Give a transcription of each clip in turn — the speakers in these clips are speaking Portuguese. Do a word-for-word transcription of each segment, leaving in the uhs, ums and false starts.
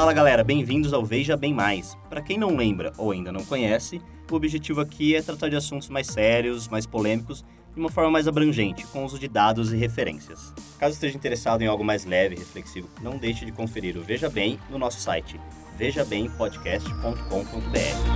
Fala galera, bem-vindos ao Veja Bem Mais. Para quem não lembra ou ainda não conhece, o objetivo aqui é tratar de assuntos mais sérios, mais polêmicos, de uma forma mais abrangente, com o uso de dados e referências. Caso esteja interessado em algo mais leve e reflexivo, não deixe de conferir o Veja Bem no nosso site, veja bem podcast ponto com ponto b r.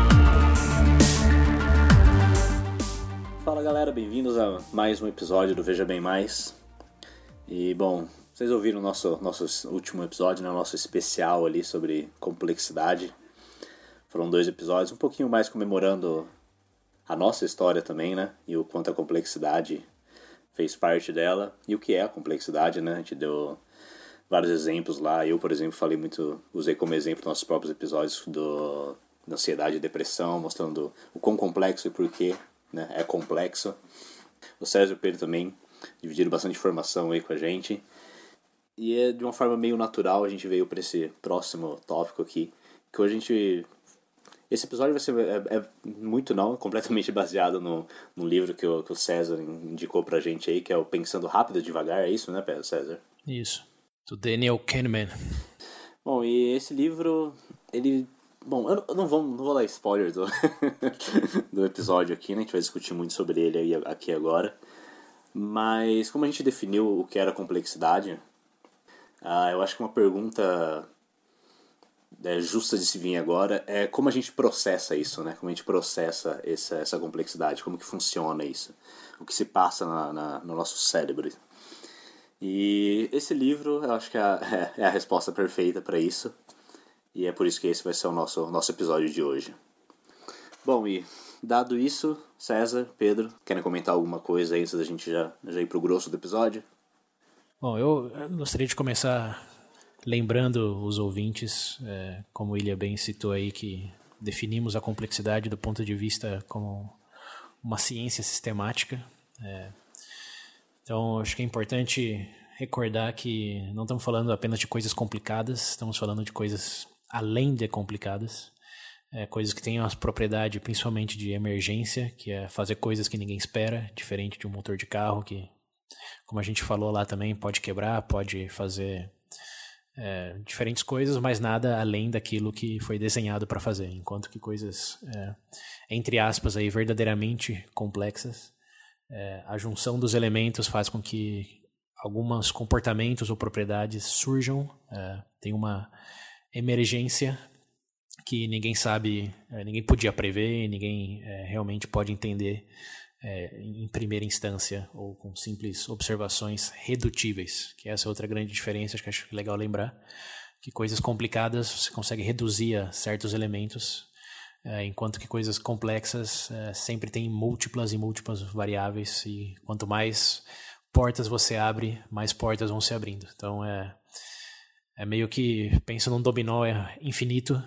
Fala galera, bem-vindos a mais um episódio do Veja Bem Mais. E bom, vocês ouviram o nosso, nosso último episódio, né? O nosso especial ali sobre complexidade. Foram dois episódios, um pouquinho mais comemorando a nossa história também, né? E o quanto a complexidade fez parte dela. E o que é a complexidade, né? A gente deu vários exemplos lá. Eu, por exemplo, falei muito, usei como exemplo nossos próprios episódios do, da ansiedade e depressão, mostrando o quão complexo e por que, né? É complexo. O César e o Pedro também dividiram bastante informação aí com a gente. E é de uma forma meio natural a gente veio para esse próximo tópico aqui, que hoje a gente... Esse episódio vai ser é, é muito não, completamente baseado no, no livro que o, que o César indicou pra gente aí, que é o Pensando Rápido e Devagar, é isso, né, César? Isso, do Daniel Kahneman. Bom, e esse livro, ele... Bom, eu não vou, não vou dar spoiler do, do episódio aqui, né, a gente vai discutir muito sobre ele aí, aqui agora, mas como a gente definiu o que era complexidade... Ah, eu acho que uma pergunta é, justa de se vir agora é como a gente processa isso, né? Como a gente processa essa, essa complexidade, como que funciona isso, o que se passa na, na, no nosso cérebro. E esse livro, eu acho que é a, é a resposta perfeita para isso, e é por isso que esse vai ser o nosso, nosso episódio de hoje. Bom, e dado isso, César, Pedro, querem comentar alguma coisa aí antes da gente já, já ir pro grosso do episódio? Bom, eu gostaria de começar lembrando os ouvintes, é, como o William bem citou aí, que definimos a complexidade do ponto de vista como uma ciência sistemática. É, então, acho que é importante recordar que não estamos falando apenas de coisas complicadas, estamos falando de coisas além de complicadas, é, coisas que têm uma propriedade principalmente de emergência, que é fazer coisas que ninguém espera, diferente de um motor de carro que, como a gente falou lá também, pode quebrar, pode fazer é, diferentes coisas, mas nada além daquilo que foi desenhado para fazer. Enquanto que coisas, é, entre aspas, aí, verdadeiramente complexas, é, a junção dos elementos faz com que alguns comportamentos ou propriedades surjam, é, tem uma emergência que ninguém sabe, é, ninguém podia prever, ninguém é, realmente pode entender É, em primeira instância ou com simples observações redutíveis, que essa é outra grande diferença, acho que acho legal lembrar, que coisas complicadas você consegue reduzir a certos elementos, é, enquanto que coisas complexas é, sempre tem múltiplas e múltiplas variáveis, e quanto mais portas você abre, mais portas vão se abrindo. Então é, é meio que, penso num dominó infinito.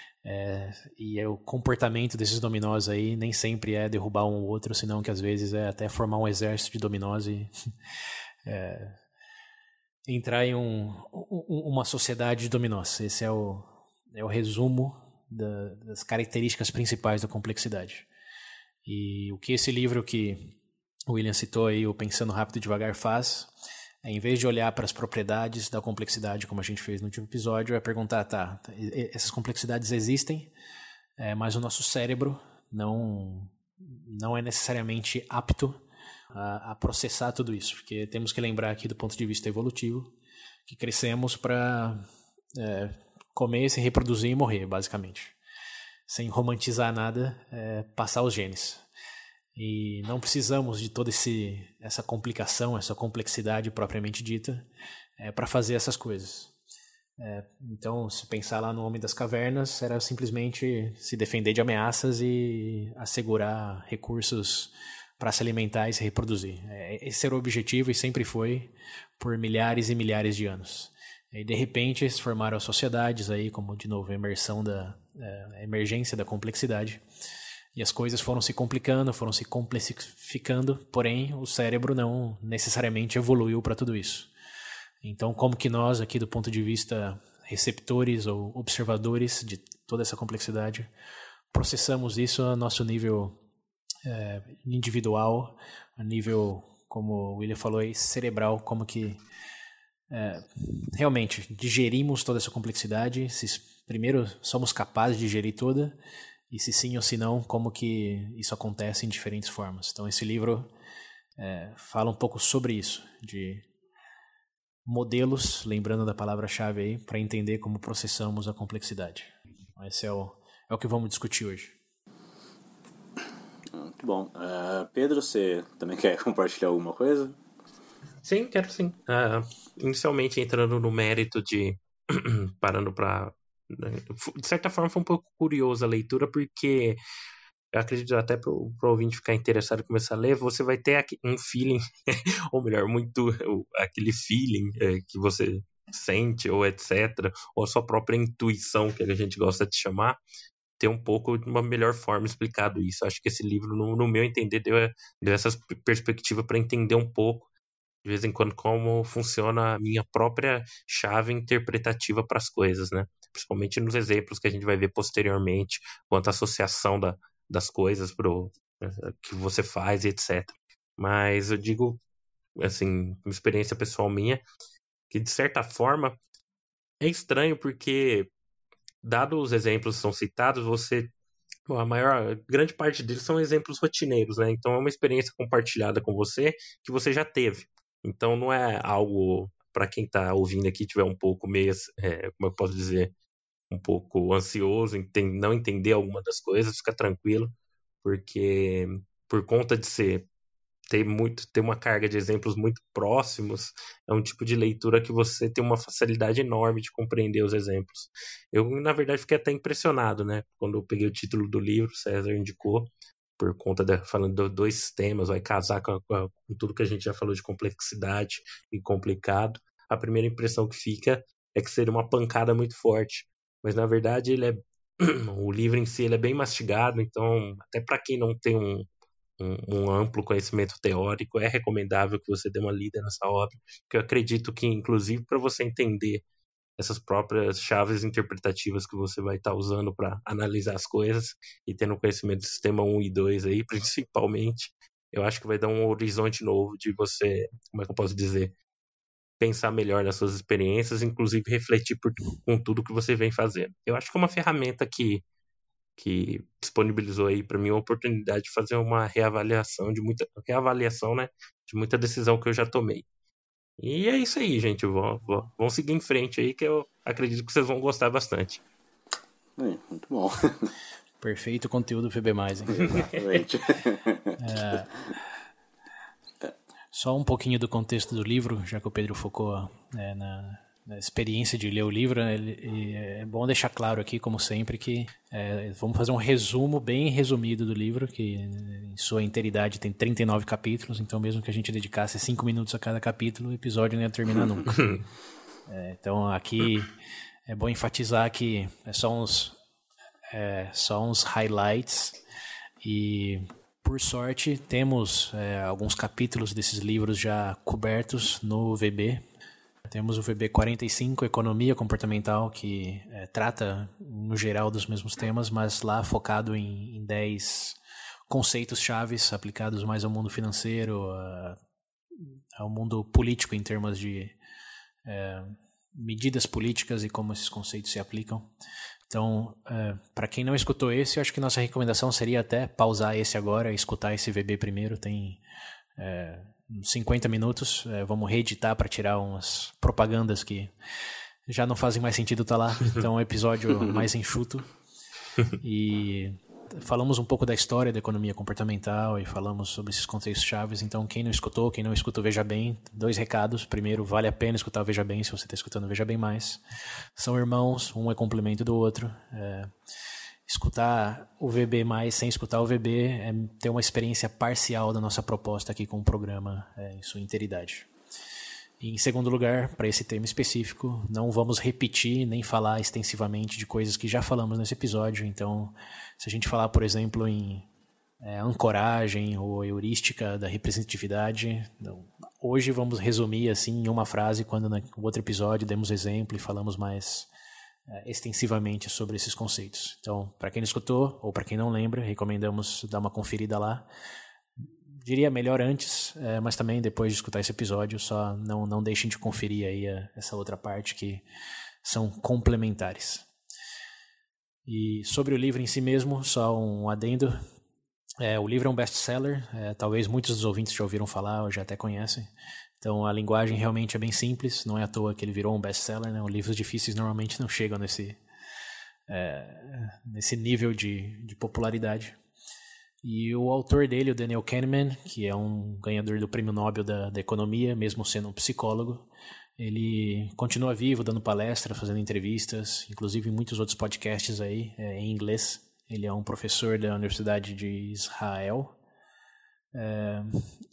É, e é o comportamento desses dominós aí nem sempre é derrubar um ou outro, senão que às vezes é até formar um exército de dominós e é, entrar em um, um, uma sociedade de dominós. Esse é o, é o resumo da, das características principais da complexidade. E o que esse livro que o William citou aí, o Pensando Rápido e Devagar, faz é, em vez de olhar para as propriedades da complexidade, como a gente fez no último episódio, é perguntar, tá, essas complexidades existem, é, mas o nosso cérebro não, não é necessariamente apto a, a processar tudo isso, porque temos que lembrar aqui do ponto de vista evolutivo que crescemos para é, comer, se reproduzir e morrer, basicamente. Sem romantizar nada, é, passar os genes. E não precisamos de toda esse, essa complicação, essa complexidade propriamente dita é, para fazer essas coisas. É, então, se pensar lá no Homem das Cavernas, era simplesmente se defender de ameaças e assegurar recursos para se alimentar e se reproduzir. É, esse era o objetivo e sempre foi por milhares e milhares de anos. E de repente se formaram as sociedades, aí, como de novo a imersão da é, a emergência da complexidade. E as coisas foram se complicando, foram se complexificando, porém o cérebro não necessariamente evoluiu para tudo isso. Então, como que nós, aqui do ponto de vista receptores ou observadores de toda essa complexidade, processamos isso a nosso nível é, individual, a nível, como o William falou aí, cerebral, como que é, realmente digerimos toda essa complexidade, se primeiro somos capazes de digerir toda, e se sim ou se não, como que isso acontece em diferentes formas. Então esse livro é, fala um pouco sobre isso, de modelos, lembrando da palavra-chave aí, para entender como processamos a complexidade. Esse é o, é o que vamos discutir hoje. Muito bom. Uh, Pedro, você também quer compartilhar alguma coisa? Sim, quero sim. Uh, inicialmente, entrando no mérito de... parando para... De certa forma, foi um pouco curiosa a leitura, porque eu acredito até para o ouvinte ficar interessado e começar a ler, você vai ter um feeling, ou melhor, muito aquele feeling é, que você sente, ou etcétera, ou a sua própria intuição, que a gente gosta de chamar, ter um pouco de uma melhor forma explicado isso. Acho que esse livro, no, no meu entender, deu, deu essa perspectiva para entender um pouco, de vez em quando, como funciona a minha própria chave interpretativa para as coisas, né? Principalmente nos exemplos que a gente vai ver posteriormente, quanto à associação da, das coisas pro, que você faz e etcétera. Mas eu digo, assim, uma experiência pessoal minha, que de certa forma é estranho porque, dados os exemplos que são citados, você, bom, a maior, a grande parte deles são exemplos rotineiros, né? Então é uma experiência compartilhada com você que você já teve. Então não é algo, para quem está ouvindo aqui, tiver um pouco meio, é, como eu posso dizer, um pouco ansioso, em não entender alguma das coisas, fica tranquilo, porque por conta de ser ter, muito, ter uma carga de exemplos muito próximos, é um tipo de leitura que você tem uma facilidade enorme de compreender os exemplos. Eu, na verdade, fiquei até impressionado, né? Quando eu peguei o título do livro, César indicou, por conta de falando de dois temas, vai casar com, a, com tudo que a gente já falou de complexidade e complicado. A primeira impressão que fica é que seria uma pancada muito forte, mas na verdade ele é o livro em si ele é bem mastigado, então até para quem não tem um, um, um amplo conhecimento teórico é recomendável que você dê uma lida nessa obra, porque eu acredito que inclusive para você entender essas próprias chaves interpretativas que você vai estar tá usando para analisar as coisas e tendo conhecimento do sistema um e dois aí, principalmente, eu acho que vai dar um horizonte novo de você, como é que eu posso dizer, pensar melhor nas suas experiências, inclusive refletir por, com tudo que você vem fazendo. Eu acho que é uma ferramenta que, que disponibilizou aí para mim a oportunidade de fazer uma reavaliação de muita reavaliação, né, de muita decisão que eu já tomei. E é isso aí, gente. Vamos seguir em frente aí, que eu acredito que vocês vão gostar bastante. É, muito bom. Perfeito conteúdo V B mais, hein? Exatamente. É, só um pouquinho do contexto do livro, já que o Pedro focou é, na, na experiência de ler o livro, né? Ele, é bom deixar claro aqui, como sempre, que é, vamos fazer um resumo bem resumido do livro, que em sua inteiridade tem trinta e nove capítulos, então mesmo que a gente dedicasse cinco minutos a cada capítulo, o episódio não ia terminar nunca. É, então aqui é bom enfatizar que é só uns, é, só uns highlights e... Por sorte, temos é, alguns capítulos desses livros já cobertos no V B. Temos o V B quarenta e cinco, Economia Comportamental, que é, trata, no geral, dos mesmos temas, mas lá focado em, em dez conceitos chaves aplicados mais ao mundo financeiro, a, ao mundo político em termos de é, medidas políticas e como esses conceitos se aplicam. Então, é, para quem não escutou esse, eu acho que nossa recomendação seria até pausar esse agora e escutar esse V B primeiro. Tem é, cinquenta minutos. É, vamos reeditar para tirar umas propagandas que já não fazem mais sentido estar lá. Então, é um episódio mais enxuto. E falamos um pouco da história da economia comportamental e falamos sobre esses conceitos chaves. Então, quem não escutou, quem não escutou, Veja Bem, dois recados. Primeiro, vale a pena escutar o Veja Bem, se você está escutando Veja Bem Mais. São irmãos, um é complemento do outro. É, escutar o V B mais sem escutar o V B é ter uma experiência parcial da nossa proposta aqui com o programa é, em sua inteiridade. E, em segundo lugar, para esse tema específico, não vamos repetir nem falar extensivamente de coisas que já falamos nesse episódio. Então, se a gente falar, por exemplo, em é, ancoragem ou heurística da representatividade, não, hoje vamos resumir assim em uma frase, quando no outro episódio demos exemplo e falamos mais é, extensivamente sobre esses conceitos. Então, para quem não escutou ou para quem não lembra, recomendamos dar uma conferida lá. diria melhor antes, é, mas também depois de escutar esse episódio, só não, não deixem de conferir aí a, essa outra parte que são complementares. E sobre o livro em si mesmo, só um adendo. É, o livro é um best-seller, é, talvez muitos dos ouvintes já ouviram falar ou já até conhecem. Então a linguagem realmente é bem simples, não é à toa que ele virou um best-seller, né? Os livros difíceis normalmente não chegam nesse, é, nesse nível de, de popularidade. E o autor dele, o Daniel Kahneman, que é um ganhador do Prêmio Nobel da, da Economia, mesmo sendo um psicólogo, ele continua vivo, dando palestras, fazendo entrevistas, inclusive em muitos outros podcasts aí, é, em inglês. Ele é um professor da Universidade de Israel é,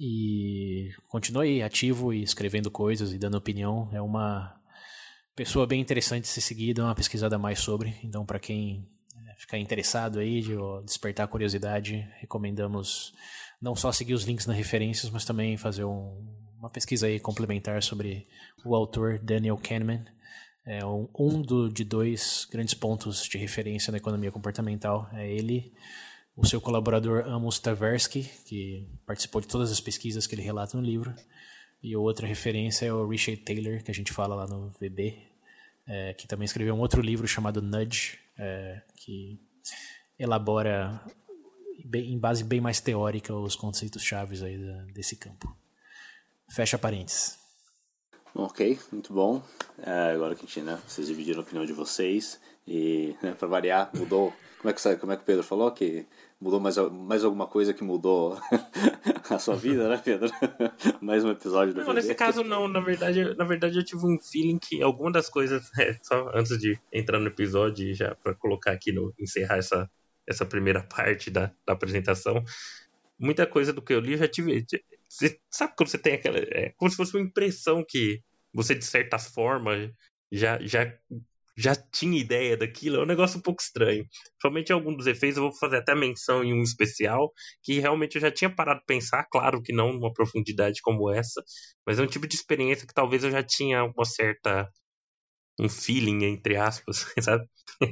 e continua aí ativo e escrevendo coisas e dando opinião. É uma pessoa bem interessante de ser seguida, uma pesquisada a mais sobre. Então, para quem ficar interessado aí, de despertar a curiosidade, recomendamos não só seguir os links nas referências, mas também fazer um, uma pesquisa aí complementar sobre o autor Daniel Kahneman. É um, um do, de dois grandes pontos de referência na economia comportamental. É ele, o seu colaborador Amos Tversky, que participou de todas as pesquisas que ele relata no livro, e outra referência é o Richard Taylor, que a gente fala lá no V B, é, que também escreveu um outro livro chamado Nudge, é, que elabora bem, em base bem mais teórica os conceitos chaves aí da, desse campo. Fecha parênteses. Ok, muito bom. É, agora que a gente, né, vocês dividiram a opinião de vocês e, né, para variar, mudou. Como é que como é que o Pedro falou que mudou mais, mais alguma coisa que mudou a sua vida, né, Pedro? Mais um episódio do Não, nesse caso não. Na verdade, na verdade eu tive um feeling que alguma das coisas, é, só antes de entrar no episódio e já para colocar aqui no encerrar essa essa primeira parte da, da apresentação, muita coisa do que eu li eu já tive. Você sabe quando você tem aquela. É como se fosse uma impressão que você, de certa forma, já, já, já tinha ideia daquilo. É um negócio um pouco estranho. Somente em algum dos efeitos, eu vou fazer até menção em um especial, que realmente eu já tinha parado de pensar, claro que não numa profundidade como essa, mas é um tipo de experiência que talvez eu já tinha uma certa. Um feeling, entre aspas, sabe?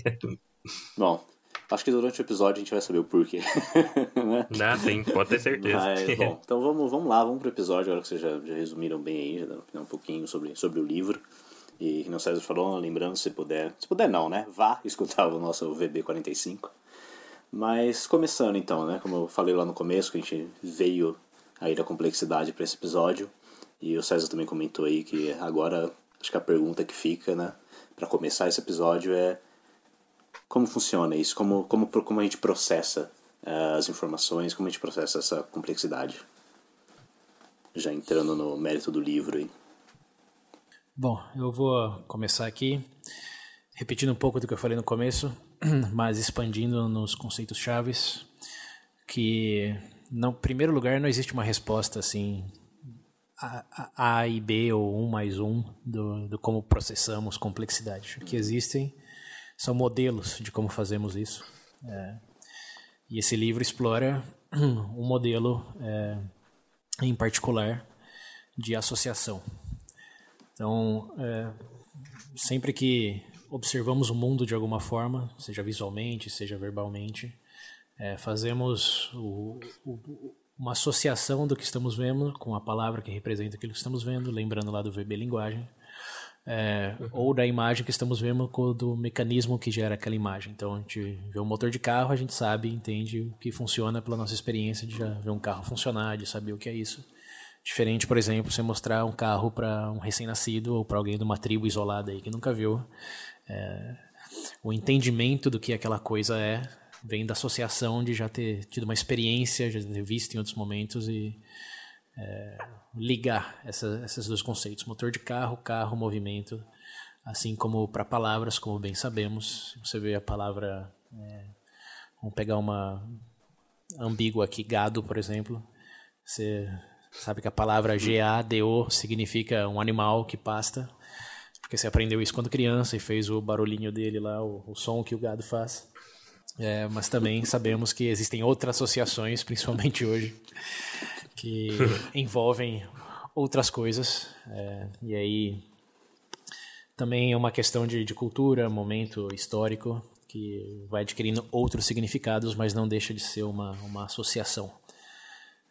Bom. Acho que durante o episódio a gente vai saber o porquê. Né? Ah, sim, pode ter certeza. Mas, bom, então vamos, vamos lá, vamos pro episódio, agora que vocês já, já resumiram bem aí, já deram um pouquinho sobre, sobre o livro. E que o César falou, lembrando, se puder, se puder não, né? Vá escutar o nosso V B quarenta e cinco. Mas começando então, né? Como eu falei lá no começo, que a gente veio aí da complexidade para esse episódio. E o César também comentou aí que agora, acho que a pergunta que fica, né? Para começar esse episódio é: como funciona isso? Como, como, como a gente processa uh, as informações? Como a gente processa essa complexidade? Já entrando no mérito do livro aí. Bom, eu vou começar aqui, repetindo um pouco do que eu falei no começo, mas expandindo nos conceitos chaves, que, no primeiro lugar, não existe uma resposta assim, A, a, a e B ou um mais um, do, do como processamos complexidade. O que existem são modelos de como fazemos isso. É, e esse livro explora um modelo é, em particular de associação. Então, é, sempre que observamos o mundo de alguma forma, seja visualmente, seja verbalmente, é, fazemos o, o, uma associação do que estamos vendo com a palavra que representa aquilo que estamos vendo, lembrando lá do V B Linguagem. É, uhum. Ou da imagem que estamos vendo com do mecanismo que gera aquela imagem. Então a gente vê um motor de carro, a gente sabe, entende o que funciona pela nossa experiência de já ver um carro funcionar, de saber o que é isso. Diferente, por exemplo, você mostrar um carro para um recém-nascido ou para alguém de uma tribo isolada aí que nunca viu. É, o entendimento do que aquela coisa é vem da associação de já ter tido uma experiência, já ter visto em outros momentos e É, ligar essa, esses dois conceitos, motor de carro, carro, movimento, assim como para palavras, como bem sabemos. Você vê a palavra, é, vamos pegar uma ambígua aqui, gado, por exemplo. Você sabe que a palavra G A D O significa um animal que pasta, porque você aprendeu isso quando criança e fez o barulhinho dele lá, o, o som que o gado faz. É, mas também sabemos que existem outras associações, principalmente hoje, que envolvem outras coisas, é, e aí também é uma questão de, de cultura, momento histórico, que vai adquirindo outros significados, mas não deixa de ser uma, uma associação.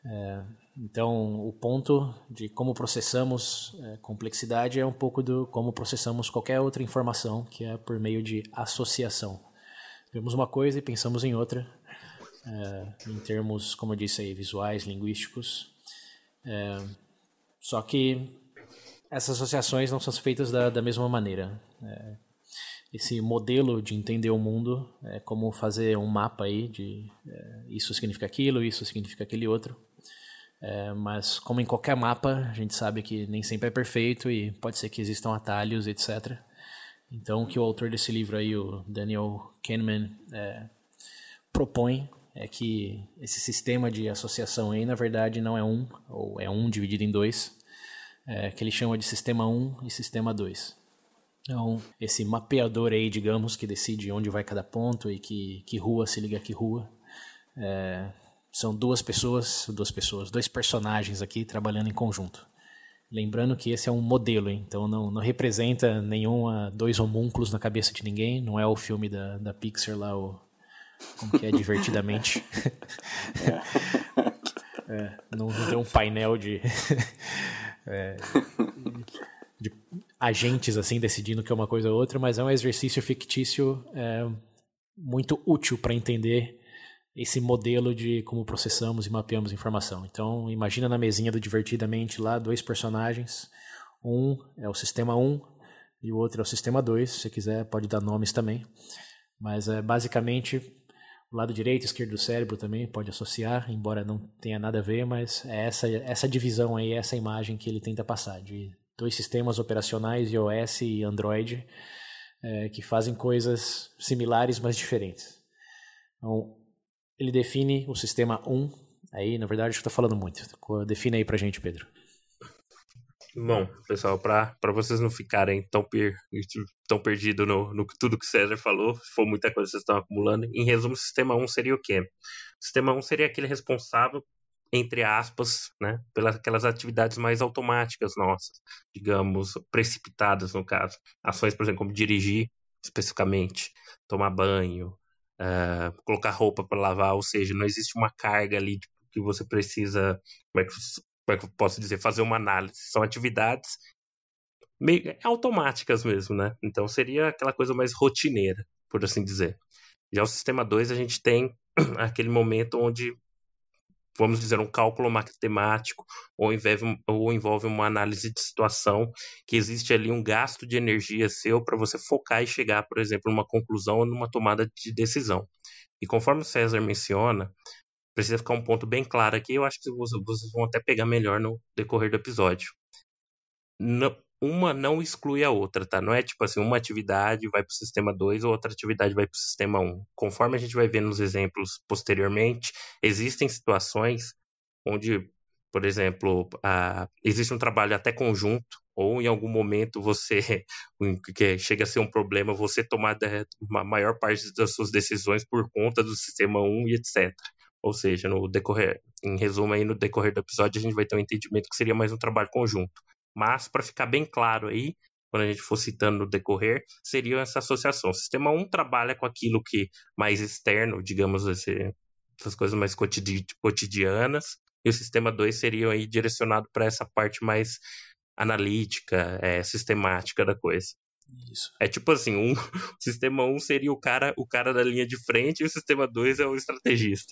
É, então, o ponto de como processamos é, complexidade é um pouco do como processamos qualquer outra informação, que é por meio de associação. Vemos uma coisa e pensamos em outra, é, em termos, como eu disse aí, visuais, linguísticos. É, só que essas associações não são feitas da, da mesma maneira. É, esse modelo de entender o mundo é como fazer um mapa aí de é, isso significa aquilo, isso significa aquele outro. É, mas como em qualquer mapa, a gente sabe que nem sempre é perfeito e pode ser que existam atalhos, etcétera. Então o que o autor desse livro aí, o Daniel Kahneman, é, propõe é que esse sistema de associação aí, na verdade, não é um, ou é um dividido em dois, é, que ele chama de sistema um e sistema dois. Então, esse mapeador aí, digamos, que decide onde vai cada ponto e que, que rua se liga a que rua, é, são duas pessoas, duas pessoas, dois personagens aqui trabalhando em conjunto. Lembrando que esse é um modelo, hein? Então não, não representa nenhum dois homúnculos na cabeça de ninguém, não é o filme da, da Pixar lá, o, como que é, Divertidamente. É, não, não tem um painel de, é, de agentes assim decidindo que é uma coisa ou outra, mas é um exercício fictício é, muito útil para entender esse modelo de como processamos e mapeamos informação. Então, imagina na mesinha do Divertidamente lá, dois personagens. Um é o sistema um e o outro é o sistema dois. Se você quiser, pode dar nomes também. Mas, é, basicamente, o lado direito e esquerdo do cérebro também pode associar, embora não tenha nada a ver, mas é essa, essa divisão aí, essa imagem que ele tenta passar, de dois sistemas operacionais, iOS e Android, é, que fazem coisas similares, mas diferentes. Então, ele define o sistema um, aí, na verdade, acho que eu estou falando muito. Define aí pra gente, Pedro. Bom, pessoal, para vocês não ficarem tão, per, tão perdidos no, no tudo que o César falou, se for muita coisa que vocês estão acumulando, em resumo, o sistema um seria o quê? O sistema um seria aquele responsável, entre aspas, né, pelas aquelas atividades mais automáticas nossas, digamos, precipitadas no caso. Ações, por exemplo, como dirigir, especificamente, tomar banho, Uh, colocar roupa para lavar, ou seja, não existe uma carga ali que você precisa, como é que, como é que eu posso dizer, fazer uma análise. São atividades meio automáticas mesmo, né? Então seria aquela coisa mais rotineira, por assim dizer. Já o sistema dois, a gente tem aquele momento onde, vamos dizer, um cálculo matemático ou envolve, ou envolve uma análise de situação, que existe ali um gasto de energia seu para você focar e chegar, por exemplo, numa conclusão ou numa tomada de decisão. E conforme o César menciona, precisa ficar um ponto bem claro aqui, eu acho que vocês vão até pegar melhor no decorrer do episódio. Não, uma não exclui a outra, tá? Não é tipo assim, uma atividade vai para o sistema dois ou outra atividade vai para o sistema um. Conforme a gente vai ver nos exemplos posteriormente, existem situações onde, por exemplo, a, existe um trabalho até conjunto, ou em algum momento você, que chega a ser um problema, você tomar a maior parte das suas decisões por conta do sistema um e etcétera. Ou seja, no decorrer, em resumo aí, no decorrer do episódio, a gente vai ter um entendimento que seria mais um trabalho conjunto. Mas, para ficar bem claro aí, quando a gente for citando no decorrer, seria essa associação. O sistema um trabalha com aquilo que mais externo, digamos assim, essas coisas mais cotidi- cotidianas, e o sistema dois seria aí direcionado para essa parte mais analítica, é, sistemática da coisa. Isso. É tipo assim, um, o sistema um seria o cara, o cara da linha de frente e o sistema dois é o estrategista.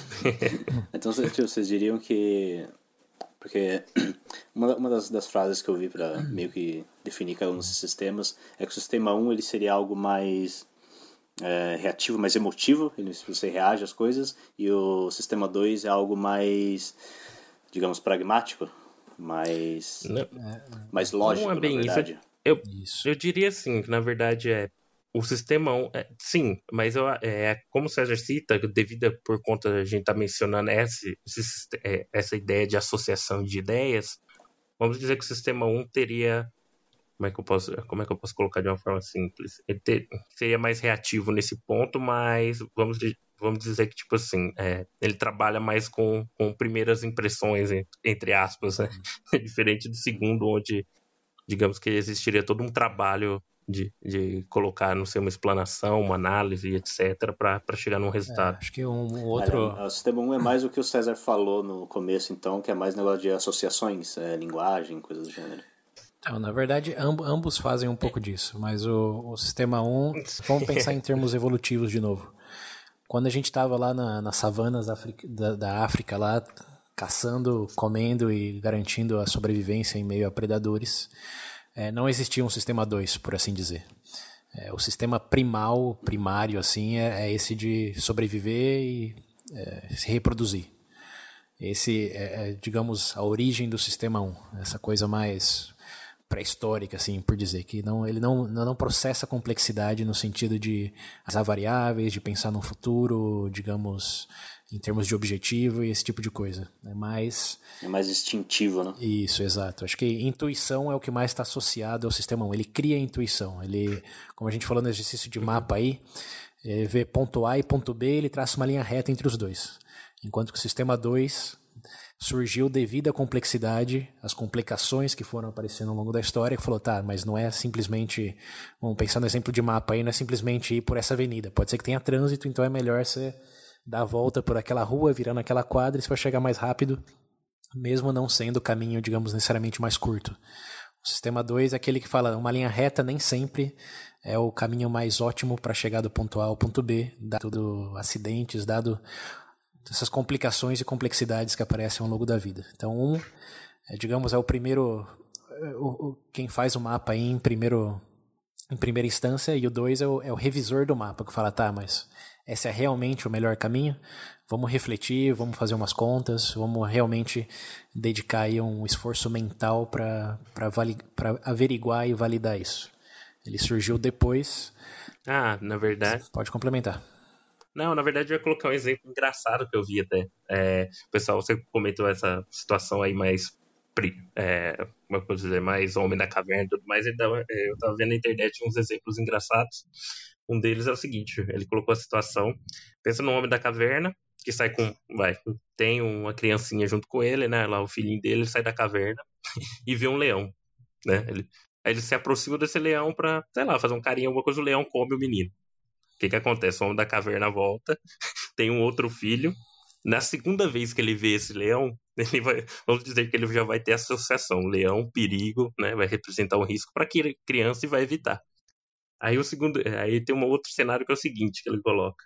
Então vocês diriam que... Porque uma, uma das, das frases que eu vi para meio que definir cada um desses sistemas é que o sistema um ele seria algo mais é, reativo, mais emotivo, ele, você reage às coisas, e o sistema dois é algo mais, digamos, pragmático, mais, não, mais lógico, não é bem na verdade. Isso. Eu, Isso. eu diria assim, que na verdade é o sistema um, é, sim, mas eu, é, como o César cita, devido a, por conta da gente estar tá mencionando essa, esse, essa ideia de associação de ideias, vamos dizer que o sistema um teria, como é que eu posso, como é que eu posso colocar de uma forma simples? Ele ter, seria mais reativo nesse ponto, mas vamos, vamos dizer que, tipo assim, é, ele trabalha mais com, com primeiras impressões, entre aspas, né? Diferente do segundo, onde, digamos que existiria todo um trabalho de, de colocar, não sei, uma explanação, uma análise, etcétera, para chegar num resultado. É, acho que um, um outro... Olha, o sistema um é mais o que o César falou no começo, então, que é mais negócio de associações, é, linguagem, coisas do gênero. Então, na verdade, amb- ambos fazem um pouco disso, mas o, o sistema um, vamos pensar em termos evolutivos de novo. Quando a gente estava lá na, nas savanas Afri- da, da África, lá caçando, comendo e garantindo a sobrevivência em meio a predadores, é, não existia um sistema dois, por assim dizer. É, o sistema primal, primário, assim, é, é esse de sobreviver e é, se reproduzir. Esse é, é, digamos, a origem do sistema um, essa coisa mais pré-histórica, assim, por dizer, que não, ele não, não processa complexidade no sentido de usar variáveis, de pensar no futuro, digamos, em termos de objetivo e esse tipo de coisa. É mais... É mais instintivo, né? Isso, exato. Acho que intuição é o que mais está associado ao sistema um. Ele cria intuição. Ele, como a gente falou no exercício de mapa aí, ele vê ponto A e ponto B, ele traça uma linha reta entre os dois. Enquanto que o sistema dois surgiu devido à complexidade, às complicações que foram aparecendo ao longo da história, que falou, tá, mas não é simplesmente, vamos pensar no exemplo de mapa aí, não é simplesmente ir por essa avenida. Pode ser que tenha trânsito, então é melhor você dar a volta por aquela rua, virando aquela quadra, e você vai chegar mais rápido, mesmo não sendo o caminho, digamos, necessariamente mais curto. O sistema dois é aquele que fala, uma linha reta nem sempre é o caminho mais ótimo para chegar do ponto A ao ponto B, dado acidentes, dado essas complicações e complexidades que aparecem ao longo da vida. Então, um, é, digamos, é o primeiro, o, o, quem faz o mapa aí em, primeiro, em primeira instância, e o dois é o, é o revisor do mapa, que fala, tá, mas esse é realmente o melhor caminho? Vamos refletir, vamos fazer umas contas, vamos realmente dedicar aí um esforço mental para averiguar e validar isso. Ele surgiu depois. Ah, na verdade... Pode complementar. Não, na verdade eu ia colocar um exemplo engraçado que eu vi até. É, pessoal, você comentou essa situação aí mais, é, como eu posso dizer, mais homem da caverna e tudo mais. Então, eu tava vendo na internet uns exemplos engraçados. Um deles é o seguinte, ele colocou a situação, pensa no homem da caverna, que sai com, vai, tem uma criancinha junto com ele, né, lá o filhinho dele, ele sai da caverna e vê um leão, né, ele, aí ele se aproxima desse leão pra, sei lá, fazer um carinho, alguma coisa, o leão come o menino. O que que acontece? O homem da caverna volta, tem um outro filho. Na segunda vez que ele vê esse leão, ele vai, vamos dizer que ele já vai ter associação. Leão, perigo, né? Vai representar um risco para a criança e vai evitar. Aí, o segundo, aí tem um outro cenário que é o seguinte, que ele coloca.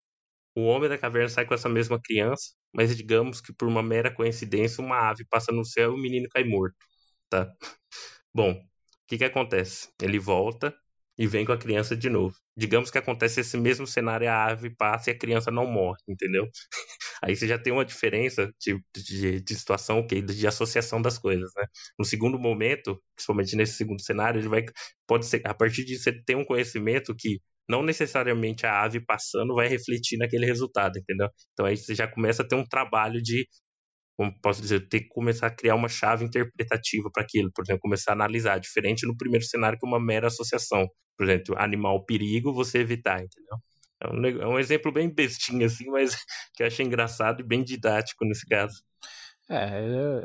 O homem da caverna sai com essa mesma criança, mas digamos que por uma mera coincidência, uma ave passa no céu e o menino cai morto. Tá? Bom, o que que acontece? Ele volta e vem com a criança de novo. Digamos que acontece esse mesmo cenário, a ave passa e a criança não morre, entendeu? Aí você já tem uma diferença de, de, de situação, okay, de associação das coisas, né? No segundo momento, principalmente nesse segundo cenário, ele vai, pode ser, a partir disso você tem um conhecimento que não necessariamente a ave passando vai refletir naquele resultado, entendeu? Então aí você já começa a ter um trabalho de, como posso dizer, ter que começar a criar uma chave interpretativa para aquilo, por exemplo, começar a analisar, diferente no primeiro cenário que é uma mera associação. Por exemplo, animal perigo, você evitar, entendeu? É um, é um exemplo bem bestinho, assim, mas que eu achei engraçado e bem didático nesse caso. É,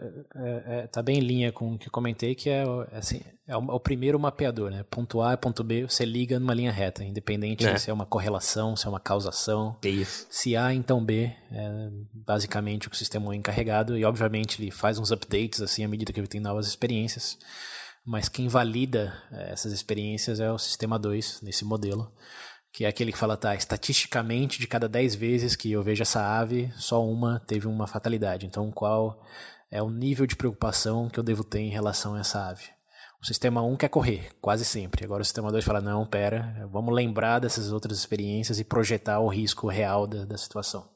é, é, tá bem em linha com o que eu comentei, que é, assim, é, o, é o primeiro mapeador, né? Ponto A e ponto B, você liga numa linha reta, independente é. se é uma correlação, se é uma causação. É isso. Se A, então B, é basicamente o que o sistema é encarregado, e obviamente ele faz uns updates, assim, à medida que ele tem novas experiências, mas quem valida essas experiências é o sistema dois, nesse modelo, que é aquele que fala, tá, estatisticamente, de cada dez vezes que eu vejo essa ave, só uma teve uma fatalidade. Então, qual é o nível de preocupação que eu devo ter em relação a essa ave? O sistema um quer correr, quase sempre. Agora o sistema dois fala, não, pera, vamos lembrar dessas outras experiências e projetar o risco real da, da situação.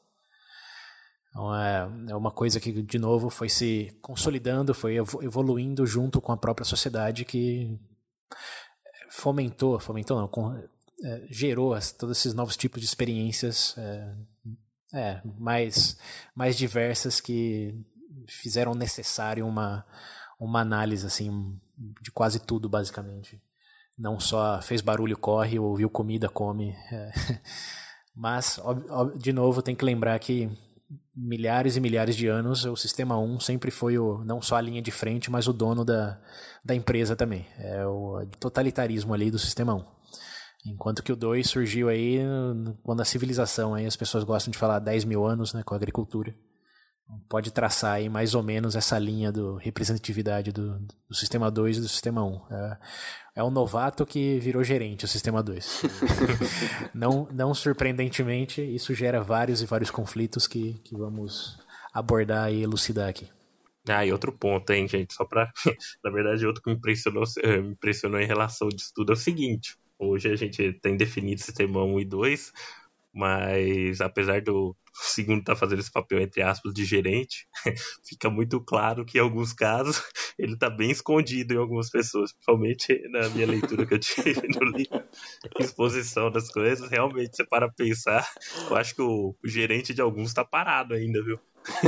Então, é, é uma coisa que, de novo, foi se consolidando, foi evoluindo junto com a própria sociedade, que fomentou, fomentou não, com, É, gerou as, todos esses novos tipos de experiências é, é, mais, mais diversas que fizeram necessário uma, uma análise assim, de quase tudo, basicamente. Não só fez barulho, corre, ouviu comida, come. É. Mas, ó, ó, de novo, tem que lembrar que milhares e milhares de anos, o Sistema um sempre foi o, não só a linha de frente, mas o dono da, da empresa também. É o totalitarismo ali do Sistema um. Enquanto que o dois surgiu aí quando a civilização, aí as pessoas gostam de falar dez mil anos, né, com a agricultura. Pode traçar aí mais ou menos essa linha de representatividade do, do Sistema dois e do Sistema um. É, é um novato que virou gerente, o Sistema dois. não, não surpreendentemente, isso gera vários e vários conflitos que, que vamos abordar e elucidar aqui. Ah, e outro ponto, hein, gente, só pra... Na verdade, outro que me impressionou, me impressionou em relação ao estudo é o seguinte: hoje a gente tem definido Sistema um e dois, mas apesar do segundo estar tá fazendo esse papel, entre aspas, de gerente, fica muito claro que em alguns casos ele está bem escondido em algumas pessoas, principalmente na minha leitura que eu tive no livro, exposição das coisas. Realmente, você para pensar, eu acho que o, o gerente de alguns está parado ainda, viu?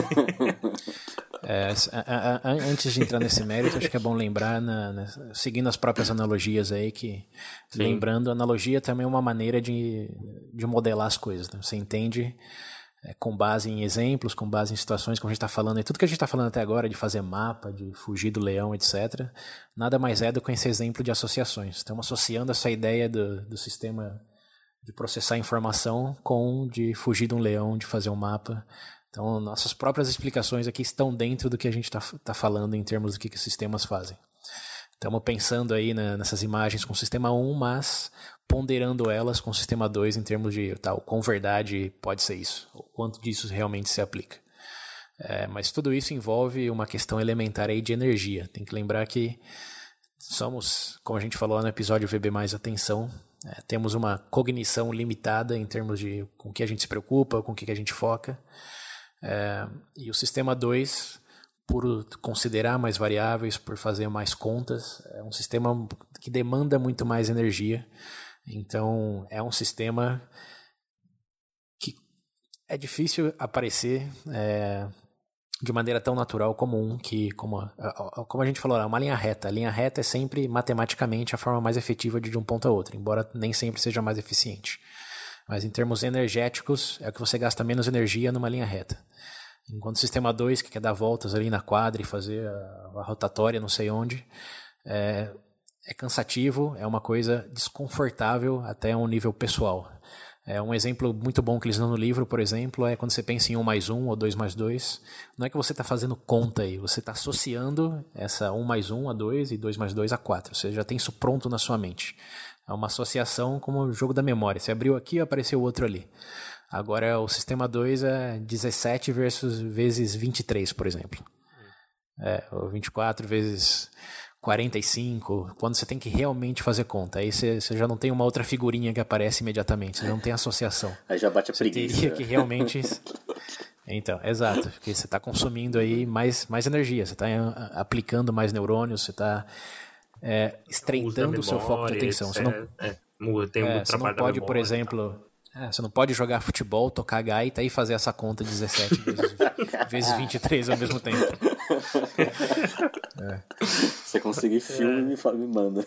É, a, a, a, antes de entrar nesse mérito, acho que é bom lembrar, na, na, seguindo as próprias analogias aí, que Sim. lembrando, a analogia também é uma maneira de, de modelar as coisas, né? Você entende é, com base em exemplos, com base em situações, como a gente está falando, e tudo que a gente está falando até agora, de fazer mapa, de fugir do leão, etcétera, nada mais é do que esse exemplo de associações. Estamos associando essa ideia do, do sistema de processar informação com de fugir de um leão, de fazer um mapa. Então, nossas próprias explicações aqui estão dentro do que a gente está tá falando em termos do que, que os sistemas fazem. Estamos pensando aí na, nessas imagens com o Sistema um, mas ponderando elas com o Sistema dois em termos de tal, com verdade pode ser isso, o quanto disso realmente se aplica. É, mas tudo isso envolve uma questão elementar aí de energia. Tem que lembrar que somos, como a gente falou lá no episódio V B mais Atenção, é, temos uma cognição limitada em termos de com o que a gente se preocupa, com o que a gente foca. É, e o Sistema dois, por considerar mais variáveis, por fazer mais contas, é um sistema que demanda muito mais energia. Então, é um sistema que é difícil aparecer é, de maneira tão natural como um, que, como a, como a gente falou, é uma linha reta. A linha reta é sempre, matematicamente, a forma mais efetiva de, de um ponto a outro, embora nem sempre seja mais eficiente. Mas em termos energéticos, é o que você gasta menos energia numa linha reta. Enquanto o Sistema dois, que quer dar voltas ali na quadra e fazer a, a rotatória não sei onde, é, é cansativo, é uma coisa desconfortável até um nível pessoal. É um exemplo muito bom que eles dão no livro, por exemplo, é quando você pensa em um mais um ou dois mais dois, não é que você está fazendo conta aí, você está associando essa um mais um a dois e dois mais dois a quatro. Você já tem isso pronto na sua mente. É uma associação como o jogo da memória. Você abriu aqui e apareceu o outro ali. Agora o Sistema dois é dezessete versus vezes vinte e três, por exemplo. É, ou vinte e quatro vezes quarenta e cinco, quando você tem que realmente fazer conta. Aí você, você já não tem uma outra figurinha que aparece imediatamente, você não tem associação. Aí já bate a você preguiça. Teria que realmente... Então, exato, porque você está consumindo aí mais, mais energia, você está aplicando mais neurônios, você está é, estreitando o seu foco de atenção. Você não, é, tem é, muito você não pode, por exemplo... É, você não pode jogar futebol, tocar gaita e fazer essa conta dezessete vezes, vezes vinte e três ao mesmo tempo. É. Se você conseguir filme, é. me, me manda.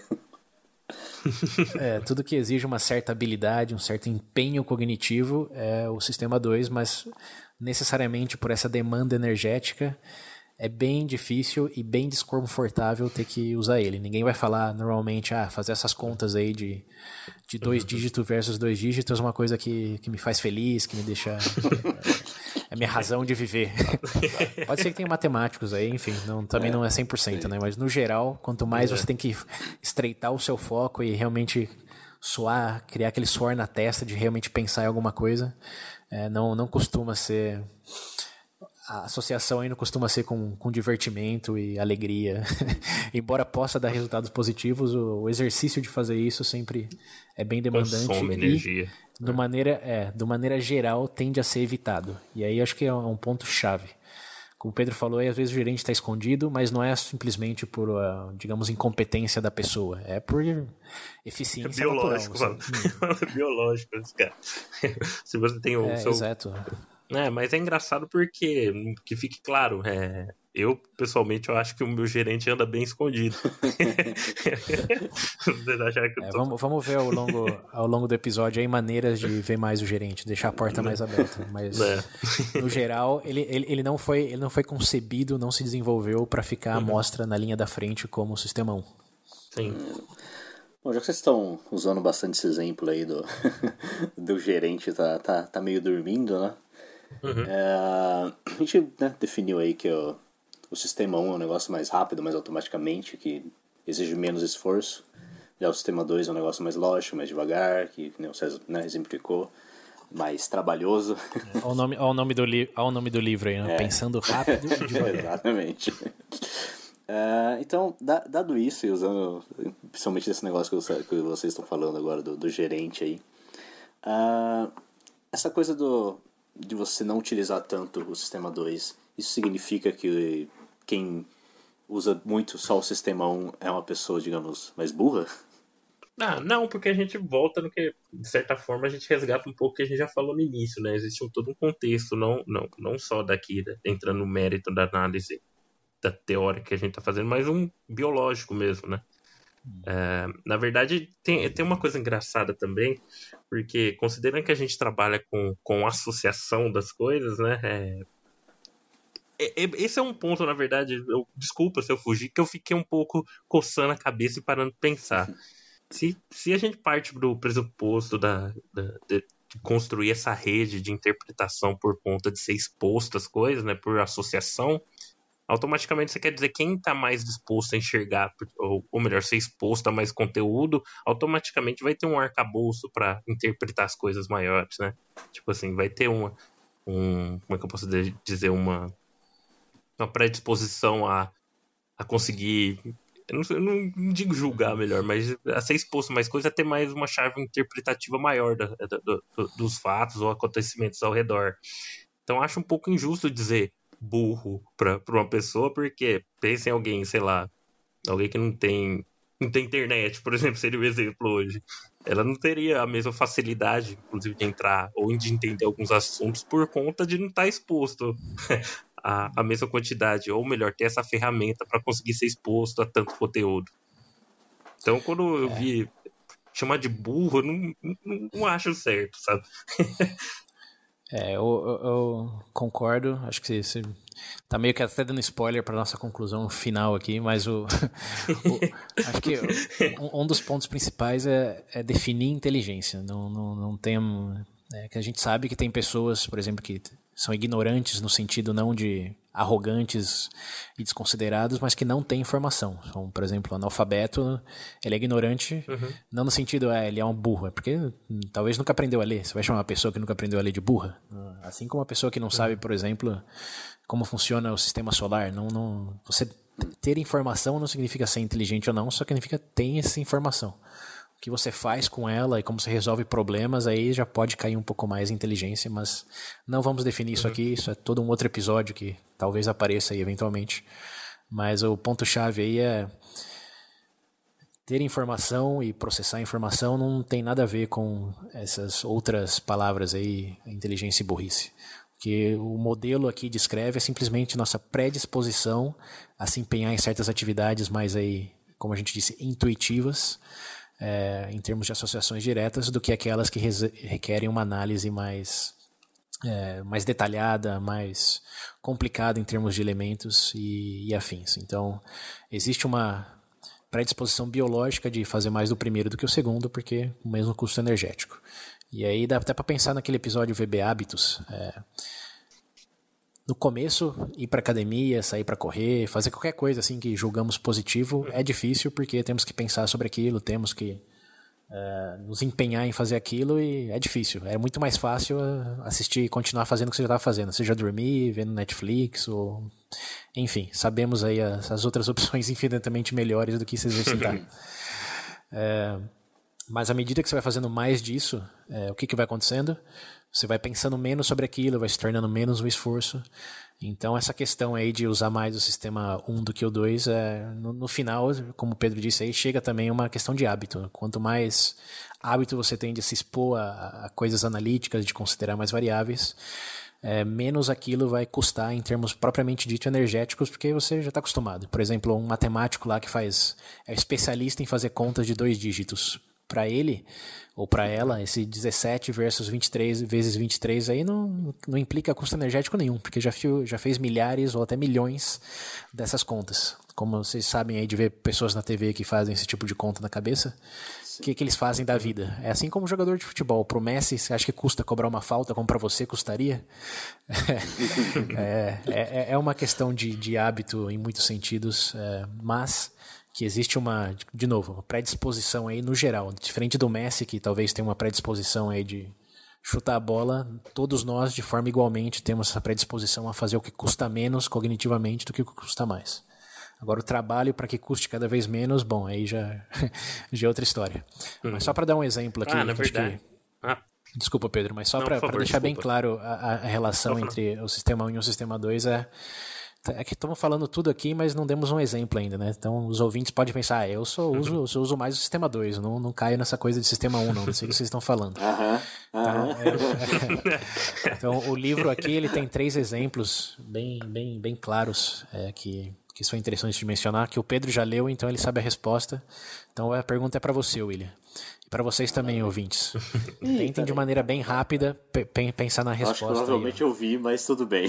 É, tudo que exige uma certa habilidade, um certo empenho cognitivo é o Sistema dois, mas necessariamente por essa demanda energética é bem difícil e bem desconfortável ter que usar ele. Ninguém vai falar normalmente, ah, fazer essas contas aí de, de dois dígitos versus dois dígitos é uma coisa que, que me faz feliz, que me deixa... É, é minha razão de viver. Pode ser que tenha matemáticos aí, enfim, não, também é, não é cem por cento, né? Mas no geral, quanto mais é. você tem que estreitar o seu foco e realmente suar, criar aquele suor na testa de realmente pensar em alguma coisa, é, não, não costuma ser... A associação aí não costuma ser com, com divertimento e alegria. Embora possa dar resultados positivos, o, o exercício de fazer isso sempre é bem demandante. Consome energia. De maneira, é, de maneira geral, tende a ser evitado. E aí acho que é um ponto-chave. Como o Pedro falou, aí, às vezes o gerente está escondido, mas não é simplesmente por, uh, digamos, incompetência da pessoa. É por eficiência é biológico, natural. É biológico, esse cara. Se você tem o é, seu... Exato. É, mas é engraçado porque, que fique claro, é, Eu, pessoalmente, eu acho que o meu gerente anda bem escondido. Vocês acharam que eu É, tô... vamos, vamos ver ao longo, ao longo do episódio aí maneiras de ver mais o gerente, deixar a porta mais aberta. Mas, É. no geral, ele, ele, ele, não foi, ele não foi concebido, não se desenvolveu para ficar à mostra na linha da frente como o Sistema um. Sim. Bom, já que vocês estão usando bastante esse exemplo aí do, do gerente tá, tá, tá meio dormindo, né? Uhum. É, a gente, né, definiu aí que o, o Sistema um é um negócio mais rápido, mais automaticamente, que exige menos esforço. Já o Sistema dois é um negócio mais lógico, mais devagar, que nem o César, né, exemplificou, mais trabalhoso. Olha o nome, olha o nome, do, li, olha o nome do livro aí, né? É. Pensando rápido e devagar. Exatamente. Uh, então, da, dado isso, e usando principalmente esse negócio que, eu, que vocês estão falando agora do, do gerente aí, uh, essa coisa do, de você não utilizar tanto o Sistema dois, isso significa que quem usa muito só o Sistema um é uma pessoa, digamos, mais burra? Ah, não, porque a gente volta no que, de certa forma, a gente resgata um pouco o que a gente já falou no início, né? Existe um, todo um contexto, não, não, não só daqui, né? Entrando no mérito da análise da teórica que a gente está fazendo, mas um biológico mesmo, né? É, na verdade, tem, tem uma coisa engraçada também, porque considerando que a gente trabalha com, com associação das coisas, né? É, é, esse é um ponto, na verdade, eu, desculpa se eu fugir, que eu fiquei um pouco coçando a cabeça e parando de pensar. Se, se a gente parte do pressuposto da, da, de, de construir essa rede de interpretação por conta de ser exposto às coisas, né? Por associação, automaticamente você quer dizer quem está mais disposto a enxergar, ou, ou melhor, ser exposto a mais conteúdo, automaticamente vai ter um arcabouço para interpretar as coisas maiores, né? Tipo assim, vai ter uma, um, como é que eu posso dizer, uma, uma predisposição a, a conseguir, eu não, eu não digo julgar melhor, mas a ser exposto a mais coisas, a ter mais uma chave interpretativa maior da, da, do, dos fatos ou acontecimentos ao redor. Então acho um pouco injusto dizer burro para uma pessoa, porque pensa em alguém, sei lá, alguém que não tem não tem internet, por exemplo, seria o exemplo hoje. Ela não teria a mesma facilidade, inclusive, de entrar ou de entender alguns assuntos por conta de não estar exposto a, a mesma quantidade, ou melhor, ter essa ferramenta para conseguir ser exposto a tanto conteúdo. Então, quando eu vi chamar de burro, eu não, não, não acho certo, sabe? É, eu, eu, eu concordo, acho que você tá meio que até dando spoiler para nossa conclusão final aqui, mas o, o acho que um, um dos pontos principais é, é definir inteligência. Não, não, não tem, é, que a gente sabe que tem pessoas, por exemplo, que são ignorantes no sentido não de arrogantes e desconsiderados, mas que não têm informação. Então, por exemplo, analfabeto, ele é ignorante, uhum. não no sentido, é, ele é um burro, é porque hum, talvez nunca aprendeu a ler. Você vai chamar uma pessoa que nunca aprendeu a ler de burra? Assim como uma pessoa que não uhum. sabe, por exemplo, como funciona o sistema solar. Não, não, você ter informação não significa ser inteligente ou não, só significa ter essa informação. O que você faz com ela e como você resolve problemas, aí já pode cair um pouco mais em inteligência, mas não vamos definir isso aqui, isso é todo um outro episódio que talvez apareça aí eventualmente. Mas o ponto-chave aí é ter informação e processar informação não tem nada a ver com essas outras palavras aí, inteligência e burrice. O que o modelo aqui descreve é simplesmente nossa predisposição a se empenhar em certas atividades mais aí, como a gente disse, intuitivas, É, em termos de associações diretas, do que aquelas que requerem uma análise mais, é, mais detalhada, mais complicada em termos de elementos e, e afins. Então, existe uma predisposição biológica de fazer mais do primeiro do que o segundo, porque o mesmo custo energético. E aí dá até para pensar naquele episódio V B Hábitos. É, no começo, ir para academia, sair para correr, fazer qualquer coisa assim que julgamos positivo é difícil porque temos que pensar sobre aquilo, temos que é, nos empenhar em fazer aquilo e é difícil. É muito mais fácil assistir e continuar fazendo o que você já estava fazendo, seja dormir, vendo Netflix ou... Enfim, sabemos aí as, as outras opções infinitamente melhores do que se exercitar. é, mas à medida que você vai fazendo mais disso, é, o que, que vai acontecendo? Você vai pensando menos sobre aquilo, vai se tornando menos um esforço. Então, essa questão aí de usar mais o sistema um do que o dois, é, no, no final, como o Pedro disse aí, chega também uma questão de hábito. Quanto mais hábito você tem de se expor a, a coisas analíticas, de considerar mais variáveis, é, menos aquilo vai custar em termos propriamente dito energéticos, porque você já está acostumado. Por exemplo, um matemático lá que faz é especialista em fazer contas de dois dígitos. Para ele, ou para ela, esse dezessete versus vinte e três vezes vinte e três aí não, não implica custo energético nenhum, porque já, fio, já fez milhares ou até milhões dessas contas. Como vocês sabem aí de ver pessoas na T V que fazem esse tipo de conta na cabeça, o que, que eles fazem da vida? É assim como jogador de futebol. Pro Messi, você acha que custa cobrar uma falta como para você custaria? é, é, é uma questão de, de hábito em muitos sentidos, é, mas que existe uma, de novo, uma predisposição aí no geral. Diferente do Messi, que talvez tenha uma predisposição aí de chutar a bola, todos nós, de forma igualmente, temos essa predisposição a fazer o que custa menos cognitivamente do que o que custa mais. Agora, o trabalho para que custe cada vez menos, bom, aí já, já é outra história. Hum. Mas só para dar um exemplo aqui... Ah, na verdade... Que... Ah. Desculpa, Pedro, mas só para deixar desculpa. bem claro a, a relação entre o Sistema um e o Sistema dois é... É que estamos falando tudo aqui, mas não demos um exemplo ainda, né? Então, os ouvintes podem pensar, ah, eu só uso, eu só uso mais o Sistema dois, não, não caio nessa coisa de Sistema um, não. Não sei o que vocês estão falando. Aham, aham. Então, é, é, então, o livro aqui, ele tem três exemplos bem, bem, bem claros é, que, que são interessantes de mencionar, que o Pedro já leu, então ele sabe a resposta. Então, a pergunta é para você, William. E para vocês também, ouvintes. Tentem de maneira bem rápida pe- pensar na resposta. Acho que provavelmente aí, eu vi, mas tudo bem.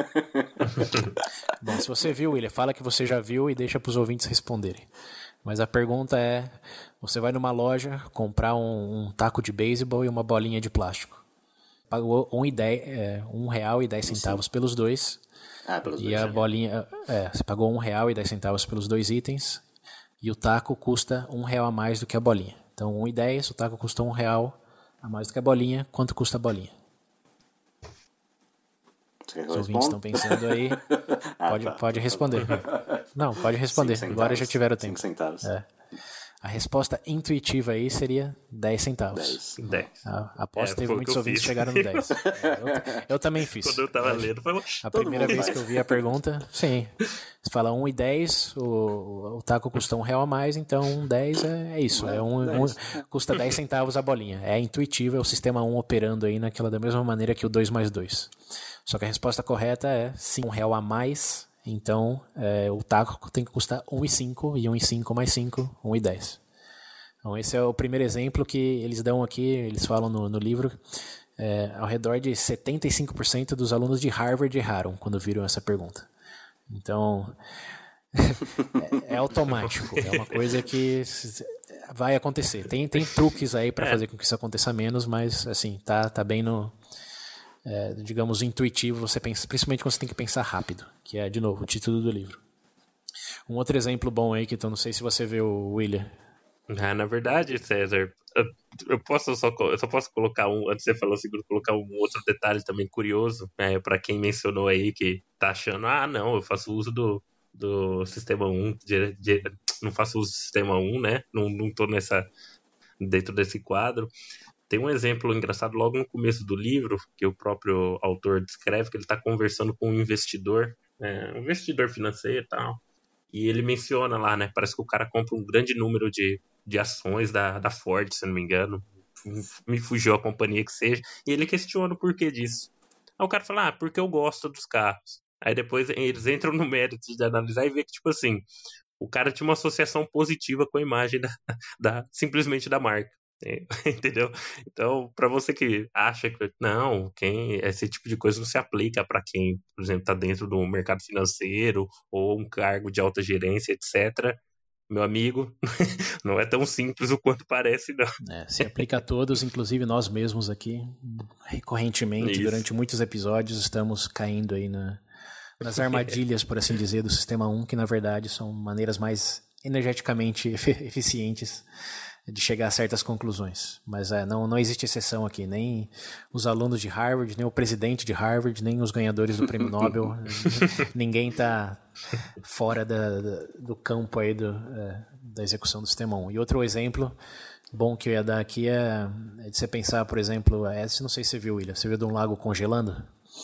Bom, se você viu, William, fala que você já viu e deixa para os ouvintes responderem. Mas a pergunta é, você vai numa loja comprar um, um taco de beisebol e uma bolinha de plástico. Pagou um, e dez, é, um real e dez centavos pelos dois. Ah, pelos e dois. a bolinha, é, você pagou um real e dez centavos pelos dois itens. E o taco custa um real a mais do que a bolinha. Então, um e dez, o taco custa um real a mais do que a bolinha. Quanto custa a bolinha? Os ouvintes estão pensando aí. ah, pode, tá. pode responder. Não, pode responder. Agora já tiveram tempo. cinco centavos. É. A resposta intuitiva aí seria dez centavos. dez. dez. A, após É, teve foi o muitos que eu ouvintes fiz. que chegaram no dez. Eu, eu também fiz. Quando eu tava lendo, foi... A Todo primeira mundo vez faz. que eu vi a pergunta, sim. Você fala um e dez, o, o taco custa um real a mais, então um dez é, é isso. É um, um, custa dez centavos a bolinha. É intuitivo, é o sistema um operando aí naquela da mesma maneira que o dois mais dois. Só que a resposta correta é sim, um real a mais, então é, o taco tem que custar um e cinco, e um e cinco mais cinco, um e dez. Então esse é o primeiro exemplo que eles dão aqui, eles falam no, no livro. É, ao redor de setenta e cinco por cento dos alunos de Harvard erraram quando viram essa pergunta. Então, é, é automático, é uma coisa que vai acontecer. Tem, tem truques aí para fazer com que isso aconteça menos, mas assim, tá, tá bem no, é, digamos, intuitivo, você pensa, principalmente quando você tem que pensar rápido, que é, de novo, o título do livro. Um outro exemplo bom aí, que então não sei se você vê o William. Ah, na verdade, César, eu, eu, posso só, eu só posso colocar um, antes de você falar o segundo, colocar um outro detalhe também curioso, é, para quem mencionou aí que tá achando, ah, não, eu faço uso do, do sistema um, de, de, não faço uso do sistema um, né, não, não tô nessa, dentro desse quadro. Tem um exemplo engraçado logo no começo do livro, que o próprio autor descreve, que ele tá conversando com um investidor, é, um investidor financeiro e tal, e ele menciona lá, né, parece que o cara compra um grande número de de ações da, da Ford, se não me engano, me fugiu a companhia que seja, e ele questiona o porquê disso. Aí o cara fala, ah, porque eu gosto dos carros. Aí depois eles entram no mérito de analisar e ver que, tipo assim, o cara tinha uma associação positiva com a imagem da, da, simplesmente da marca. Entendeu? Então, para você que acha que não, quem, esse tipo de coisa não se aplica para quem, por exemplo, está dentro do mercado financeiro ou um cargo de alta gerência, etcétera, meu amigo, não é tão simples o quanto parece, não. É, se aplica a todos, inclusive nós mesmos aqui, recorrentemente, Isso. durante muitos episódios, estamos caindo aí na, nas armadilhas, por assim dizer, do Sistema um, que na verdade são maneiras mais energeticamente eficientes de chegar a certas conclusões. Mas é, não, não existe exceção aqui, nem os alunos de Harvard, nem o presidente de Harvard, nem os ganhadores do prêmio Nobel, ninguém está fora da, da, do campo aí do, é, da execução do Sistema um. E outro exemplo bom que eu ia dar aqui é, é de você pensar, por exemplo, é, não sei se você viu, William, você viu de um lago congelando?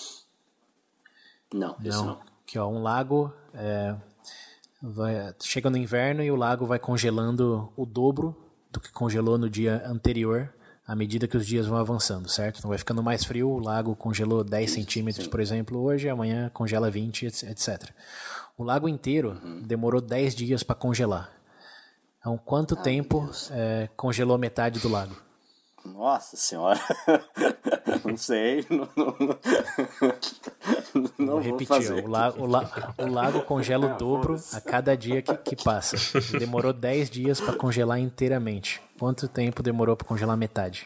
Não, isso não. não. Que, ó, um lago é, vai, chega no inverno e o lago vai congelando o dobro do que congelou no dia anterior à medida que os dias vão avançando, certo? Então vai ficando mais frio, o lago congelou dez centímetros, por exemplo, hoje, amanhã congela vinte, etcétera. O lago inteiro uhum. demorou dez dias para congelar. Então, quanto ah, tempo é, congelou metade do lago? Nossa senhora, não sei, não, não, não vou repetir, vou o, la, o, la, o lago congela o dobro a cada dia que, que passa. Demorou dez dias para congelar inteiramente. Quanto tempo demorou para congelar metade?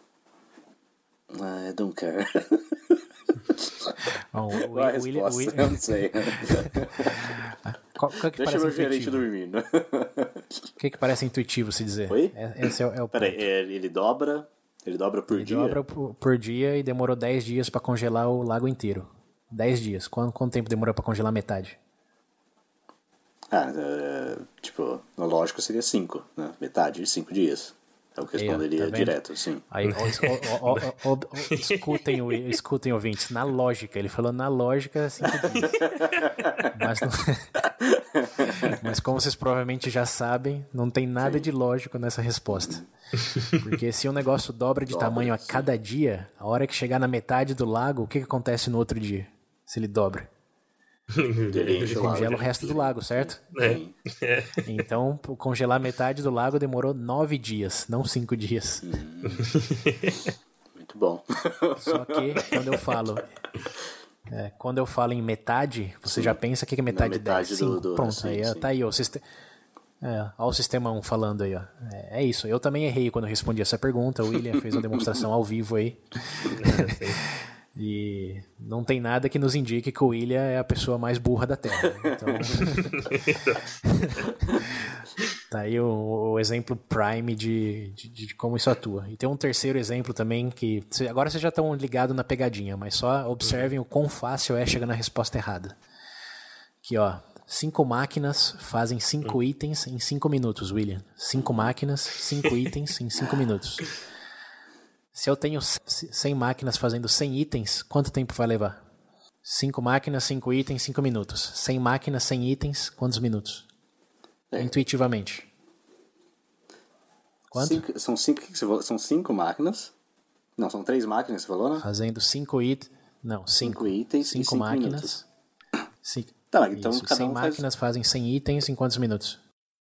I don't care. Bom, o, Qual a o, resposta? o, Eu não sei. Qual, qual que Deixa parece meu intuitivo? gerente dormindo. O que, que parece intuitivo se dizer? Oi? Esse é, é o Peraí, ele dobra, ele dobra por ele dia? Ele dobra por, por dia e demorou dez dias para congelar o lago inteiro. dez dias. Quanto, quanto tempo demorou para congelar metade? Ah, é, tipo, no lógico seria cinco, né? Metade de cinco dias. É o que responderia tá direto, sim. Aí, ó, ó, ó, ó, ó, escutem, escutem, ouvintes. Na lógica, ele falou na lógica cinco dias. Mas, não... Mas como vocês provavelmente já sabem, não tem nada sim. de lógico nessa resposta. Porque se um negócio dobra de dobra, tamanho a sim. cada dia, a hora que chegar na metade do lago, o que, que acontece no outro dia? Se ele dobra? Ele congela o resto do lago, certo? É. Então, congelar metade do lago demorou nove dias, não cinco dias. Hum. Muito bom. Só que quando eu falo, é, quando eu falo em metade, você sim. já pensa que é metade, metade dez? Do, cinco. do, Pronto, sim, aí sim. tá aí, ó, o sistema. É, ó, o sistema um falando aí, ó. É, é isso. Eu também errei quando eu respondi essa pergunta. O William fez uma demonstração ao vivo aí. E não tem nada que nos indique que o William é a pessoa mais burra da Terra. Então... tá aí o, o exemplo prime de, de, de como isso atua. E tem um terceiro exemplo também que... Agora vocês já estão ligados na pegadinha, mas só observem uhum. o quão fácil é chegar na resposta errada. Aqui, ó. Cinco máquinas fazem cinco uhum. itens em cinco minutos, William. Cinco máquinas, cinco itens em cinco minutos. Se eu tenho cem máquinas fazendo cem itens, quanto tempo vai levar? cinco máquinas, cinco itens, cinco minutos. cem máquinas, cem itens, quantos minutos? É. Intuitivamente. Quanto? Cinco, são, cinco, são cinco máquinas. Não, são três máquinas, você falou, né? Fazendo cinco itens. Não, cinco. Cinco itens cinco e cinco máquinas. Cinco. Tá, então Isso, cada cem um máquinas faz... fazem cem itens em quantos minutos?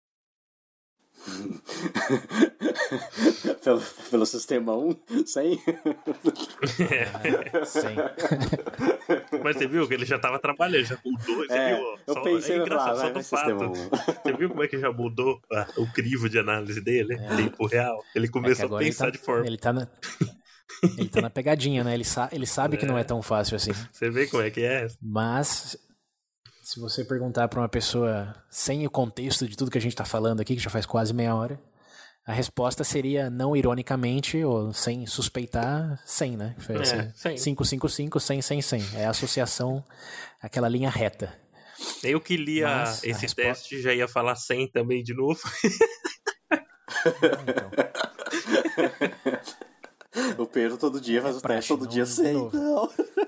pelo, pelo sistema um, cem? Ah, cem. Mas você viu que ele já estava trabalhando, já mudou. Você é, viu? Eu só, pensei é no engraçado, falar, só do fato. um. Você viu como é que já mudou ah, o crivo de análise dele? É. Tempo real. Ele começou é a pensar tá, de forma. Ele tá na, ele tá na pegadinha, né? Ele, sa, ele sabe é. que não é tão fácil assim. Você vê como é que é? Mas... Se você perguntar para uma pessoa sem o contexto de tudo que a gente está falando aqui, que já faz quase meia hora, a resposta seria, não ironicamente, ou sem suspeitar, cem, né? Foi assim, é, cinco, cinco, cinco, cem, cem, cem. É a associação, aquela linha reta. Eu que lia Mas, esse respo... teste já ia falar cem também de novo. Então. O Pedro todo dia faz é o teste todo não, dia cem. Não.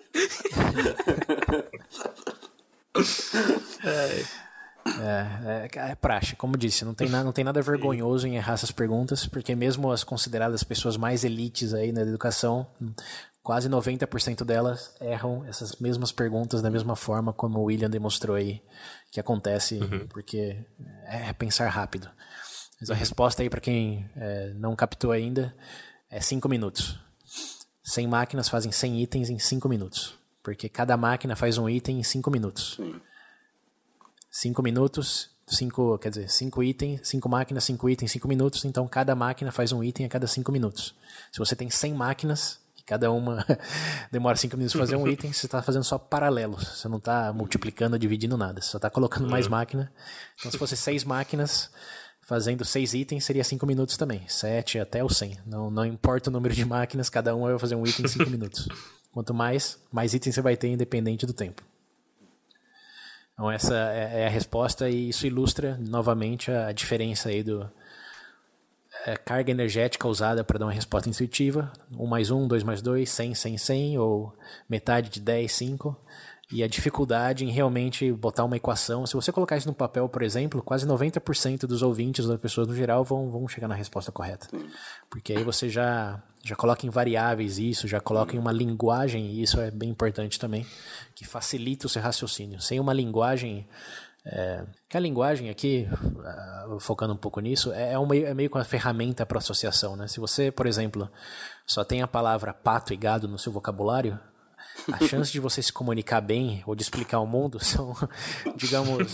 É, é, é praxe, como disse, não tem, na, não tem nada vergonhoso em errar essas perguntas, porque mesmo as consideradas pessoas mais elites aí na educação, quase noventa por cento delas erram essas mesmas perguntas da mesma forma como o William demonstrou aí, que acontece uhum. porque é pensar rápido. Mas a uhum. resposta aí para quem é, não captou ainda é cinco minutos. cem máquinas fazem cem itens em cinco minutos. Porque cada máquina faz um item em cinco minutos. Sim. cinco minutos, cinco, quer dizer, cinco itens, cinco máquinas, cinco itens, cinco minutos. Então, cada máquina faz um item a cada cinco minutos. Se você tem cem máquinas, e cada uma demora cinco minutos para fazer um item, você está fazendo só paralelos. Você não está multiplicando, dividindo nada. Você só está colocando mais máquina. Então, se fosse seis máquinas fazendo seis itens, seria cinco minutos também. Sete até o cem. Não, não importa o número de máquinas, cada uma vai fazer um item em cinco minutos. Quanto mais, mais itens você vai ter independente do tempo. Então essa é a resposta e isso ilustra novamente a diferença aí do é, carga energética usada para dar uma resposta intuitiva. um mais um, dois mais dois, cem, cem, cem, ou metade de dez, cinco. e a dificuldade em realmente botar uma equação. Se você colocar isso no papel, por exemplo, quase noventa por cento dos ouvintes, das pessoas no geral, vão, vão chegar na resposta correta. Sim. Porque aí você já, já coloca em variáveis isso, já coloca Sim. em uma linguagem, e isso é bem importante também, que facilita o seu raciocínio. Sem uma linguagem... É, que a linguagem aqui, uh, focando um pouco nisso, é, é, um meio, é meio que uma ferramenta para associação, né? Se você, por exemplo, só tem a palavra pato e gado no seu vocabulário, a chance de você se comunicar bem ou de explicar o mundo são, digamos,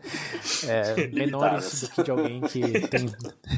é, menores do que de alguém que tem...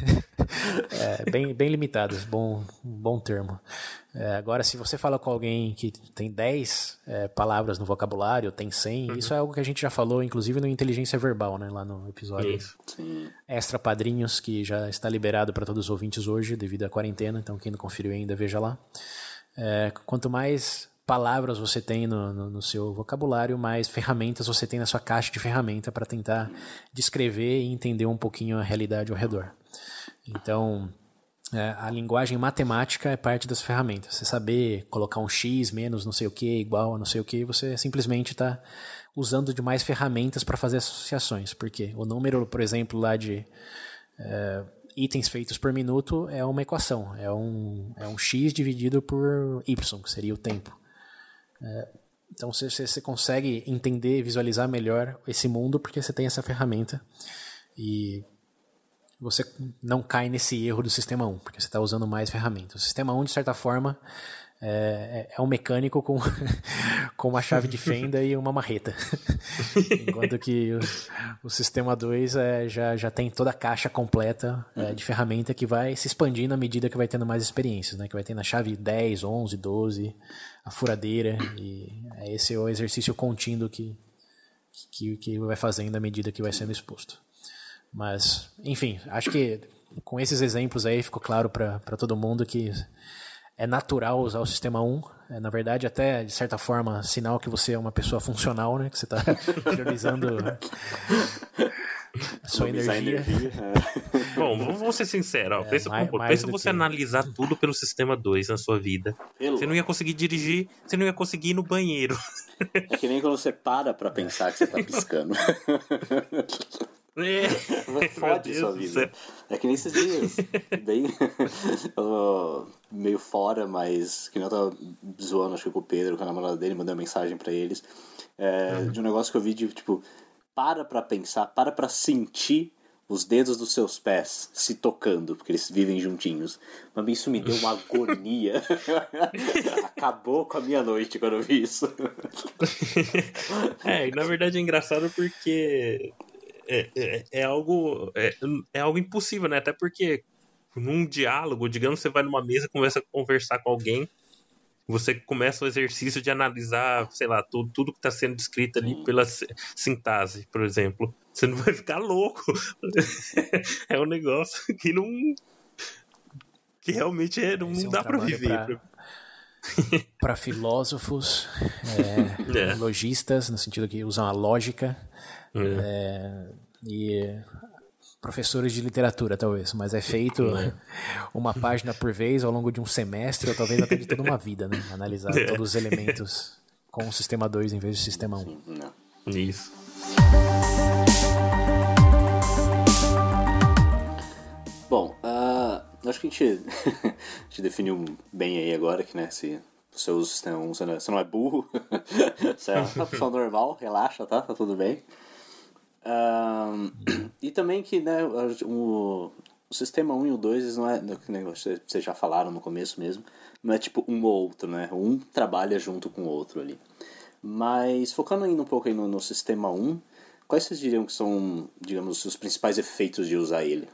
é, bem, bem limitadas, bom, bom termo. É, agora, se você fala com alguém que tem dez é, palavras no vocabulário, tem cem, uhum. isso é algo que a gente já falou, inclusive no Inteligência Verbal, né, lá no episódio Sim. Extra Padrinhos, que já está liberado para todos os ouvintes hoje, devido à quarentena, então quem não conferiu ainda, veja lá. É, quanto mais palavras você tem no, no, no seu vocabulário, mais ferramentas você tem na sua caixa de ferramenta para tentar descrever e entender um pouquinho a realidade ao redor. Então, é, a linguagem matemática é parte das ferramentas. Você saber colocar um x menos não sei o que, igual a não sei o que, você simplesmente está usando de mais ferramentas para fazer associações. Porque o número, por exemplo, lá de é, itens feitos por minuto é uma equação. É um, é um x dividido por y, que seria o tempo. É, então você, você consegue entender e visualizar melhor esse mundo porque você tem essa ferramenta. E... você não cai nesse erro do sistema um, porque você está usando mais ferramentas. O sistema um, de certa forma, é, é um mecânico com, com uma chave de fenda e uma marreta. Enquanto que o, o sistema dois é, já, já tem toda a caixa completa é, de ferramenta que vai se expandindo à medida que vai tendo mais experiências, né? Que vai ter na chave dez, onze, doze, a furadeira. E esse é o exercício contínuo que, que, que vai fazendo à medida que vai sendo exposto. Mas, enfim, acho que com esses exemplos aí ficou claro para todo mundo que é natural usar o sistema um. É, na verdade, até, de certa forma, sinal que você é uma pessoa funcional, né? Que você está priorizando a sua energia. energia é. Bom, vamos ser sinceros. Ó, é, pensa mais, mais pensa você que... analisar tudo pelo sistema dois na sua vida. Pelo... Você não ia conseguir dirigir, você não ia conseguir ir no banheiro. É que nem quando você para para pensar que você está piscando. É, fode sua vida. É que nem esses dias. Bem meio fora, mas que não tava zoando, acho que com o Pedro, com a namorada dele, mandei uma mensagem pra eles. É, uhum. De um negócio que eu vi de tipo, para pra pensar, para pra sentir os dedos dos seus pés se tocando, porque eles vivem juntinhos. Mas isso me deu uma agonia. Acabou com a minha noite quando eu vi isso. É, e na verdade é engraçado porque. É, é, é, algo, é, é algo impossível, né? Até porque num diálogo, digamos, você vai numa mesa, começa a conversar com alguém, você começa o exercício de analisar, sei lá, tudo, tudo que está sendo descrito ali Sim. pela sintase, por exemplo. Você não vai ficar louco. É um negócio que não... que realmente é, não, não é um dá para viver. Para filósofos, é, é. lojistas, no sentido que usam a lógica, é. É, e professores de literatura, talvez, mas é feito é. uma página por vez ao longo de um semestre, ou talvez até de toda uma vida, né? Analisar é. todos os elementos com o sistema dois em vez do sistema um. Não. Isso. Bom, uh, acho que a gente, a gente definiu bem aí agora que, né, se você usa o sistema um, você não é, você não é burro, você é uma pessoa normal, relaxa, tá? Tá tudo bem. Uh, e também que, né, o, o sistema um e o dois não é, né, vocês já falaram no começo mesmo, não é tipo um ou outro, né? Um trabalha junto com o outro ali. Mas focando ainda um pouco aí no, no sistema um, quais vocês diriam que são, digamos, os principais efeitos de usar ele?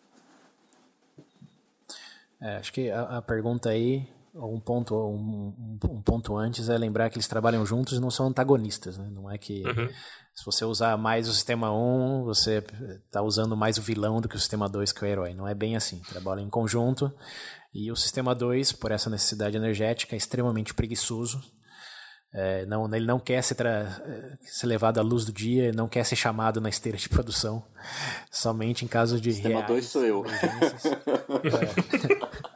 É, acho que a, a pergunta aí, um ponto, um, um ponto antes, é lembrar que eles trabalham juntos e não são antagonistas, né? Não é que uhum. se você usar mais o sistema um, você está usando mais o vilão do que o sistema dois, que é o herói. Não é bem assim. Trabalham em conjunto e o sistema dois, por essa necessidade energética, é extremamente preguiçoso. É, não, ele não quer ser, tra... ser levado à luz do dia, não quer ser chamado na esteira de produção, somente em caso de sistema dois sou eu. É.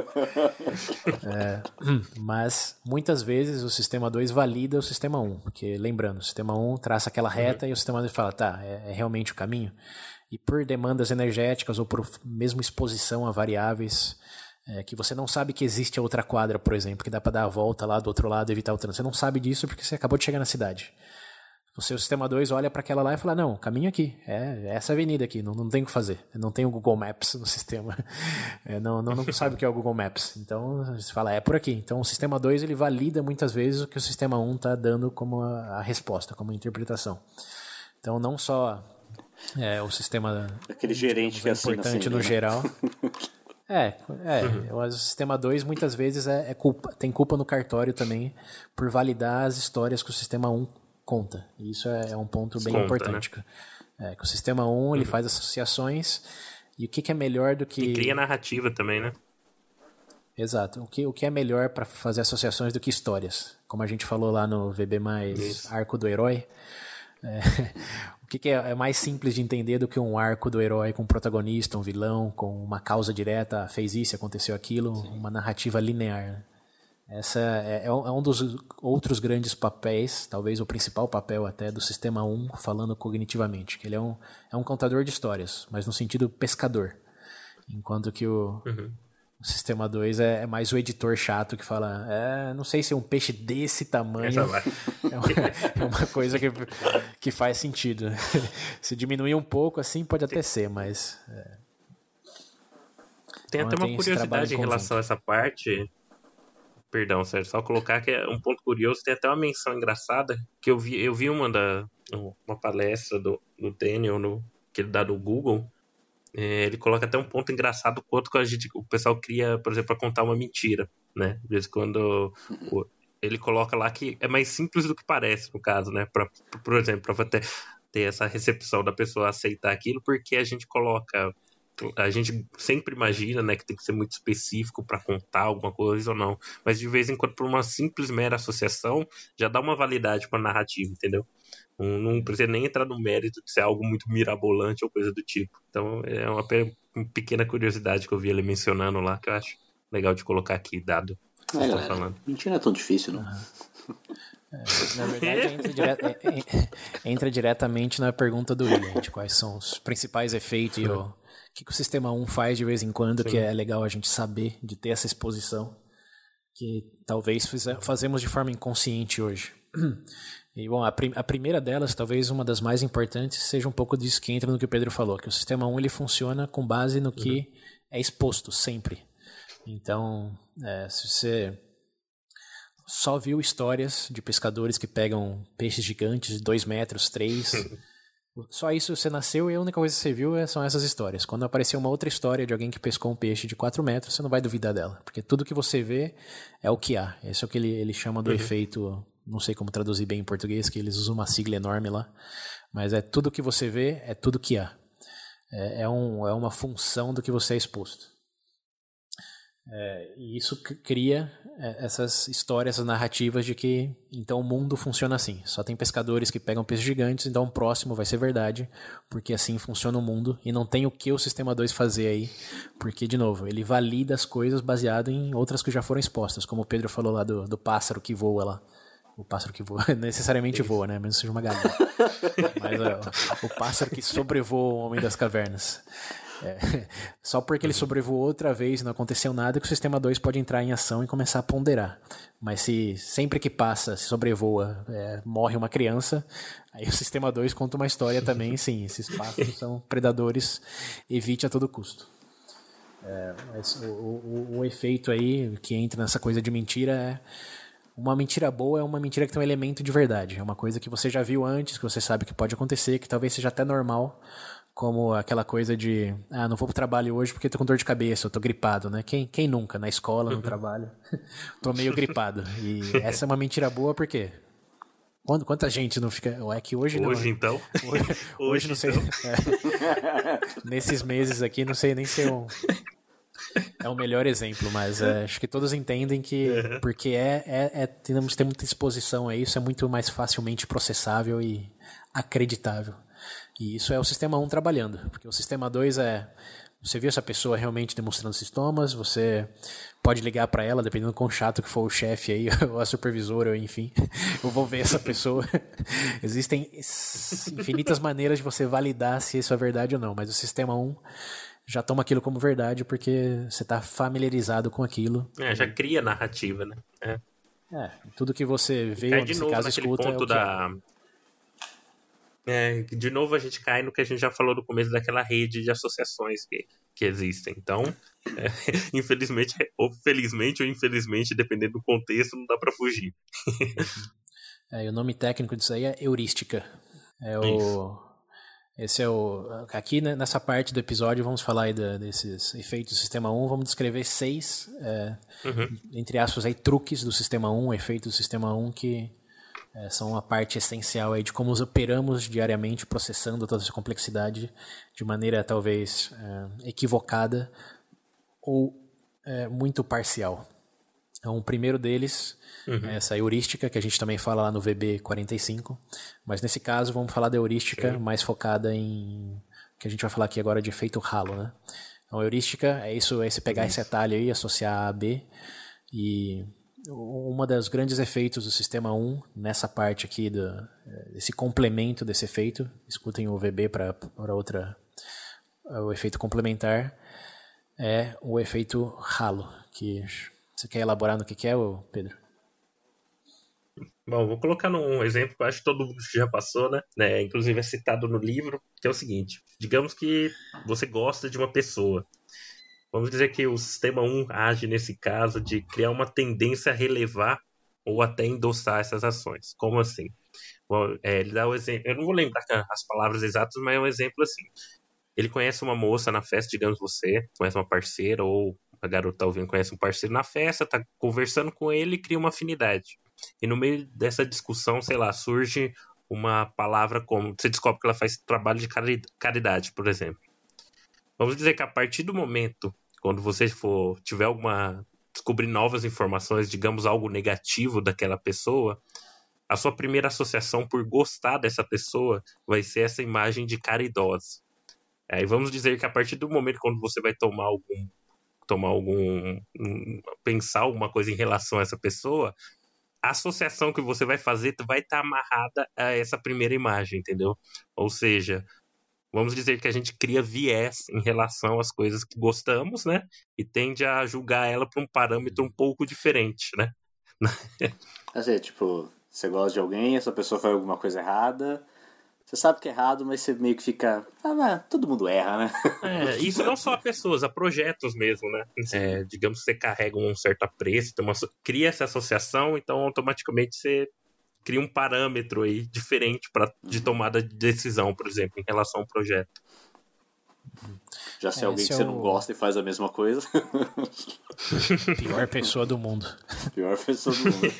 É, mas muitas vezes o sistema dois valida o sistema um, porque lembrando, o sistema um traça aquela reta uhum. e o sistema dois fala, tá, é, é realmente o caminho. E por demandas energéticas ou por mesmo exposição a variáveis, é, que você não sabe que existe a outra quadra, por exemplo, que dá para dar a volta lá do outro lado e evitar o trânsito. Você não sabe disso porque você acabou de chegar na cidade. O seu sistema dois olha para aquela lá e fala, não, caminho aqui, é essa avenida aqui, não, não tem o que fazer. Não tem o Google Maps no sistema. É, não, não, não sabe o que é o Google Maps. Então, você fala, é por aqui. Então, o sistema dois ele valida muitas vezes o que o sistema um está dando como a, a resposta, como a interpretação. Então, não só é, o sistema... Aquele gerente que é importante assim, no né? geral... É, é uhum. o sistema dois muitas vezes é, é culpa, tem culpa no cartório também por validar as histórias que o sistema um conta. E isso é, é um ponto bem conta, importante. Né? É, que o sistema um ele uhum. faz associações e o que, que é melhor do que... E cria narrativa também, né? Exato. O que, o que é melhor para fazer associações do que histórias? Como a gente falou lá no V B mais isso. Arco do Herói. É, o que, que é, é mais simples de entender do que um arco do herói com um protagonista, um vilão, com uma causa direta, fez isso, aconteceu aquilo, Sim. uma narrativa linear. Essa é, é um dos outros grandes papéis, talvez o principal papel até do sistema um, falando cognitivamente, que ele é um, é um contador de histórias, mas no sentido pescador, enquanto que o, uhum. o sistema dois é, é mais o editor chato que fala, é, não sei se é um peixe desse tamanho, é uma, é uma coisa que, que faz sentido. Se diminuir um pouco assim pode até ser, mas... É, tem até uma curiosidade em relação a essa parte... Perdão, Sérgio, só colocar que é um ponto curioso, tem até uma menção engraçada, que eu vi, eu vi uma, da, uma palestra do, do Daniel, no, que ele dá do Google, é, ele coloca até um ponto engraçado, quanto que a gente, o pessoal cria, por exemplo, para contar uma mentira, né? De vez em quando o, ele coloca lá que é mais simples do que parece, no caso, né? Pra, por exemplo, para ter, ter essa recepção da pessoa aceitar aquilo, porque a gente coloca... A gente sempre imagina, né, que tem que ser muito específico para contar alguma coisa ou não, mas de vez em quando, por uma simples mera associação, já dá uma validade para a narrativa, entendeu? Não, não precisa nem entrar no mérito de ser algo muito mirabolante ou coisa do tipo. Então, é uma, pe- uma pequena curiosidade que eu vi ele mencionando lá, que eu acho legal de colocar aqui, dado o que vocês estão falando. Mentira é tão difícil, não? É, na verdade, entra, dire... entra diretamente na pergunta do William, de quais são os principais efeitos e o O que, que o sistema um faz de vez em quando, Sim. que é legal a gente saber, de ter essa exposição, que talvez fize- fazemos de forma inconsciente hoje. E, bom, a, prim- a primeira delas, talvez uma das mais importantes, seja um pouco disso que entra no que o Pedro falou, que o sistema um ele funciona com base no que uhum. é exposto, sempre. Então, é, se você só viu histórias de pescadores que pegam peixes gigantes de dois metros, três... Só isso você nasceu e a única coisa que você viu são essas histórias. Quando aparecer uma outra história de alguém que pescou um peixe de quatro metros, você não vai duvidar dela. Porque tudo que você vê é o que há. Esse é o que ele, ele chama do uhum. efeito... Não sei como traduzir bem em português, que eles usam uma sigla enorme lá. Mas é tudo que você vê, é tudo que há. É, é, um, é uma função do que você é exposto. É, e isso cria essas histórias, essas narrativas de que então o mundo funciona assim, só tem pescadores que pegam peixes gigantes, então o próximo vai ser verdade, porque assim funciona o mundo e não tem o que o sistema dois fazer aí, porque de novo, ele valida as coisas baseado em outras que já foram expostas, como o Pedro falou lá do, do pássaro que voa lá, o pássaro que voa, necessariamente voa, né, mesmo seja uma galinha, mas ó, o pássaro que sobrevoa o Homem das Cavernas. É, só porque ele sobrevoou outra vez e não aconteceu nada que o sistema dois pode entrar em ação e começar a ponderar. Mas se sempre que passa, se sobrevoa, é, morre uma criança, aí o sistema dois conta uma história também, sim, esses pássaros são predadores, evite a todo custo. É, mas o, o, o efeito aí que entra nessa coisa de mentira é uma mentira boa é uma mentira que tem um elemento de verdade, é uma coisa que você já viu antes, que você sabe que pode acontecer, que talvez seja até normal, como aquela coisa de, ah, não vou pro trabalho hoje porque tô com dor de cabeça, eu tô gripado, né? Quem, quem nunca, na escola, no trabalho, tô meio gripado. E essa é uma mentira boa porque quando, quanta gente não fica... É que hoje não... Hoje, então? Hoje, hoje, hoje não sei... Então. É, nesses meses aqui, não sei nem se é um... É o melhor exemplo, mas é, acho que todos entendem que uhum. porque é, é, é temos ter muita exposição a isso, é muito mais facilmente processável e acreditável. E isso é o sistema um trabalhando, porque o sistema dois é você viu essa pessoa realmente demonstrando sintomas, você pode ligar para ela, dependendo do quão chato que for o chefe aí, ou a supervisora, ou enfim, eu vou ver essa pessoa. Existem infinitas maneiras de você validar se isso é verdade ou não, mas o sistema um já toma aquilo como verdade porque você está familiarizado com aquilo. É, já cria narrativa, né? É. É, tudo que você vê, cai ou de nesse novo caso naquele escuta, ponto é o que da... É, de novo a gente cai no que a gente já falou no começo daquela rede de associações que, que existem. Então, é, infelizmente, ou felizmente ou infelizmente, dependendo do contexto, não dá pra fugir. é, e o nome técnico disso aí é heurística. É o... Isso. Esse é o... Aqui nessa parte do episódio vamos falar aí da, desses efeitos do Sistema um, vamos descrever seis, é, Uhum. entre aspas, aí, truques do Sistema um, efeitos do Sistema um que é, são a parte essencial aí de como os operamos diariamente, processando toda essa complexidade de maneira talvez é, equivocada ou é, muito parcial. Então, o primeiro deles Uhum. é essa heurística, que a gente também fala lá no V B quarenta e cinco, mas nesse caso vamos falar da heurística Sim. mais focada em, que a gente vai falar aqui agora de efeito halo, né? Então, a heurística é isso, é você pegar esse atalho aí, associar A a B, e uma das grandes efeitos do sistema um, nessa parte aqui, do, esse complemento desse efeito, escutem o V B para outra, o efeito complementar, é o efeito halo, que você quer elaborar no que que é, Pedro? Bom, vou colocar num exemplo que eu acho que todo mundo já passou, né? É, inclusive é citado no livro, que é o seguinte. Digamos que você gosta de uma pessoa. Vamos dizer que o sistema um age nesse caso de criar uma tendência a relevar ou até endossar essas ações. Como assim? Bom, é, ele dá o exemplo. Eu não vou lembrar as palavras exatas, mas é um exemplo assim. Ele conhece uma moça na festa, digamos você, conhece uma parceira, ou a garota ouvindo conhece um parceiro na festa, tá conversando com ele e cria uma afinidade. E no meio dessa discussão, sei lá, surge uma palavra como... Você descobre que ela faz trabalho de caridade, por exemplo. Vamos dizer que a partir do momento, quando você for tiver alguma... descobrir novas informações, digamos algo negativo daquela pessoa, a sua primeira associação por gostar dessa pessoa vai ser essa imagem de caridosa. Aí vamos dizer que a partir do momento quando você vai tomar algum, tomar algum, um, pensar alguma coisa em relação a essa pessoa, a associação que você vai fazer vai estar amarrada a essa primeira imagem, entendeu? Ou seja, vamos dizer que a gente cria viés em relação às coisas que gostamos, né? E tende a julgar ela por um parâmetro um pouco diferente, né? Assim, tipo, você gosta de alguém, essa pessoa faz alguma coisa errada... Você sabe que é errado, mas você meio que fica... Ah, mas todo mundo erra, né? É, isso não só a pessoas, a projetos mesmo, né? É, digamos que você carrega um certo apreço, uma, cria essa associação, então automaticamente você cria um parâmetro aí diferente pra, de tomada de decisão, por exemplo, em relação ao projeto. Já se é É, alguém que você é o... não gosta e faz a mesma coisa. Pior pessoa do mundo. Pior pessoa do mundo.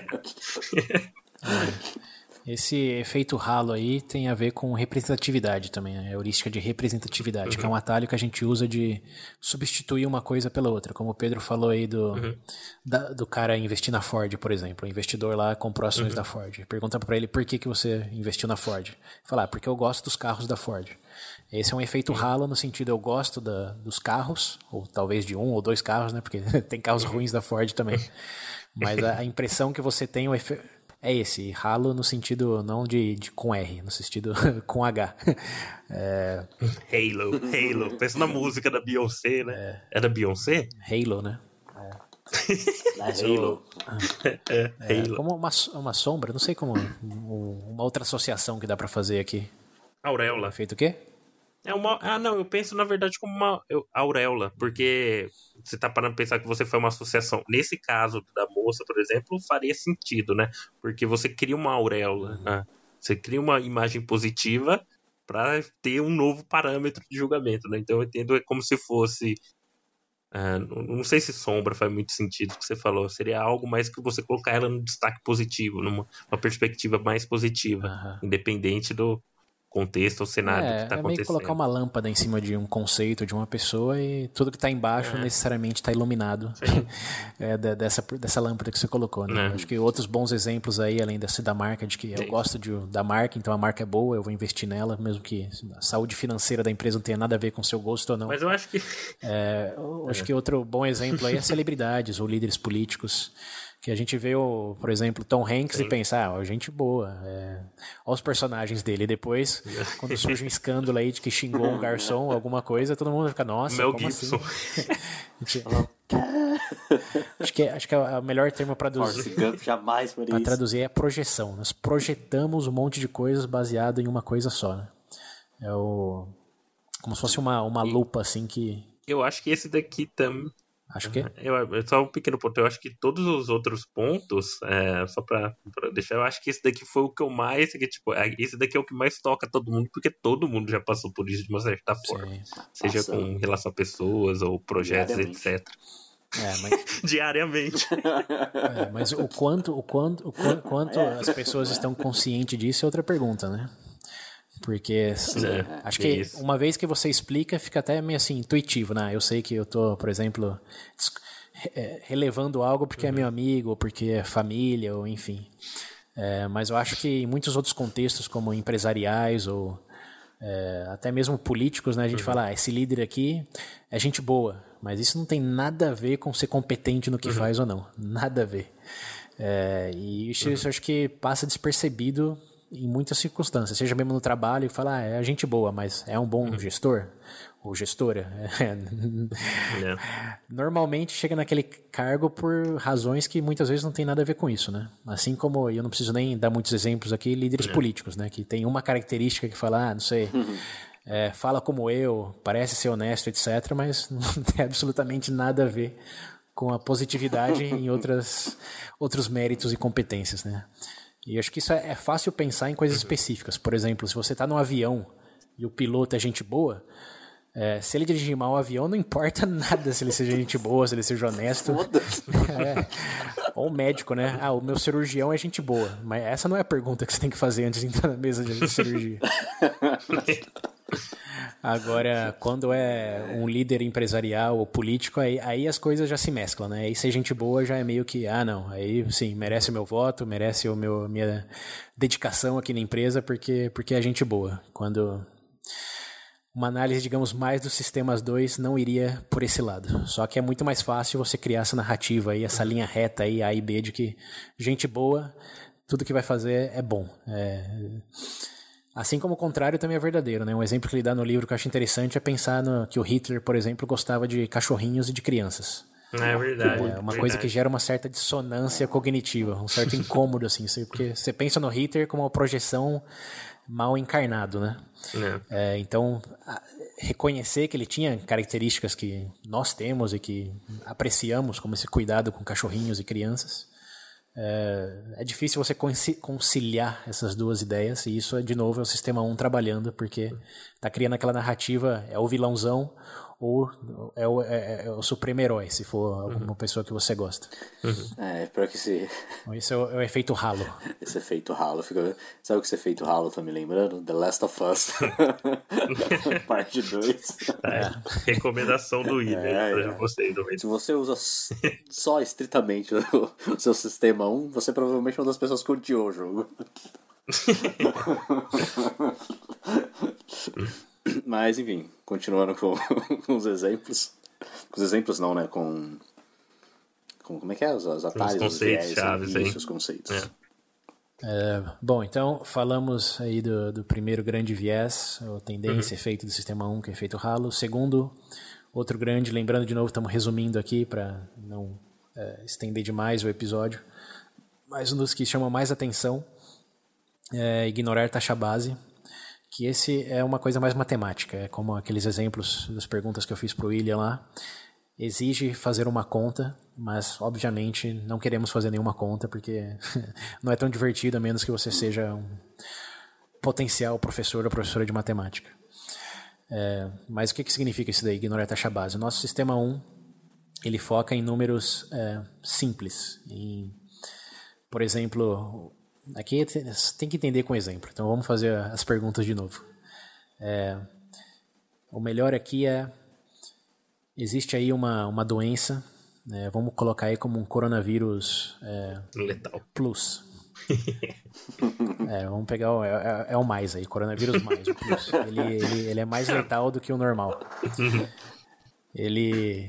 Esse efeito halo aí tem a ver com representatividade também, né? A heurística de representatividade, uhum. que é um atalho que a gente usa de substituir uma coisa pela outra. Como o Pedro falou aí do, uhum. da, do cara investir na Ford, por exemplo. O investidor lá comprou ações uhum. da Ford. Pergunta pra ele por que, que você investiu na Ford. Fala, ah, porque eu gosto dos carros da Ford. Esse é um efeito uhum. halo no sentido eu gosto da, dos carros, ou talvez de um ou dois carros, né? Porque tem carros ruins da Ford também. Mas a, a impressão que você tem... O efe... É esse, halo no sentido não de, de com R, no sentido com H. É... Halo, Halo. Pensa na música da Beyoncé, né? É, é da Beyoncé? Halo, né? É. Da Halo. É, é, Halo. Como uma, uma sombra, não sei como. Uma outra associação que dá pra fazer aqui. Auréola. Feito o quê? É uma... Ah, não, eu penso na verdade como uma eu, auréola, porque você tá parando de pensar que você foi uma associação. Nesse caso da moça, por exemplo, faria sentido, né? Porque você cria uma auréola, né? Você cria uma imagem positiva para ter um novo parâmetro de julgamento, né? Então eu entendo como se fosse... Uh, não sei se sombra faz muito sentido o que você falou. Seria algo mais que você colocar ela no destaque positivo, numa uma perspectiva mais positiva, uhum. independente do contexto ou cenário é, do que está é meio acontecendo. que colocar uma lâmpada em cima de um conceito, de uma pessoa, e tudo que está embaixo é. necessariamente está iluminado é, dessa, dessa lâmpada que você colocou, né? É. Acho que outros bons exemplos aí, além dessa da marca, de que eu Sim. gosto de, da marca, então a marca é boa, eu vou investir nela, mesmo que a saúde financeira da empresa não tenha nada a ver com o seu gosto ou não. Mas eu acho que... É, eu acho é. que outro bom exemplo aí é celebridades ou líderes políticos, que a gente vê, o, por exemplo, Tom Hanks Sim. e pensa, ah, gente boa, é... olha os personagens dele. E depois, quando surge um escândalo aí de que xingou um garçom, alguma coisa, todo mundo fica, nossa, Mel como Gibson. assim? acho, que, acho que é o melhor termo para traduzir, jamais para traduzir é projeção. Nós projetamos um monte de coisas baseado em uma coisa só, né? É o... como se fosse uma, uma lupa, assim, que... Eu acho que esse daqui também... Acho que eu, só um pequeno ponto, eu acho que todos os outros pontos, é, só pra, pra deixar, eu acho que esse daqui foi o que eu mais, que, tipo, esse daqui é o que mais toca todo mundo, porque todo mundo já passou por isso de uma certa forma, Sim. seja Passou. com relação a pessoas ou projetos, etcétera. É, mas... Diariamente. É, mas o quanto, o quanto, o quanto, quanto é. as pessoas estão conscientes disso é outra pergunta, né? Porque é, acho que isso. uma vez que você explica, fica até meio assim intuitivo, né? Eu sei que eu tô, por exemplo, relevando algo porque uhum. é meu amigo, ou porque é família, ou enfim. É, mas eu acho que em muitos outros contextos, como empresariais ou é, até mesmo políticos, né? A gente uhum. fala, ah, esse líder aqui é gente boa, mas isso não tem nada a ver com ser competente no que uhum. faz ou não. Nada a ver. É, e isso, uhum. isso eu acho que passa despercebido em muitas circunstâncias, seja mesmo no trabalho, e falar, ah, é gente boa, mas é um bom uhum. gestor ou gestora. Yeah. Normalmente chega naquele cargo por razões que muitas vezes não tem nada a ver com isso, né? Assim como, eu não preciso nem dar muitos exemplos aqui, líderes yeah. políticos, né? Que tem uma característica que fala, ah, não sei, uhum. é, fala como eu, parece ser honesto, etcétera, mas não tem absolutamente nada a ver com a positividade em outras, outros méritos e competências, né? E acho que isso é fácil pensar em coisas específicas. Por exemplo, se você está num avião e o piloto é gente boa, é, se ele dirigir mal o avião, não importa nada se ele seja gente boa, se ele seja honesto. É, ou médico, né? Ah, o meu cirurgião é gente boa. Mas essa não é a pergunta que você tem que fazer antes de entrar na mesa de cirurgia. Agora, quando é um líder empresarial ou político, aí, aí as coisas já se mesclam, né? Aí ser gente boa já é meio que, ah, não, aí sim, merece o meu voto, merece o meu, minha dedicação aqui na empresa, porque, porque é gente boa. Quando uma análise, digamos, mais dos sistemas dois não iria por esse lado. Só que é muito mais fácil você criar essa narrativa aí, essa linha reta aí, A e B, de que gente boa, tudo que vai fazer é bom. É... Assim como o contrário também é verdadeiro, né? Um exemplo que ele dá no livro que eu acho interessante é pensar no, que o Hitler, por exemplo, gostava de cachorrinhos e de crianças. É verdade. É uma verdade. coisa que gera uma certa dissonância cognitiva, um certo incômodo, assim, porque você pensa no Hitler como uma projeção mal encarnado, né? É. É, então, reconhecer que ele tinha características que nós temos e que apreciamos, como esse cuidado com cachorrinhos e crianças, É, é difícil você conciliar essas duas ideias, e isso, de novo, é o Sistema um trabalhando, porque tá criando aquela narrativa, é o vilãozão ou é o, é, é o supremo herói, se for alguma uhum. pessoa que você gosta. Uhum. É, pior que esse... Esse é o, é o efeito Halo. Esse efeito Halo. Fica... Sabe o que esse efeito Halo tá me lembrando? The Last of Us. Parte dois. É, recomendação do William é, pra é. você. Do Se você usa só estritamente o, o seu Sistema um, você provavelmente é uma das pessoas que odiou o jogo. Mas, enfim, continuando com, com os exemplos. Com os exemplos não, né? Com, com como é que é? Os, os atalhos, os conceitos, os chaves, viés, isso, os conceitos. É. É, bom, então falamos aí do, do primeiro grande viés, a tendência, uhum. efeito do Sistema um, que é efeito Halo. Segundo, outro grande, lembrando de novo, estamos resumindo aqui para não é, estender demais o episódio, mas um dos que chama mais atenção é ignorar taxa base, que esse é uma coisa mais matemática, é como aqueles exemplos das perguntas que eu fiz para o William lá. Exige fazer uma conta, mas obviamente não queremos fazer nenhuma conta, porque não é tão divertido, a menos que você seja um potencial professor ou professora de matemática. É, mas o que, que significa isso daí, ignorar a taxa base? O nosso Sistema um, ele foca em números é, simples. Em, por exemplo, aqui tem que entender com exemplo. Então vamos fazer as perguntas de novo. É, o melhor aqui é, existe aí uma, uma doença, né, vamos colocar aí como um coronavírus é, letal plus. É, vamos pegar o, é, é o mais aí, coronavírus mais, o plus. Ele, ele, ele é mais letal do que o normal. Ele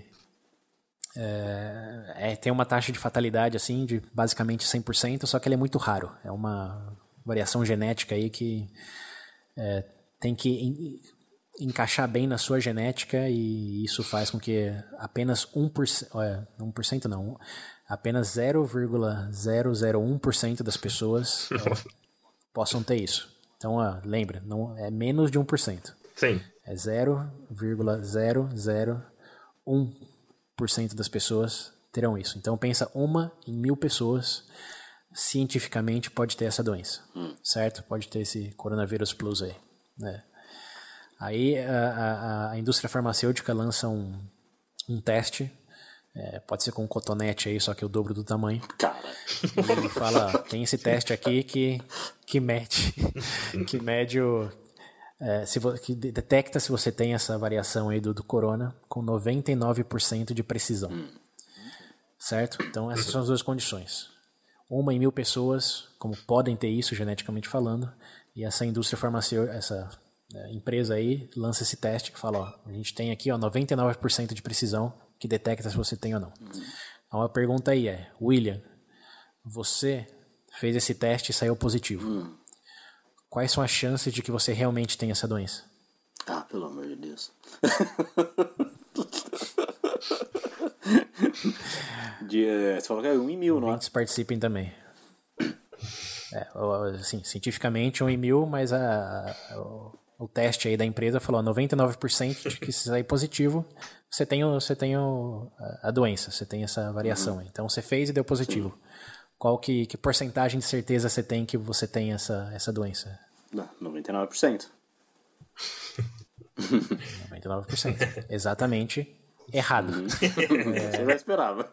é, é, tem uma taxa de fatalidade assim de basicamente cem por cento, só que ele é muito raro. É uma variação genética aí que é, tem que en, encaixar bem na sua genética, e isso faz com que apenas um por cento, é, um por cento não, apenas zero vírgula zero zero um por cento das pessoas é, possam ter isso. Então, ó, lembra, não, é menos de um por cento. Sim. É zero vírgula zero zero um por cento das pessoas terão isso. Então, pensa, uma em mil pessoas cientificamente pode ter essa doença, hum. certo? Pode ter esse coronavírus plus aí, né? Aí a, a, a indústria farmacêutica lança um, um teste, é, pode ser com um cotonete aí, só que o dobro do tamanho. Cara. E ele fala, tem esse teste aqui que, que mede, que mede o, é, se vo, que detecta se você tem essa variação aí do, do corona com noventa e nove por cento de precisão. Hum. Certo? Então essas são as duas condições. Uma em mil pessoas, como podem ter isso geneticamente falando, e essa indústria farmacêutica, essa é, empresa aí lança esse teste que fala, ó, a gente tem aqui ó, noventa e nove por cento de precisão que detecta se você tem ou não. Uhum. Então a pergunta aí é, William, você fez esse teste e saiu positivo. Uhum. Quais são as chances de que você realmente tenha essa doença? Ah, pelo amor de Deus. de, você falou que é um em mil, não é? Ouvintes participem também. É, assim, cientificamente um em mil, mas a, a, o, o teste aí da empresa falou noventa e nove por cento de que se sair positivo, você tem, o, você tem o, a doença, você tem essa variação. Uhum. Então você fez e deu positivo. Sim. Qual que, que porcentagem de certeza você tem que você tem essa, essa doença? noventa e nove por cento. noventa e nove por cento. Exatamente errado. Uhum. É... Você já esperava.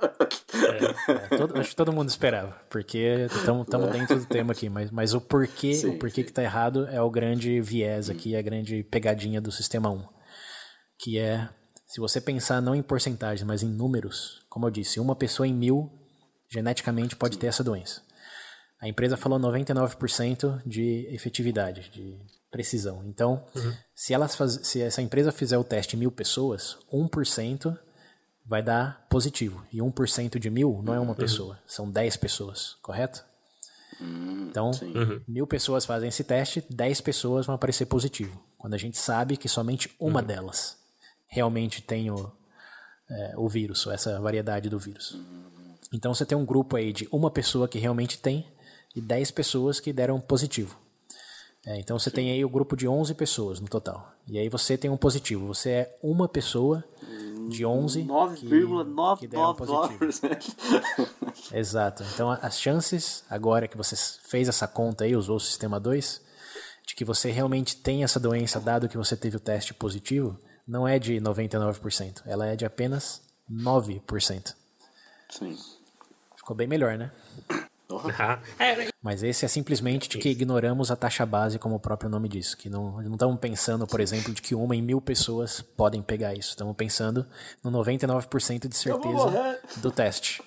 É, é, todo, acho que todo mundo esperava, porque estamos é. dentro do tema aqui, mas, mas o porquê, sim, o porquê sim. que está errado é o grande viés aqui, a grande pegadinha do sistema um, que é, se você pensar não em porcentagem, mas em números, como eu disse, uma pessoa em mil geneticamente pode sim. ter essa doença. A empresa falou noventa e nove por cento de efetividade, de precisão. Então, uhum. se, elas faz, se essa empresa fizer o teste em mil pessoas, um por cento vai dar positivo. E um por cento de mil não é uma uhum. pessoa, são dez pessoas, correto? Uhum. Então, uhum. mil pessoas fazem esse teste, dez pessoas vão aparecer positivo. Quando a gente sabe que somente uma uhum. delas realmente tem o, é, o vírus, ou essa variedade do vírus. Uhum. Então, você tem um grupo aí de uma pessoa que realmente tem e dez pessoas que deram positivo. É, então você Sim. tem aí o grupo de onze pessoas no total. E aí você tem um positivo. Você é uma pessoa de onze que, que deram positivo. Exato. Então as chances, agora que você fez essa conta aí, usou o sistema dois, de que você realmente tem essa doença, dado que você teve o teste positivo, não é de noventa e nove por cento. Ela é de apenas nove por cento. Sim. Ficou bem melhor, né? Uhum. Mas esse é simplesmente de que ignoramos a taxa base, como o próprio nome diz, que não, não estamos pensando, por exemplo, de que uma em mil pessoas podem pegar isso, estamos pensando no noventa e nove por cento de certeza do teste.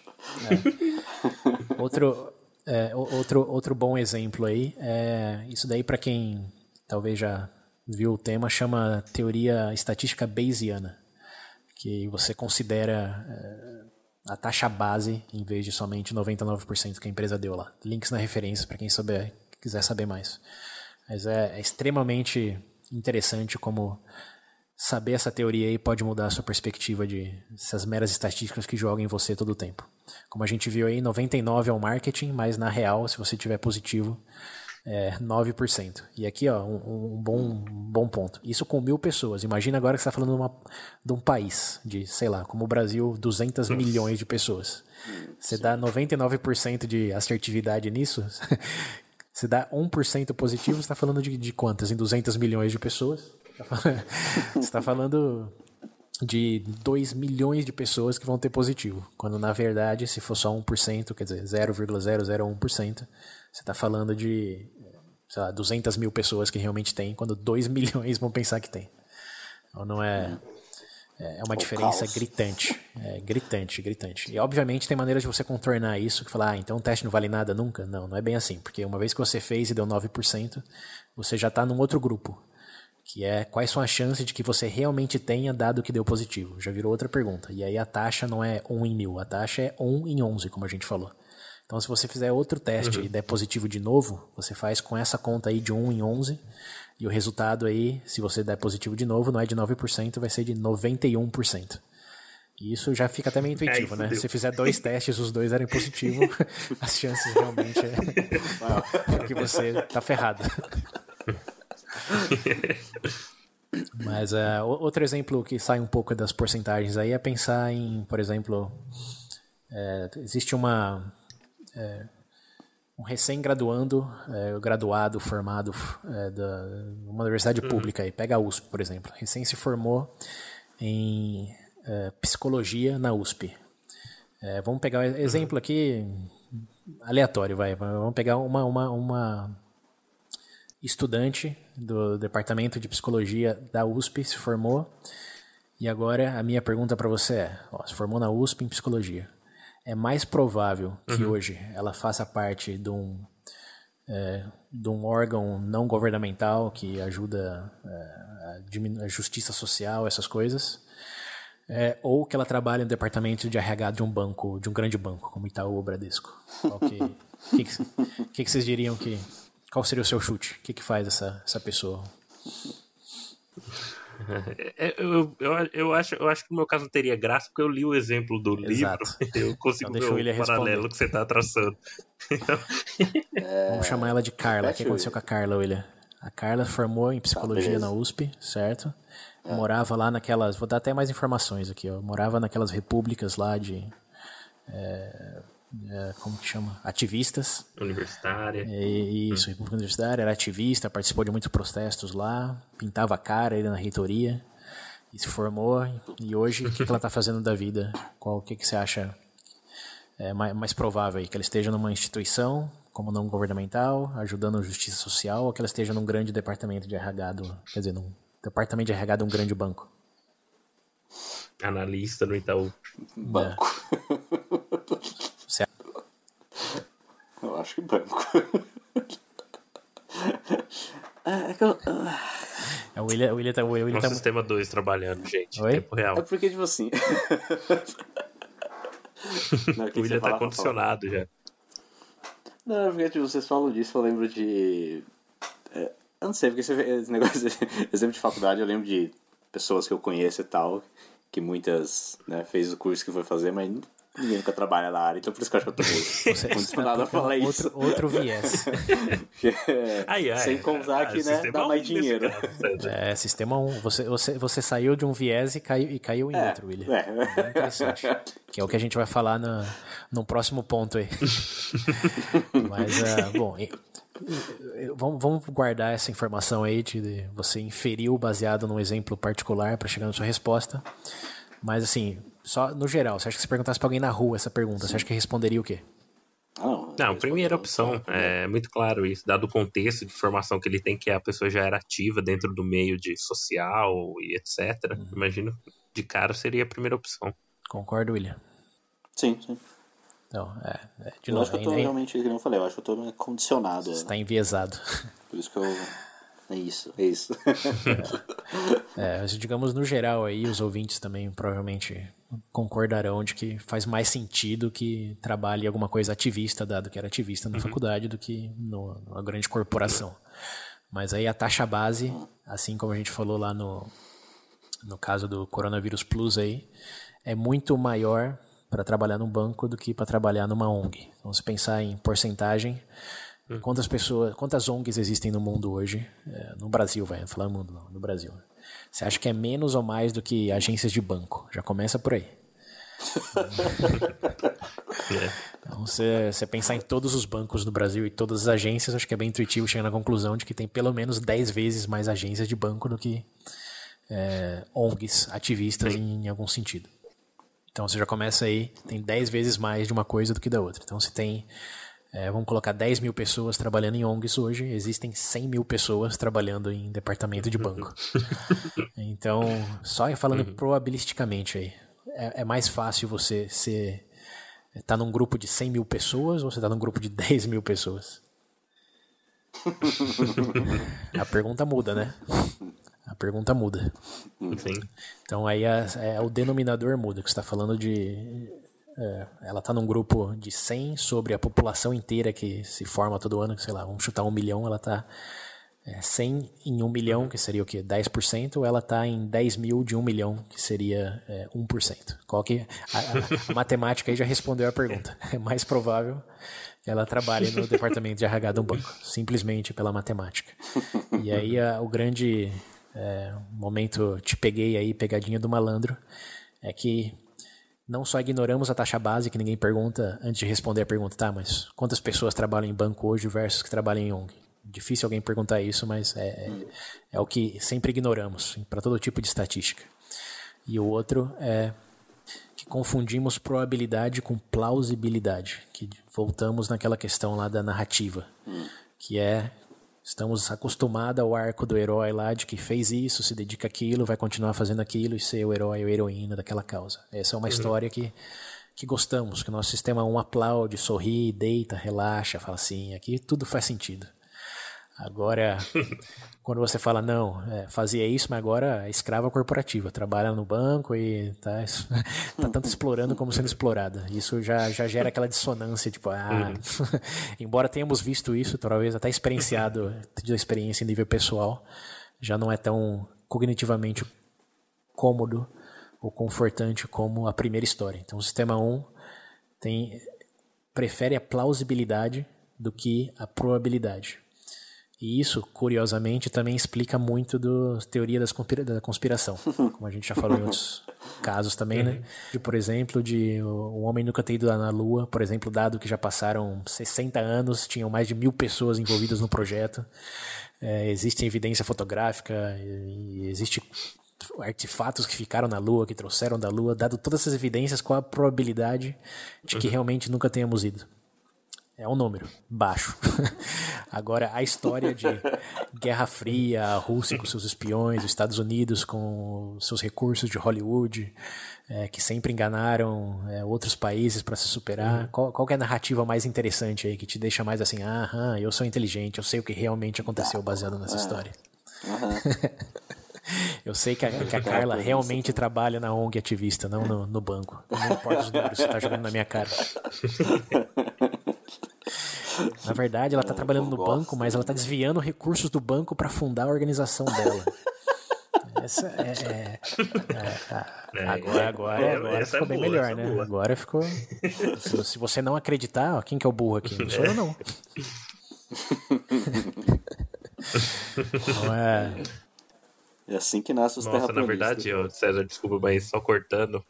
É. Outro, é, outro, outro bom exemplo aí, é isso daí para quem talvez já viu o tema, chama teoria estatística bayesiana, que você considera... É, a taxa base, em vez de somente noventa e nove por cento que a empresa deu lá. Links na referência para quem souber, quiser saber mais. Mas é, é extremamente interessante como saber essa teoria aí pode mudar a sua perspectiva de essas meras estatísticas que jogam em você todo o tempo. Como a gente viu aí, noventa e nove por cento é o marketing, mas na real, se você tiver positivo, é nove por cento. E aqui, ó, um, um, bom, um bom ponto. Isso com mil pessoas. Imagina agora que você está falando de, uma, de um país, de, sei lá, como o Brasil, duzentos milhões de pessoas. Você dá noventa e nove por cento de assertividade nisso, você dá um por cento positivo, você está falando de, de quantas? Em duzentos milhões de pessoas? Você está falando de dois milhões de pessoas que vão ter positivo. Quando, na verdade, se for só um por cento, quer dizer, zero vírgula zero zero um por cento, você está falando de, sei lá, duzentas mil pessoas que realmente tem, quando dois milhões vão pensar que tem. Então não é... É uma diferença gritante. É gritante, gritante. E, obviamente, tem maneiras de você contornar isso, que falar, ah, então o teste não vale nada nunca? Não, não é bem assim. Porque uma vez que você fez e deu nove por cento, você já está num outro grupo, que é quais são as chances de que você realmente tenha dado que deu positivo. Já virou outra pergunta. E aí a taxa não é um em mil, a taxa é um em onze, como a gente falou. Então, se você fizer outro teste uhum. e der positivo de novo, você faz com essa conta aí de um em onze, e o resultado aí, se você der positivo de novo, não é de nove por cento, vai ser de noventa e um por cento. E isso já fica até meio intuitivo, Ai, né? Se você fizer dois testes, os dois derem positivo, as chances realmente é que você tá ferrado. Mas uh, outro exemplo que sai um pouco das porcentagens aí é pensar em, por exemplo, é, existe uma... É, um recém-graduando, é, graduado, formado é, da uma universidade uhum. pública, aí, pega a U S P, por exemplo, recém se formou em é, psicologia na U S P. É, vamos pegar um exemplo uhum. aqui aleatório, vai. Vamos pegar uma, uma, uma estudante do departamento de psicologia da U S P, se formou, e agora a minha pergunta para você é, ó, se formou na U S P em psicologia. É mais provável que uhum. hoje ela faça parte de um, é, de um órgão não governamental que ajuda é, a diminuir a justiça social, essas coisas, é, ou que ela trabalhe no departamento de R H de um banco, de um grande banco, como Itaú ou Bradesco. O que, que, que, que vocês diriam que... Qual seria o seu chute? O que, que faz essa, essa pessoa? Eu, eu, eu, acho, eu acho que no meu caso não teria graça, porque eu li o exemplo do Exato. livro, eu consigo então, ver o paralelo responder. Que você está traçando. Então... É... Vamos chamar ela de Carla. O que aconteceu com a Carla, William? A Carla formou em psicologia tá, na U S P, certo? É. Morava lá naquelas... Vou dar até mais informações aqui. Ó. Morava naquelas repúblicas lá de... É... É, como que chama? Ativistas. Universitária. E, isso, hum. República Universitária, era ativista, participou de muitos protestos lá, pintava a cara ele na reitoria, e se formou, e hoje o que, que ela está fazendo da vida? Qual, o que, que você acha é, mais, mais provável aí? Que ela esteja numa instituição como não governamental, ajudando a justiça social, ou que ela esteja num grande departamento de R H, do, quer dizer, num departamento de R H de um grande banco? Analista no Itaú. Banco. É. Eu acho que banco. É, que eu... é o William, o William tá... O William é um tá... sistema dois trabalhando, gente. Oi? Tempo real. É porque, tipo assim... Não, o William tá condicionado já. Não, é porque, tipo, vocês falam disso, eu lembro de... É, eu não sei, porque esse negócio... Exemplo de faculdade, eu lembro de pessoas que eu conheço e tal, que muitas, né, fez o curso que foi fazer, mas... Ninguém nunca trabalha na área, então por isso que eu acho que eu tô meio condicionado a falar outro, isso. Outro viés. é, ai, ai, sem contar que, né, dá mais dinheiro. É, sistema um. Você, você, você saiu de um viés e caiu, e caiu em é, outro, William. É. Bem interessante. Que é o que a gente vai falar no, no próximo ponto aí. Mas, uh, bom, e, e, vamos, vamos guardar essa informação aí de você inferiu baseado num exemplo particular para chegar na sua resposta. Mas, assim... Só no geral, você acha que se perguntasse pra alguém na rua essa pergunta, Sim. você acha que responderia o quê? Não, não primeira opção, é muito claro isso, dado o contexto de formação que ele tem, que a pessoa já era ativa dentro do meio de social e etcétera. Uhum. Imagino, de cara seria a primeira opção. Concordo, William? Sim, sim. Então, é, é de eu novo, acho que eu tô ainda... realmente, como eu falei, eu acho que eu tô condicionado. Você tá enviesado. Por isso que eu... É isso, é isso. é, mas, digamos, no geral aí, os ouvintes também provavelmente concordarão de que faz mais sentido que trabalhe alguma coisa ativista, dado que era ativista na uhum. faculdade, do que no, numa grande corporação. Mas aí a taxa base, assim como a gente falou lá no, no caso do Coronavírus Plus aí, é muito maior para trabalhar num banco do que para trabalhar numa O N G. Então, se pensar em porcentagem, quantas pessoas, quantas O N Gs existem no mundo hoje, é, no Brasil, vai, não falando no mundo não, no Brasil. Você acha que é menos ou mais do que agências de banco? Já começa por aí. Então, se você pensar em todos os bancos do Brasil e todas as agências, acho que é bem intuitivo chegar na conclusão de que tem pelo menos dez vezes mais agências de banco do que é, O N Gs ativistas em, em algum sentido. Então você já começa aí, tem dez vezes mais de uma coisa do que da outra. Então você tem, é, vamos colocar dez mil pessoas trabalhando em O N Gs hoje, existem cem mil pessoas trabalhando em departamento de banco. Então, só falando uhum. probabilisticamente aí, é, é mais fácil você ser, tá num grupo de cem mil pessoas ou você tá num grupo de dez mil pessoas? A pergunta muda, né? A pergunta muda. Sim. Então aí a, é, o denominador muda, que você está falando de... É, ela está num grupo de cem sobre a população inteira que se forma todo ano, sei lá, vamos chutar um milhão, ela está é, cem em um milhão, que seria o quê? dez por cento, ou ela está em dez mil de um milhão, que seria é, um por cento. Qual que, a, a, a matemática aí já respondeu a pergunta. É mais provável que ela trabalhe no departamento de R H de um banco, simplesmente pela matemática. E aí a, o grande... É, momento te peguei aí, pegadinha do malandro, é que não só ignoramos a taxa base, que ninguém pergunta antes de responder a pergunta, tá, mas quantas pessoas trabalham em banco hoje versus que trabalham em O N G? Difícil alguém perguntar isso, mas é, é, é o que sempre ignoramos para todo tipo de estatística. E o outro é que confundimos probabilidade com plausibilidade, que voltamos naquela questão lá da narrativa, que é... Estamos acostumados ao arco do herói lá, de que fez isso, se dedica àquilo, vai continuar fazendo aquilo e ser o herói ou a heroína daquela causa. Essa é uma uhum. história que, que gostamos, que o nosso sistema um aplaude, sorri, deita, relaxa, fala assim, aqui tudo faz sentido. Agora, quando você fala, não, é, fazia isso, mas agora é escrava corporativa, trabalha no banco e tá, tá tanto explorando como sendo explorada. Isso já, já gera aquela dissonância, tipo, ah, uhum. embora tenhamos visto isso, talvez até experienciado, tido experiência em nível pessoal, já não é tão cognitivamente cômodo ou confortante como a primeira história. Então o sistema um tem, prefere a plausibilidade do que a probabilidade. E isso, curiosamente, também explica muito da teoria das conspira- da conspiração, como a gente já falou em outros casos também, né? De, por exemplo, de o homem nunca ter ido lá na Lua, por exemplo, dado que já passaram sessenta anos, tinham mais de mil pessoas envolvidas no projeto, é, existe evidência fotográfica, e, e existe artefatos que ficaram na Lua, que trouxeram da Lua, dado todas essas evidências, qual a probabilidade de que realmente nunca tenhamos ido? É um número baixo. Agora, a história de Guerra Fria, a Rússia com seus espiões, os Estados Unidos com seus recursos de Hollywood, é, que sempre enganaram é, outros países para se superar. Uhum. Qual, qual que é a narrativa mais interessante aí, que te deixa mais assim, ah, eu sou inteligente, eu sei o que realmente aconteceu baseado nessa história. Uhum. Eu sei que a, que a Carla realmente trabalha na O N G ativista, não no, no banco. Não importa os números que você tá jogando na minha cara. Na verdade, ela está trabalhando no banco, mas ela está desviando recursos do banco para fundar a organização dela. Essa é, é, é, é agora, agora, agora ficou bem melhor, né? Agora ficou. Se, se você não acreditar, ó, quem que é o burro aqui? Não sou eu, não. Então, é... é assim que nasce os terraplanistas. Nossa, na verdade, ó, César, desculpa, mas só cortando.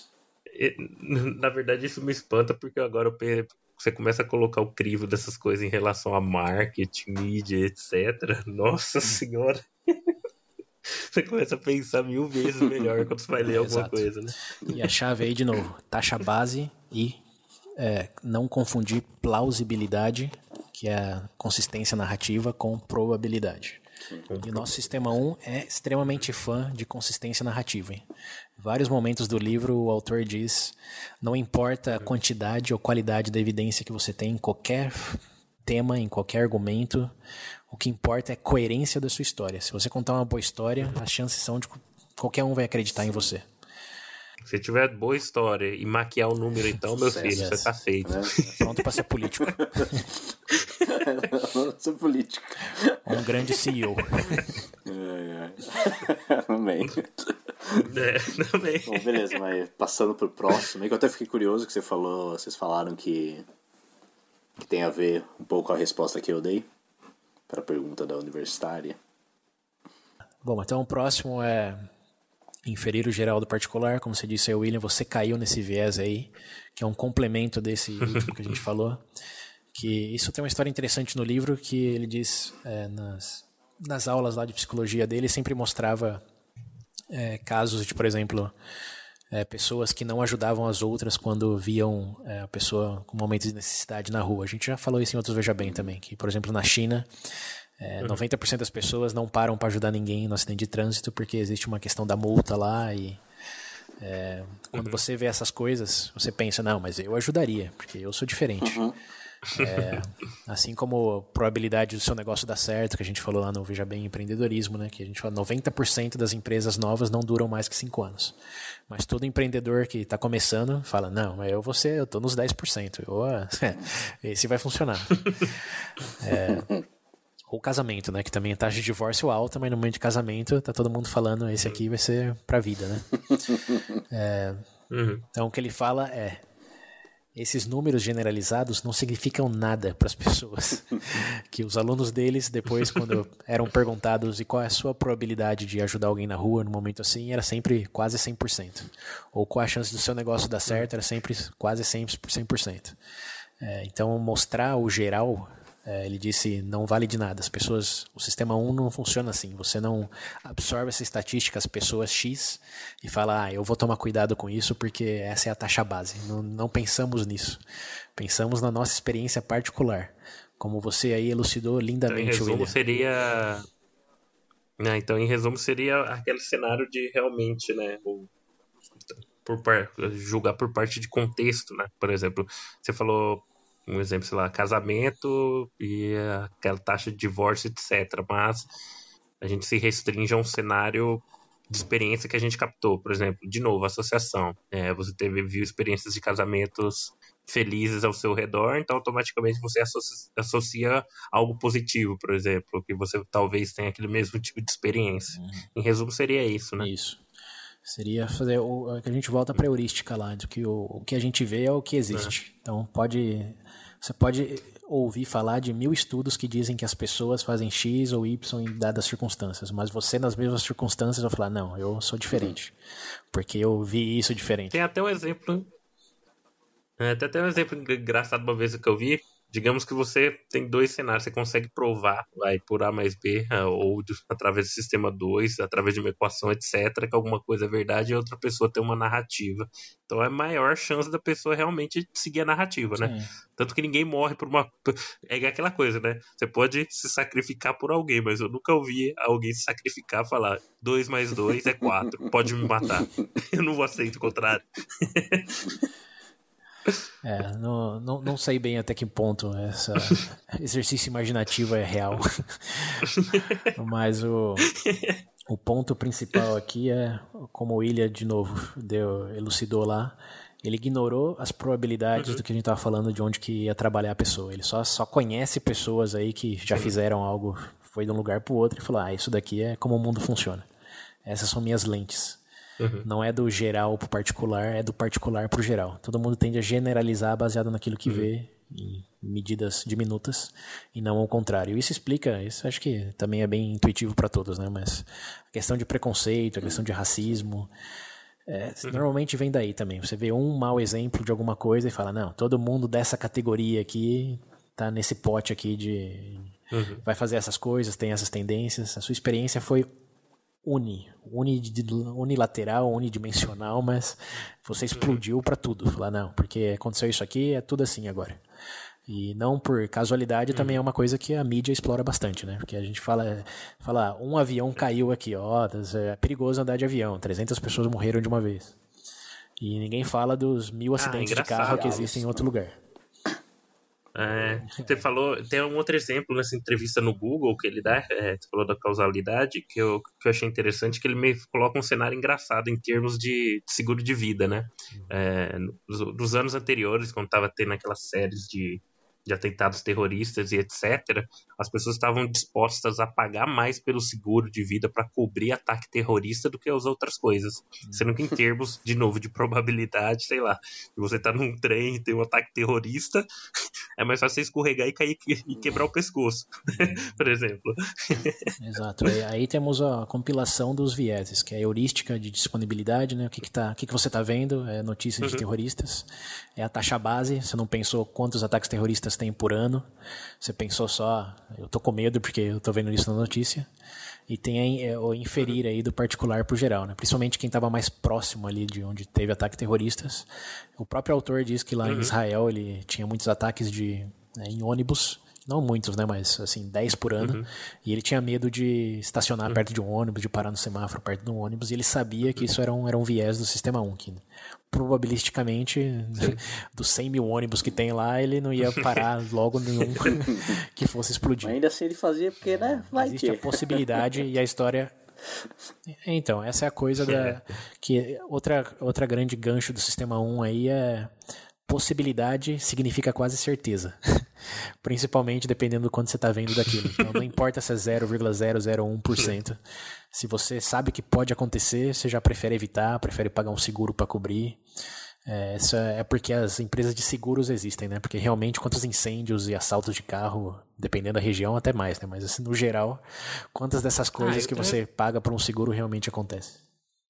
Na verdade, isso me espanta porque agora eu você começa a colocar o crivo dessas coisas em relação a marketing, mídia, etcétera. Nossa senhora! Você começa a pensar mil vezes melhor quando você vai ler alguma Exato. Coisa, né? E a chave aí, de novo, taxa base e é, não confundir plausibilidade, que é a consistência narrativa, com probabilidade. E o nosso sistema um é extremamente fã de consistência narrativa. Hein? Em vários momentos do livro, o autor diz: não importa a quantidade ou qualidade da evidência que você tem em qualquer tema, em qualquer argumento, o que importa é a coerência da sua história. Se você contar uma boa história, as chances são de que qualquer um vai acreditar em você. Se tiver boa história e maquiar o número, então, meu filho, você tá feito. É. Pronto pra ser político. Ser político. Um grande C E O. É, é. Também. É, também. Bom, beleza, mas passando pro próximo, que eu até fiquei curioso que você falou, vocês falaram que, que tem a ver um pouco com a resposta que eu dei para a pergunta da universitária. Bom, então o próximo é inferir o geral do particular. Como você disse aí, William, você caiu nesse viés aí, que é um complemento desse último que a gente falou. Que isso tem uma história interessante no livro, que ele diz, é, nas, nas aulas lá de psicologia dele, sempre mostrava é, casos de, por exemplo, é, pessoas que não ajudavam as outras quando viam é, a pessoa com momentos de necessidade na rua. A gente já falou isso em outros Veja Bem também, que, por exemplo, na China, é, uhum. noventa por cento das pessoas não param para ajudar ninguém no acidente de trânsito porque existe uma questão da multa lá e é, quando uhum. você vê essas coisas, você pensa, não, mas eu ajudaria, porque eu sou diferente. Uhum. É, assim como a probabilidade do seu negócio dar certo, que a gente falou lá no Veja Bem Empreendedorismo, né, que a gente fala noventa por cento das empresas novas não duram mais que cinco anos. Mas todo empreendedor que está começando fala, não, mas eu vou ser, eu estou nos dez por cento. Eu, esse vai funcionar. É, ou casamento, né, que também é taxa de divórcio alta, mas no momento de casamento tá todo mundo falando, esse aqui vai ser pra vida, né? É, uhum. Então o que ele fala é, esses números generalizados não significam nada para as pessoas. Que os alunos deles, depois, quando eram perguntados e qual é a sua probabilidade de ajudar alguém na rua num momento assim, era sempre quase cem por cento. Ou qual a chance do seu negócio dar certo, era sempre quase cem por cento. É, então, mostrar o geral, é, ele disse, não vale de nada. As pessoas, o sistema um não funciona assim. Você não absorve essa estatística, as pessoas X, e fala, ah, eu vou tomar cuidado com isso porque essa é a taxa base. Não, não pensamos nisso. Pensamos na nossa experiência particular. Como você aí elucidou lindamente, então, em resumo, William. seria... Não, então, em resumo, seria aquele cenário de realmente, né, o... por par... julgar por parte de contexto, né? Por exemplo, você falou... um exemplo, sei lá, casamento e aquela taxa de divórcio, etcétera. Mas a gente se restringe a um cenário de experiência que a gente captou. Por exemplo, de novo, associação. É, você teve, viu experiências de casamentos felizes ao seu redor, então automaticamente você associa, associa algo positivo, por exemplo, que você talvez tenha aquele mesmo tipo de experiência. Uhum. Em resumo, seria isso, né? Isso. Seria fazer o que a gente volta para a heurística lá, de que o, o que a gente vê é o que existe. É. Então pode, você pode ouvir falar de mil estudos que dizem que as pessoas fazem X ou Y em dadas circunstâncias, mas você nas mesmas circunstâncias vai falar, não, eu sou diferente, porque eu vi isso diferente. Tem até um exemplo, é, tem até um exemplo engraçado uma vez que eu vi. Digamos que você tem dois cenários, você consegue provar, vai, por A mais B, ou de, através do sistema dois, através de uma equação, etcétera, que alguma coisa é verdade e outra pessoa tem uma narrativa. Então é a maior chance da pessoa realmente seguir a narrativa, né? Sim. Tanto que ninguém morre por uma... É aquela coisa, né? Você pode se sacrificar por alguém, mas eu nunca ouvi alguém se sacrificar e falar dois mais dois é quatro, pode me matar. Eu não aceito o contrário. É, não, não, não sei bem até que ponto esse exercício imaginativo é real. Mas o, o ponto principal aqui é, como o William de novo deu, elucidou lá, ele ignorou as probabilidades uhum. do que a gente estava falando de onde que ia trabalhar a pessoa. Ele só, só conhece pessoas aí que já fizeram algo, foi de um lugar para o outro e falou, ah, isso daqui é como o mundo funciona. Essas são minhas lentes. Uhum. Não é do geral pro particular, é do particular pro geral. Todo mundo tende a generalizar baseado naquilo que uhum. vê, em medidas diminutas, e não ao contrário. Isso explica, isso acho que também é bem intuitivo para todos, né? Mas a questão de preconceito, a questão de racismo, é, uhum. normalmente vem daí também. Você vê um mau exemplo de alguma coisa e fala, não, todo mundo dessa categoria aqui tá nesse pote aqui de... Uhum. vai fazer essas coisas, tem essas tendências. A sua experiência foi uni, uni unilateral, unidimensional, mas você explodiu para tudo. Falar, não, porque aconteceu isso aqui, é tudo assim agora. E não por casualidade, também é uma coisa que a mídia explora bastante, né? Porque a gente fala, fala um avião caiu aqui, ó, é perigoso andar de avião, trezentas pessoas morreram de uma vez. E ninguém fala dos mil acidentes ah, de carro que existem em outro lugar. É, você falou, tem um outro exemplo nessa entrevista no Google que ele dá, é, você falou da causalidade, que eu, que eu achei interessante, que ele meio coloca um cenário engraçado em termos de seguro de vida, né? É, nos, nos anos anteriores, quando estava tendo aquelas séries de, de atentados terroristas e etcétera, as pessoas estavam dispostas a pagar mais pelo seguro de vida para cobrir ataque terrorista do que as outras coisas. Sendo que em termos, de novo, de probabilidade, sei lá, você tá num trem e tem um ataque terrorista, é mais fácil você escorregar e cair e quebrar o pescoço, por exemplo. Exato. Aí temos a compilação dos vieses, que é a heurística de disponibilidade, né? O que, que, tá, o que, que você está vendo, é notícias uhum. de terroristas, é a taxa base, você não pensou quantos ataques terroristas tem por ano. Você pensou só, eu tô com medo porque eu tô vendo isso na notícia. E tem a, o inferir aí do particular pro geral, né? Principalmente quem estava mais próximo ali de onde teve ataques terroristas. O próprio autor diz que lá uhum. em Israel ele tinha muitos ataques de, né, em ônibus. Não muitos, né? Mas assim, dez por ano. Uhum. E ele tinha medo de estacionar uhum. perto de um ônibus, de parar no semáforo perto de um ônibus. E ele sabia que isso era um, era um viés do sistema um. Que, probabilisticamente, Sim. dos cem mil ônibus que tem lá, ele não ia parar logo nenhum que fosse explodir. Mas ainda assim ele fazia porque, né? Vai Existe que... a possibilidade e a história... Então, essa é a coisa da... que outra, outra grande gancho do sistema um aí é... Possibilidade significa quase certeza. Principalmente dependendo do quanto você está vendo daquilo. Então não importa se é zero vírgula zero zero um por cento. Se você sabe que pode acontecer, você já prefere evitar, prefere pagar um seguro para cobrir. É, isso é porque as empresas de seguros existem, né? Porque realmente quantos incêndios e assaltos de carro, dependendo da região, até mais, né? Mas assim, no geral, quantas dessas coisas ah, que tenho... você paga por um seguro realmente acontecem?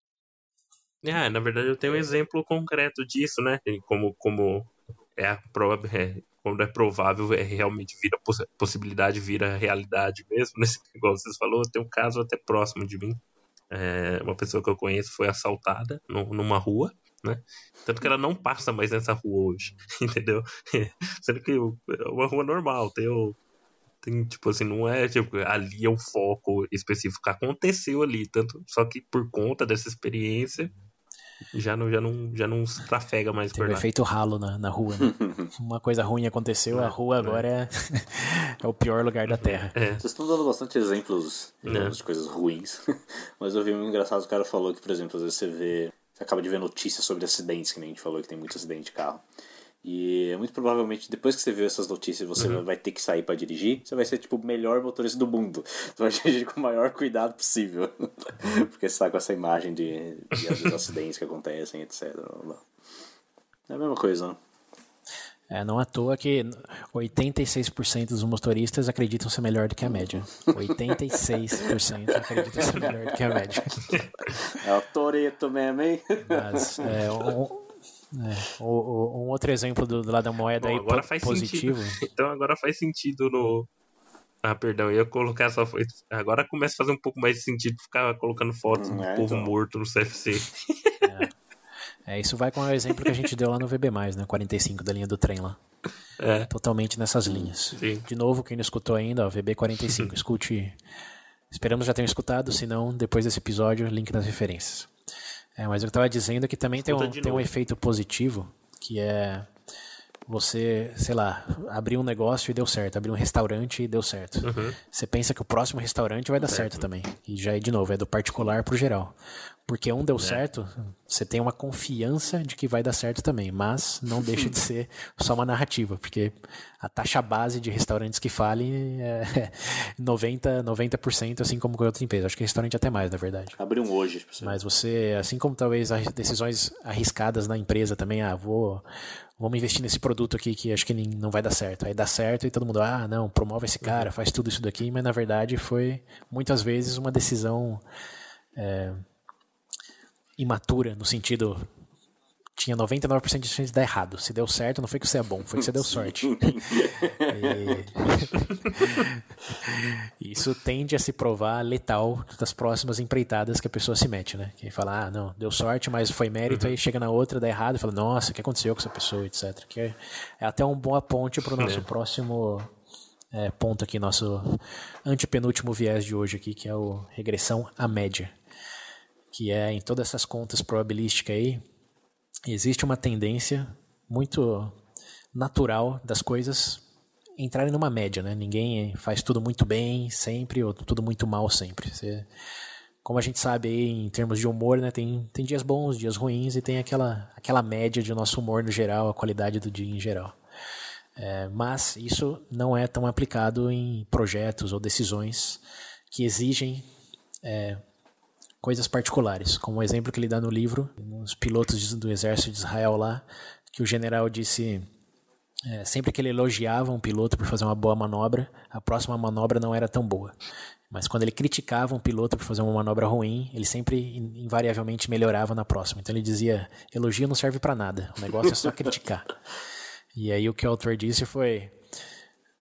É, na verdade eu tenho um exemplo concreto disso, né? Como, como é, a prova, é, quando é provável, é realmente vira poss- possibilidade, vira realidade mesmo, né? Igual vocês falaram, tem um caso até próximo de mim. É, uma pessoa que eu conheço foi assaltada no, numa rua, né? Tanto que ela não passa mais nessa rua hoje, entendeu? Sendo que é uma rua normal, tem o. Tem, tipo assim, não é tipo, ali é o foco específico. Aconteceu ali, tanto, só que por conta dessa experiência já não, já não, já não se trafega mais por lá. Teve um efeito ralo na, na rua, né? Uma coisa ruim aconteceu, é, a rua agora é, é o pior lugar da Terra. É. Vocês estão dando bastante exemplos é. de coisas ruins, mas eu vi um engraçado, o cara falou que, por exemplo, às vezes você vê, você acaba de ver notícias sobre acidentes, que nem a gente falou, que tem muito acidente de carro. E muito provavelmente, depois que você viu essas notícias, você uhum. vai ter que sair pra dirigir, você vai ser, tipo, o melhor motorista do mundo. Você vai dirigir com o maior cuidado possível. Porque você tá com essa imagem de, de dos acidentes que acontecem, etcétera. É a mesma coisa, né? É, não à toa que oitenta e seis por cento dos motoristas acreditam ser melhor do que a média. oitenta e seis por cento acreditam ser melhor do que a média. É o Toretto mesmo, hein? Mas, é... Um... É, o, o, um outro exemplo do, do lado da moeda. Bom, aí agora faz positivo. Sentido. Então agora faz sentido no. Ah, perdão, eu ia colocar só. Agora começa a fazer um pouco mais de sentido ficar colocando fotos hum, do é, povo então. morto no C F C. É. é, isso vai com o exemplo que a gente deu lá no V B mais, né? quarenta e cinco da linha do trem lá. É. Totalmente nessas linhas. Sim. De novo, quem não escutou ainda, ó, V B quarenta e cinco, escute. Esperamos já tenham escutado, se não, depois desse episódio, link nas referências. É, mas eu estava dizendo que também tem um, tem um efeito positivo, que é você, sei lá, abrir um negócio e deu certo, abrir um restaurante e deu certo. Uhum. Você pensa que o próximo restaurante vai dar certo, certo também. E já é, de novo, é do particular pro geral. Porque um deu é. certo, você tem uma confiança de que vai dar certo também, mas não deixa de ser só uma narrativa, porque a taxa base de restaurantes que falem é noventa por cento, assim como com outra empresa. Acho que restaurante até mais, na verdade. Abriu um hoje. Mas você, assim como talvez as decisões arriscadas na empresa também, ah, vou... Vamos investir nesse produto aqui que acho que não vai dar certo. Aí dá certo e todo mundo, ah, não, promove esse cara, faz tudo isso daqui, mas na verdade foi, muitas vezes, uma decisão é, imatura, no sentido, tinha noventa e nove por cento de chance de dar errado. Se deu certo, não foi que você é bom, foi que você deu sorte. E isso tende a se provar letal das próximas empreitadas que a pessoa se mete, né? Que fala, ah, não, deu sorte, mas foi mérito, uhum. aí chega na outra, dá errado, e fala, nossa, o que aconteceu com essa pessoa, etcétera. Que é, é até uma boa ponte para o nosso é. próximo é, ponto aqui, nosso antepenúltimo viés de hoje aqui, que é o regressão à média. Que é, em todas essas contas probabilísticas aí, existe uma tendência muito natural das coisas entrarem numa média, né? Ninguém faz tudo muito bem sempre ou tudo muito mal sempre. Você, como a gente sabe aí, em termos de humor, né? Tem, tem dias bons, dias ruins e tem aquela, aquela média de nosso humor no geral, a qualidade do dia em geral. É, mas isso não é tão aplicado em projetos ou decisões que exigem é, coisas particulares, como o exemplo que ele dá no livro, nos pilotos do exército de Israel lá, que o general disse, é, sempre que ele elogiava um piloto por fazer uma boa manobra, a próxima manobra não era tão boa. Mas quando ele criticava um piloto por fazer uma manobra ruim, ele sempre invariavelmente melhorava na próxima. Então ele dizia, elogio não serve para nada, o negócio é só criticar. E aí o que o autor disse foi,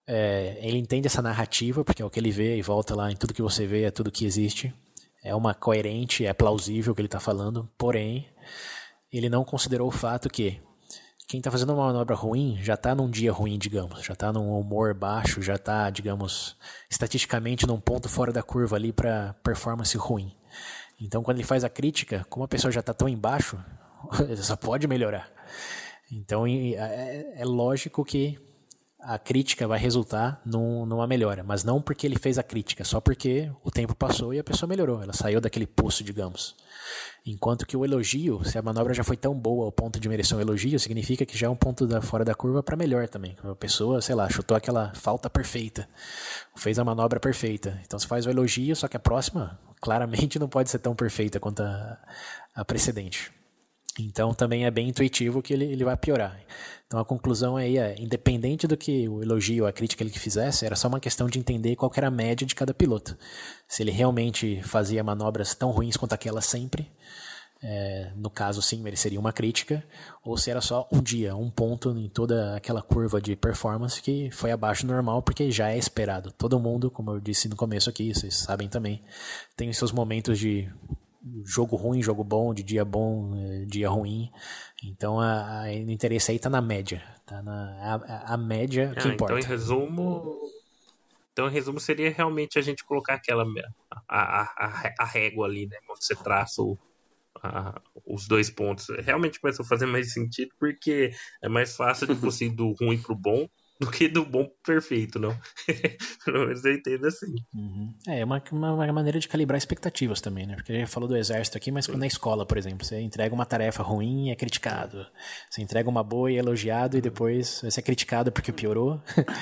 É, ele entende essa narrativa, porque é o que ele vê e volta lá em tudo que você vê, é tudo que existe. É uma coerente, é plausível o que ele está falando, porém, ele não considerou o fato que quem está fazendo uma manobra ruim já está num dia ruim, digamos, já está num humor baixo, já está, digamos, estatisticamente num ponto fora da curva ali para performance ruim. Então, quando ele faz a crítica, como a pessoa já está tão embaixo, só pode melhorar. Então, é, é lógico que a crítica vai resultar num, numa melhora, mas não porque ele fez a crítica, só porque o tempo passou e a pessoa melhorou, ela saiu daquele poço, digamos. Enquanto que o elogio, se a manobra já foi tão boa ao ponto de merecer um elogio, significa que já é um ponto da, fora da curva para melhor também. A pessoa, sei lá, chutou aquela falta perfeita, fez a manobra perfeita. Então você faz o elogio, só que a próxima claramente não pode ser tão perfeita quanto a, a precedente. Então também é bem intuitivo que ele, ele vai piorar. Então a conclusão aí é, independente do que o elogio ou a crítica ele fizesse, era só uma questão de entender qual que era a média de cada piloto. Se ele realmente fazia manobras tão ruins quanto aquela sempre, é, no caso sim mereceria uma crítica, ou se era só um dia, um ponto em toda aquela curva de performance que foi abaixo do normal, porque já é esperado. Todo mundo, como eu disse no começo aqui, vocês sabem também, tem os seus momentos de jogo ruim, jogo bom, de dia bom, dia ruim. Então a, a, o interesse aí tá na média, tá na a, a média que ah, importa. Então em resumo, então em resumo seria realmente a gente colocar aquela a, a, a régua ali, né, quando você traça o, a, os dois pontos. Realmente começou a fazer mais sentido porque é mais fácil de você ir do ruim pro bom do que do bom perfeito, não? Pelo menos eu entendo assim. Uhum. É, é uma, uma, uma maneira de calibrar expectativas também, né? Porque a gente falou do exército aqui, mas quando na escola, por exemplo, você entrega uma tarefa ruim e é criticado. Você entrega uma boa e é elogiado e depois você é criticado porque piorou.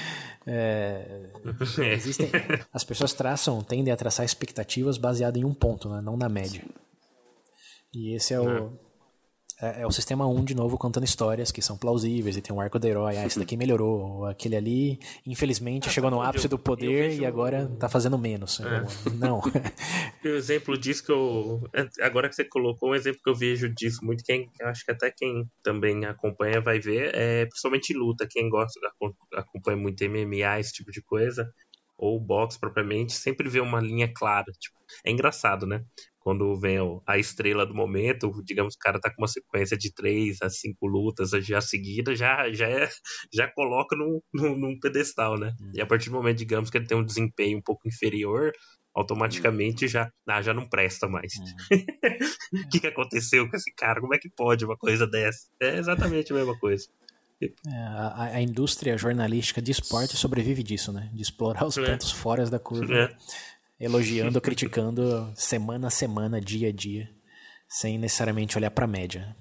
É, existem, as pessoas traçam, tendem a traçar expectativas baseadas em um ponto, né? Não na média. E esse é o... É, é o sistema um, de novo, contando histórias que são plausíveis e tem um arco do herói. Ah, esse daqui melhorou. Aquele ali, infelizmente, ah, chegou no ápice do poder vejo... e agora tá fazendo menos. É. Não. O exemplo disso que eu... Agora que você colocou, um exemplo que eu vejo disso muito, quem acho que até quem também acompanha vai ver, é principalmente luta. Quem gosta, acompanha muito M M A, esse tipo de coisa, ou boxe propriamente, sempre vê uma linha clara. Tipo, é engraçado, né? Quando vem a estrela do momento, digamos que o cara tá com uma sequência de três a cinco lutas já seguidas, já, já, é, já coloca num, num, num pedestal, né? Hum. E a partir do momento, digamos, que ele tem um desempenho um pouco inferior, automaticamente hum. já, ah, já não presta mais. O hum. que, que aconteceu com esse cara? Como é que pode uma coisa dessa? É exatamente a mesma coisa. É, a, a indústria jornalística de esporte sobrevive disso, né? De explorar os é. pontos fora da curva. É. Elogiando ou criticando semana a semana, dia a dia, sem necessariamente olhar para a média.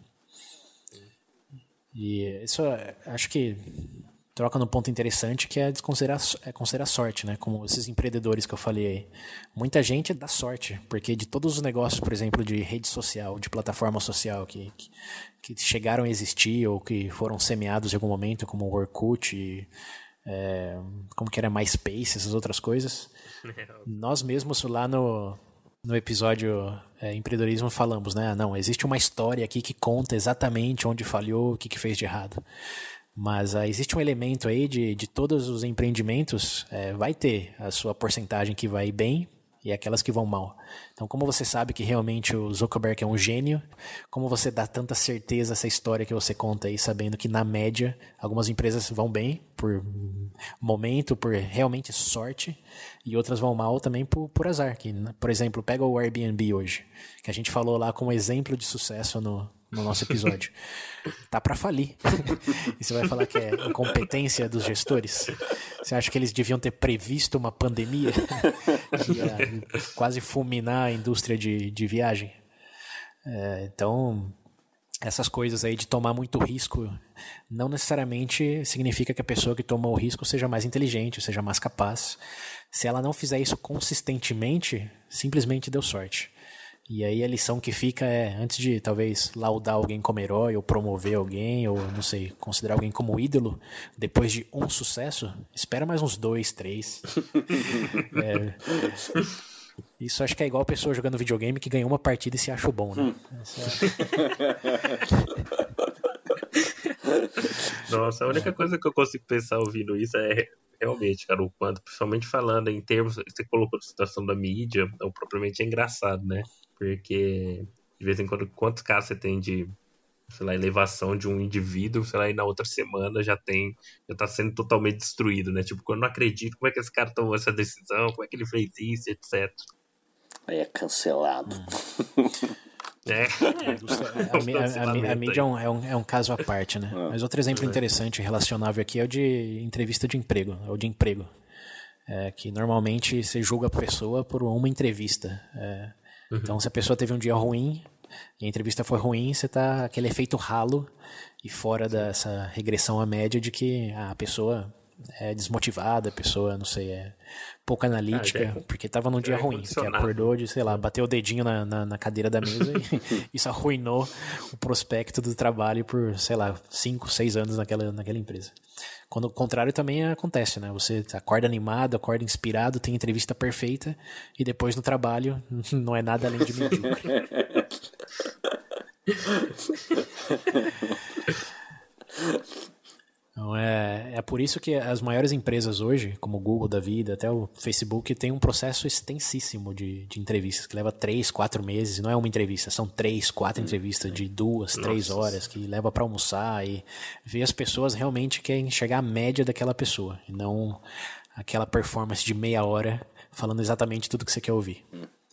E isso acho que troca num ponto interessante, que é considerar, é considerar sorte, né? Como esses empreendedores que eu falei aí. Muita gente dá sorte, porque de todos os negócios, por exemplo, de rede social, de plataforma social que, que, que chegaram a existir ou que foram semeados em algum momento, como o Orkut e, É, como que era MySpace, essas outras coisas. Nós mesmos lá no, no episódio é, empreendedorismo falamos, né? Não, existe uma história aqui que conta exatamente onde falhou, o que, que fez de errado. Mas ah, existe um elemento aí de, de todos os empreendimentos, é, vai ter a sua porcentagem que vai bem e aquelas que vão mal. Então, como você sabe que realmente o Zuckerberg é um gênio, como você dá tanta certeza a essa história que você conta aí, sabendo que na média algumas empresas vão bem por momento, por realmente sorte, e outras vão mal também por, por azar. Que, por exemplo, pega o Airbnb hoje, que a gente falou lá como exemplo de sucesso no, no nosso episódio. Tá para falir. E você vai falar que é incompetência dos gestores? Você acha que eles deviam ter previsto uma pandemia que ia quase fulminar a indústria de, de viagem? É, então, essas coisas aí de tomar muito risco não necessariamente significa que a pessoa que tomou o risco seja mais inteligente, seja mais capaz. Se ela não fizer isso consistentemente, simplesmente deu sorte. E aí a lição que fica é, antes de talvez laudar alguém como herói, ou promover alguém, ou não sei, considerar alguém como ídolo, depois de um sucesso, espera mais uns dois, três. é, isso acho que é igual a pessoa jogando videogame que ganhou uma partida e se acha bom, né? Nossa, a única coisa que eu consigo pensar ouvindo isso é realmente, cara, o quanto, principalmente falando em termos, você colocou a situação da mídia, ou propriamente é engraçado, né? Porque de vez em quando, quantos casos você tem de, sei lá, elevação de um indivíduo, sei lá, e na outra semana já tem, já tá sendo totalmente destruído, né? Tipo, quando eu não acredito, como é que esse cara tomou essa decisão, como é que ele fez isso, etcétera. Aí é cancelado. Hum. É, a, a, a, a mídia é um, é, um, é um caso à parte, né? Mas outro exemplo interessante relacionável aqui é o de entrevista de emprego, ou de emprego. É, que normalmente você julga a pessoa por uma entrevista. É, uhum. Então, se a pessoa teve um dia ruim e a entrevista foi ruim, você tá aquele efeito ralo e fora dessa regressão à média de que a pessoa é desmotivada, a pessoa, não sei, é pouco analítica, ah, é, porque tava num dia é ruim, que acordou de, sei lá, bateu o dedinho na, na, na cadeira da mesa e isso arruinou o prospecto do trabalho por, sei lá, cinco, seis anos naquela, naquela empresa. Quando o contrário também acontece, né? Você acorda animado, acorda inspirado, tem entrevista perfeita e depois no trabalho não é nada além de medíocre. Então é, é por isso que as maiores empresas hoje, como o Google da vida, até o Facebook, tem um processo extensíssimo de, de entrevistas, que leva três, quatro meses, não é uma entrevista, são três, quatro hum, entrevistas de duas, nossa. três horas, que leva para almoçar e ver as pessoas realmente querem chegar à média daquela pessoa, e não aquela performance de meia hora falando exatamente tudo que você quer ouvir.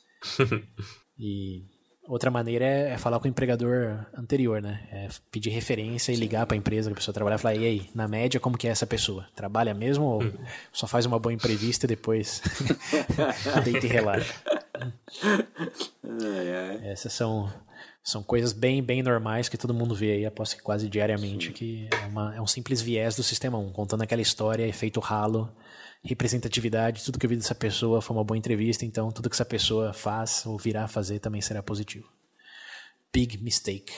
E outra maneira é, é falar com o empregador anterior, né? É pedir referência e ligar para a empresa que a pessoa trabalha e falar, e aí, na média, como que é essa pessoa? Trabalha mesmo ou só faz uma boa entrevista e depois deita e relaxa? Essas são, são coisas bem, bem normais que todo mundo vê aí, aposto que quase diariamente, sim. que é, uma, é um simples viés do Sistema um, contando aquela história, efeito ralo, representatividade, tudo que eu vi dessa pessoa foi uma boa entrevista, então tudo que essa pessoa faz ou virá a fazer também será positivo. Big mistake.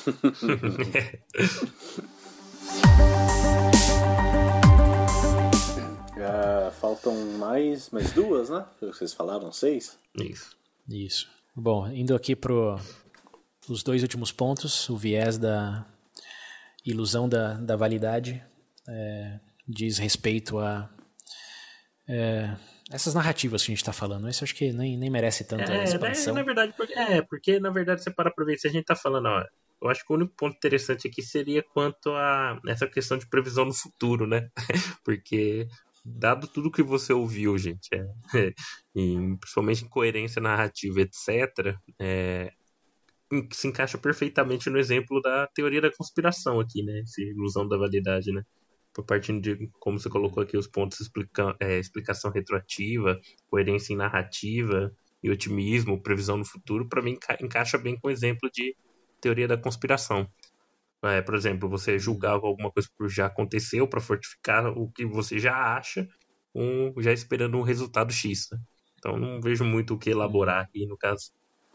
uh, faltam mais, mais duas, né? Vocês falaram seis? Isso. Isso. Bom, indo aqui para os dois últimos pontos, o viés da ilusão da, da validade é, diz respeito a É, essas narrativas que a gente está falando, isso acho que nem, nem merece tanta é, expansão. É, na verdade, porque, é, porque na verdade você para pra ver, se a gente está falando, ó, eu acho que o único ponto interessante aqui seria quanto a essa questão de previsão no futuro, né? Porque dado tudo que você ouviu, gente, é, é, em, principalmente em coerência narrativa, etcétera, é, se encaixa perfeitamente no exemplo da teoria da conspiração aqui, né? Essa ilusão da validade, né? Por partindo de, como você colocou aqui, os pontos explica, é, explicação retroativa, coerência em narrativa e otimismo, previsão no futuro, para mim enca, encaixa bem com o exemplo de teoria da conspiração. É, por exemplo, você julgar alguma coisa que já aconteceu para fortificar o que você já acha, um, já esperando um resultado X. Né? Então não vejo muito o que elaborar aqui no caso.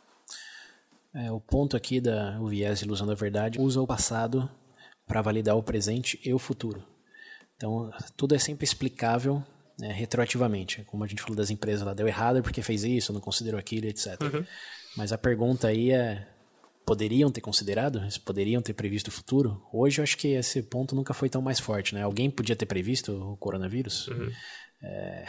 É, o ponto aqui da o viés de ilusão da verdade usa o passado para validar o presente e o futuro. Então, tudo é sempre explicável né, retroativamente. Como a gente falou das empresas lá, deu errado porque fez isso, não considerou aquilo, etcétera. Uhum. Mas a pergunta aí é, poderiam ter considerado? Eles poderiam ter previsto o futuro? Hoje eu acho que esse ponto nunca foi tão mais forte, né? Alguém podia ter previsto o coronavírus? Uhum. É...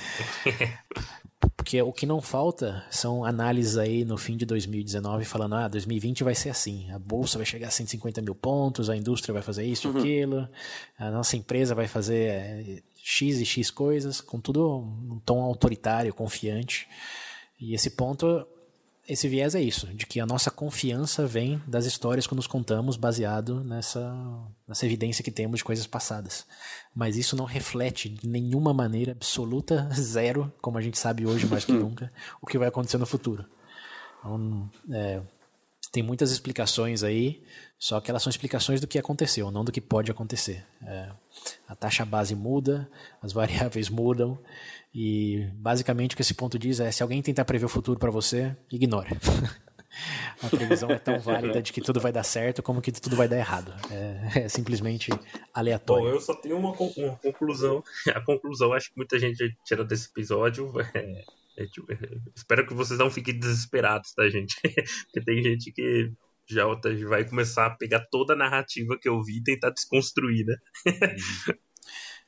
Porque o que não falta são análises aí no fim de dois mil e dezenove falando, ah, dois mil e vinte vai ser assim, a bolsa vai chegar a cento e cinquenta mil pontos, a indústria vai fazer isso e uhum. aquilo, a nossa empresa vai fazer é, X e X coisas, com tudo um tom autoritário, confiante. E esse ponto, esse viés é isso, de que a nossa confiança vem das histórias que nos contamos baseado nessa, nessa evidência que temos de coisas passadas. Mas isso não reflete de nenhuma maneira absoluta, zero, como a gente sabe hoje mais que nunca, o que vai acontecer no futuro. Então, é, tem muitas explicações aí, só que elas são explicações do que aconteceu, não do que pode acontecer. É, a taxa base muda, as variáveis mudam, e basicamente o que esse ponto diz é, se alguém tentar prever o futuro para você, ignore. A previsão é tão válida de que tudo vai dar certo como que tudo vai dar errado. É, é simplesmente aleatório. Bom, eu só tenho uma, uma conclusão. A conclusão, acho que muita gente tira desse episódio. É, é, tipo, é, espero que vocês não fiquem desesperados, tá, gente? Porque tem gente que já vai começar a pegar toda a narrativa que eu vi e tentar desconstruir, né?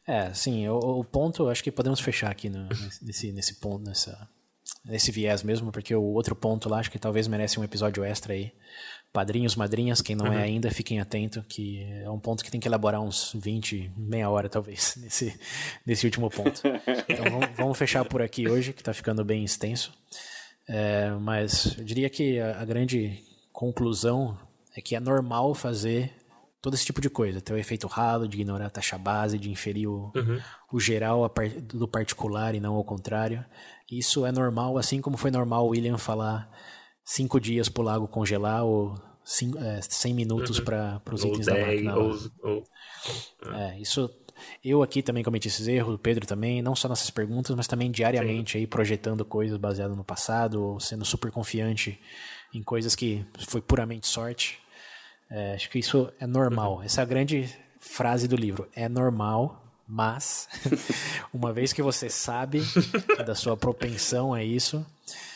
É, sim, o, o ponto, acho que podemos fechar aqui no, nesse, nesse ponto, nessa, nesse viés mesmo, porque o outro ponto lá, acho que talvez merece um episódio extra aí. Padrinhos, madrinhas, quem não uhum. é ainda, fiquem atentos, que é um ponto que tem que elaborar uns vinte, meia hora talvez, nesse, nesse último ponto. Então vamos, vamos fechar por aqui hoje, que está ficando bem extenso. É, mas eu diria que a, a grande conclusão é que é normal fazer todo esse tipo de coisa, ter o efeito halo, de ignorar a taxa base, de inferir o, uhum. o geral do particular e não ao contrário. Isso é normal, assim como foi normal o William falar cinco dias pro lago congelar ou cinco, é, cem minutos uhum. para os itens dez, da máquina. Ou, ou... É, isso, eu aqui também cometi esses erros, o Pedro também, não só nessas perguntas, mas também diariamente aí projetando coisas baseadas no passado ou sendo super confiante em coisas que foi puramente sorte. É, acho que isso é normal. Uhum. Essa é a grande frase do livro. É normal, mas uma vez que você sabe da sua propensão a isso,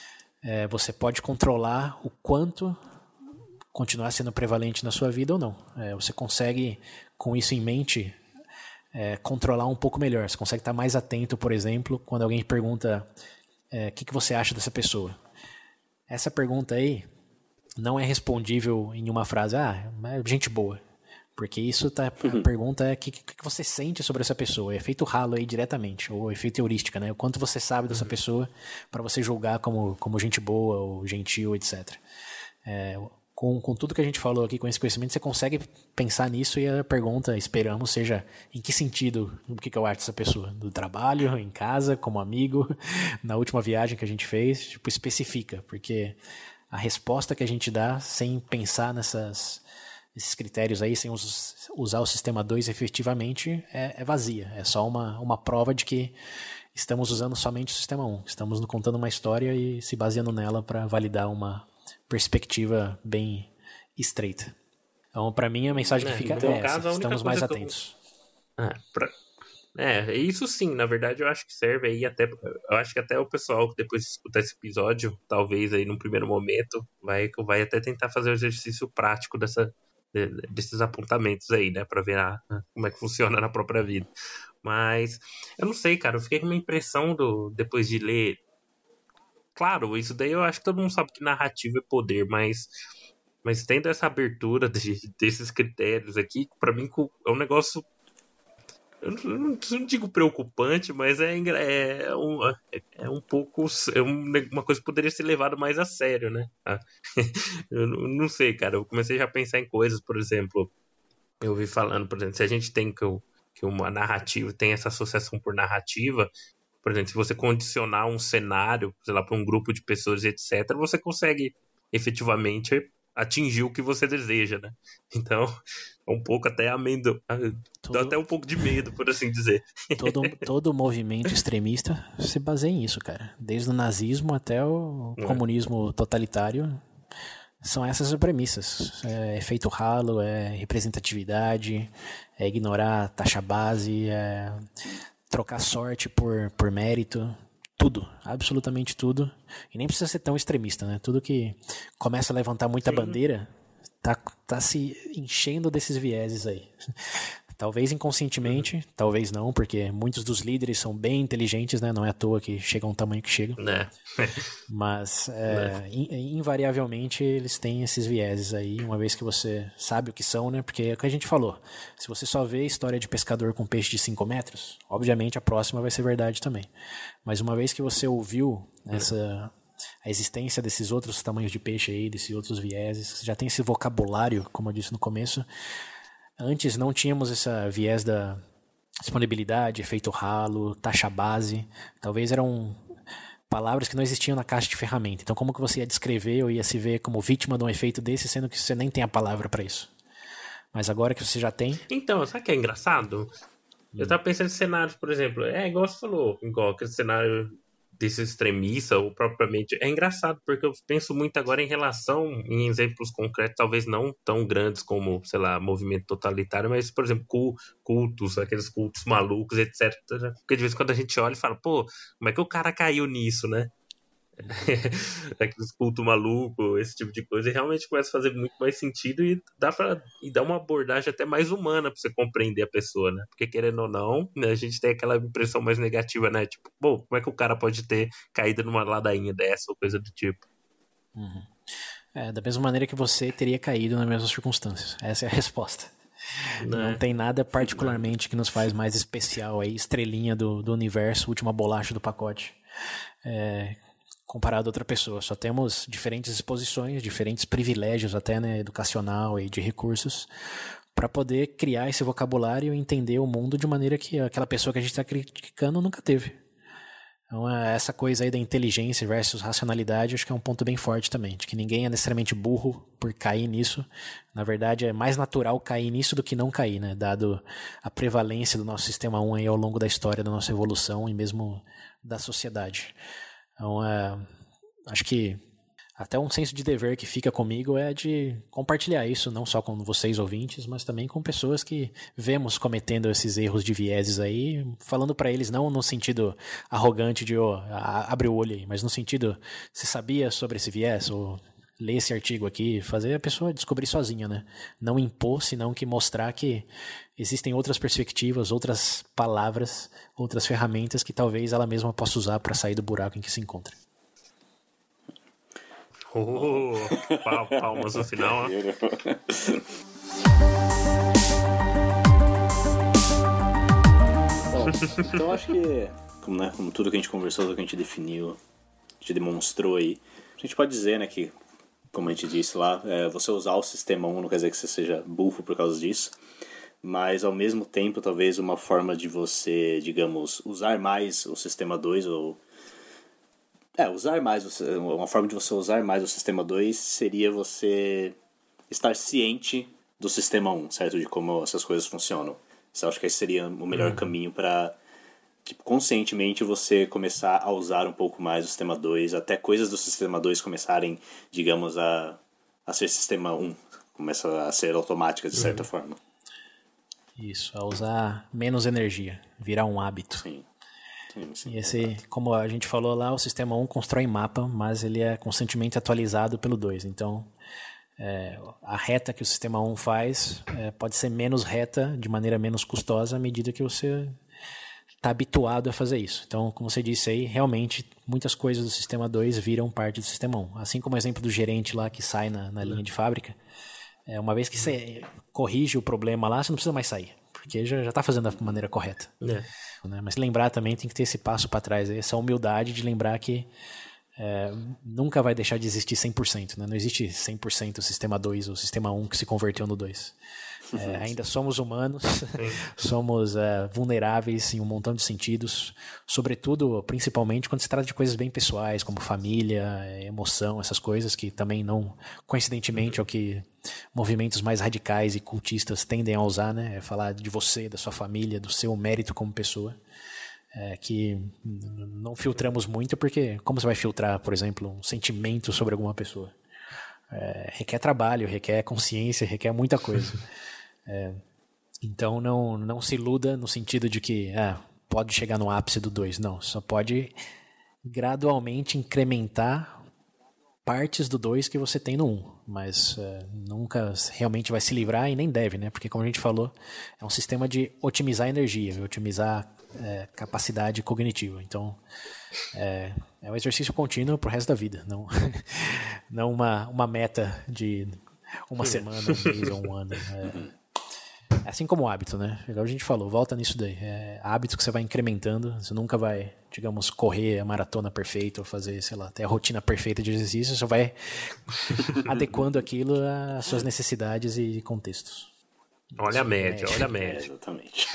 é, você pode controlar o quanto continuar sendo prevalente na sua vida ou não. É, você consegue, com isso em mente, é, controlar um pouco melhor. Você consegue estar mais atento, por exemplo, quando alguém pergunta é, o que, que você acha dessa pessoa. Essa pergunta aí não é respondível em uma frase, ah, é gente boa. Porque isso tá, a pergunta é o que, que você sente sobre essa pessoa. É efeito halo aí diretamente, ou efeito heurística, né? O quanto você sabe dessa uhum. pessoa para você julgar como, como gente boa, ou gentil, etcétera. É, com, com tudo que a gente falou aqui, com esse conhecimento, você consegue pensar nisso e a pergunta, esperamos, seja em que sentido, o que, que eu acho dessa pessoa? Do trabalho, em casa, como amigo, na última viagem que a gente fez, tipo, especifica, porque a resposta que a gente dá sem pensar nessas, nesses critérios aí, sem us, usar o sistema dois efetivamente, é, é vazia. É só uma, uma prova de que estamos usando somente o sistema um. Estamos contando uma história e se baseando nela para validar uma perspectiva bem estreita. Então, para mim, a mensagem é, que fica é essa. Caso, estamos mais atentos. Eu... Ah, pra... É, isso sim, na verdade eu acho que serve aí até, eu acho que até o pessoal que depois de escutar esse episódio, talvez aí num primeiro momento, vai, vai até tentar fazer o exercício prático dessa, desses apontamentos aí, né, pra ver a, como é que funciona na própria vida. Mas, eu não sei, cara, eu fiquei com uma impressão do, depois de ler, claro, isso daí eu acho que todo mundo sabe que narrativa é poder, mas, mas tendo essa abertura de, desses critérios aqui, pra mim é um negócio... Eu não, não digo preocupante, mas é, é, um, é um pouco. É uma coisa que poderia ser levada mais a sério, né? Eu não sei, cara. Eu comecei já a pensar em coisas, por exemplo. Eu ouvi falando, por exemplo, se a gente tem que, que uma narrativa, tem essa associação por narrativa, por exemplo, se você condicionar um cenário, sei lá, para um grupo de pessoas, etcétera, você consegue efetivamente atingir o que você deseja, né? Então, é um pouco até amendo... Todo, dá até um pouco de medo, por assim dizer. Todo, todo movimento extremista se baseia nisso, cara. Desde o nazismo até o é. comunismo totalitário, são essas as premissas. É efeito halo, é representatividade, é ignorar a taxa base, é trocar sorte por, por mérito... Tudo, absolutamente tudo. E nem precisa ser tão extremista, né? Tudo que começa a levantar muita Sim. bandeira tá, tá se enchendo desses vieses aí. Talvez inconscientemente, uhum. talvez não, porque muitos dos líderes são bem inteligentes, né? Não é à toa que chegam ao tamanho que chegam. Né? Mas, é, in, invariavelmente, eles têm esses vieses aí, uma vez que você sabe o que são, né? Porque é o que a gente falou. Se você só vê história de pescador com peixe de cinco metros, obviamente a próxima vai ser verdade também. Mas uma vez que você ouviu essa... a existência desses outros tamanhos de peixe aí, desses outros vieses, já tem esse vocabulário, como eu disse no começo. Antes não tínhamos esse viés da disponibilidade, efeito halo, taxa base. Talvez eram palavras que não existiam na caixa de ferramenta. Então como que você ia descrever ou ia se ver como vítima de um efeito desse, sendo que você nem tem a palavra para isso? Mas agora que você já tem... Então, sabe o que é engraçado? Hum. Eu tava pensando em cenários, por exemplo, é igual você falou, igual aquele cenário desse extremista, ou propriamente... É engraçado, porque eu penso muito agora em relação, em exemplos concretos, talvez não tão grandes como, sei lá, movimento totalitário, mas, por exemplo, cultos, aqueles cultos malucos, etcétera. Porque de vez em quando a gente olha e fala, pô, como é que o cara caiu nisso, né? aqueles culto maluco, esse tipo de coisa, e realmente começa a fazer muito mais sentido e dá para e dá uma abordagem até mais humana para você compreender a pessoa, né? Porque querendo ou não, né, a gente tem aquela impressão mais negativa, né? Tipo, bom, como é que o cara pode ter caído numa ladainha dessa ou coisa do tipo? Uhum. É, da mesma maneira que você teria caído nas mesmas circunstâncias. Essa é a resposta. Não, não tem nada particularmente que nos faz mais especial aí, estrelinha do, do universo, última bolacha do pacote, é, comparado a outra pessoa. Só temos diferentes exposições, diferentes privilégios até, né, educacional e de recursos, para poder criar esse vocabulário e entender o mundo de maneira que aquela pessoa que a gente está criticando nunca teve. Então, essa coisa aí da inteligência versus racionalidade, acho que é um ponto bem forte também, de que ninguém é necessariamente burro por cair nisso. Na verdade, é mais natural cair nisso do que não cair, né? Dado a prevalência do nosso sistema um aí ao longo da história da nossa evolução e mesmo da sociedade. Então, é, acho que até um senso de dever que fica comigo é de compartilhar isso, não só com vocês ouvintes, mas também com pessoas que vemos cometendo esses erros de vieses aí, falando para eles não no sentido arrogante de oh, abre o olho aí, mas no sentido, você sabia sobre esse viés? Ou lê esse artigo aqui, fazer a pessoa descobrir sozinha, né? Não impor, senão que mostrar que existem outras perspectivas, outras palavras, outras ferramentas que talvez ela mesma possa usar para sair do buraco em que se encontra. Oh, palmas no final. Ó. Bom, então acho que, como, né, como tudo que a gente conversou, tudo que a gente definiu, a gente demonstrou aí, a gente pode dizer, né, que, como a gente disse lá, é, você usar o sistema um não quer dizer que você seja burro por causa disso, mas ao mesmo tempo, talvez uma forma de você, digamos, usar mais o sistema dois ou É, usar mais, uma forma de você usar mais o sistema dois seria você estar ciente do sistema um, certo? De como essas coisas funcionam. Então, acho que esse seria o melhor uhum. caminho para, tipo, conscientemente você começar a usar um pouco mais o sistema dois, até coisas do sistema dois começarem, digamos, a, a ser sistema um, começa a ser automática de certa uhum. forma. Isso, a usar menos energia, virar um hábito. Sim. E esse, como a gente falou lá, o sistema um constrói mapa, mas ele é constantemente atualizado pelo dois. Então, é, a reta que o sistema um faz é, pode ser menos reta, de maneira menos custosa, à medida que você está habituado a fazer isso. Então, como você disse aí, realmente, muitas coisas do sistema dois viram parte do sistema um. Assim como o exemplo do gerente lá que sai na, na linha de fábrica, é, uma vez que você corrige o problema lá, você não precisa mais sair. Porque já está fazendo da maneira correta. É. Né? Mas lembrar também, tem que ter esse passo para trás, essa humildade de lembrar que é, nunca vai deixar de existir cem por cento. Né? Não existe cem por cento o sistema dois ou o sistema um que se converteu no dois. É, ainda somos humanos, somos é, vulneráveis em um montão de sentidos, sobretudo, principalmente quando se trata de coisas bem pessoais, como família, emoção, essas coisas que também não, coincidentemente, é o que movimentos mais radicais e cultistas tendem a usar, né? É falar de você, da sua família, do seu mérito como pessoa, é, que não filtramos muito, porque como você vai filtrar, por exemplo, um sentimento sobre alguma pessoa? É, requer trabalho, requer consciência, requer muita coisa. É, então não, não se iluda no sentido de que ah, pode chegar no ápice do dois. Não, só pode gradualmente incrementar partes do dois que você tem no um, mas é, nunca realmente vai se livrar e nem deve, né? Porque como a gente falou, é um sistema de otimizar energia, otimizar é, capacidade cognitiva. Então é, é um exercício contínuo pro resto da vida, não, não uma, uma meta de uma semana, um mês ou um ano. É, assim como o hábito, né? Igual a gente falou, volta nisso daí. É hábito que você vai incrementando, você nunca vai, digamos, correr a maratona perfeita ou fazer, sei lá, até a rotina perfeita de exercício, você vai adequando aquilo às suas necessidades e contextos. Olha Isso, a média, é, olha a média. É, exatamente.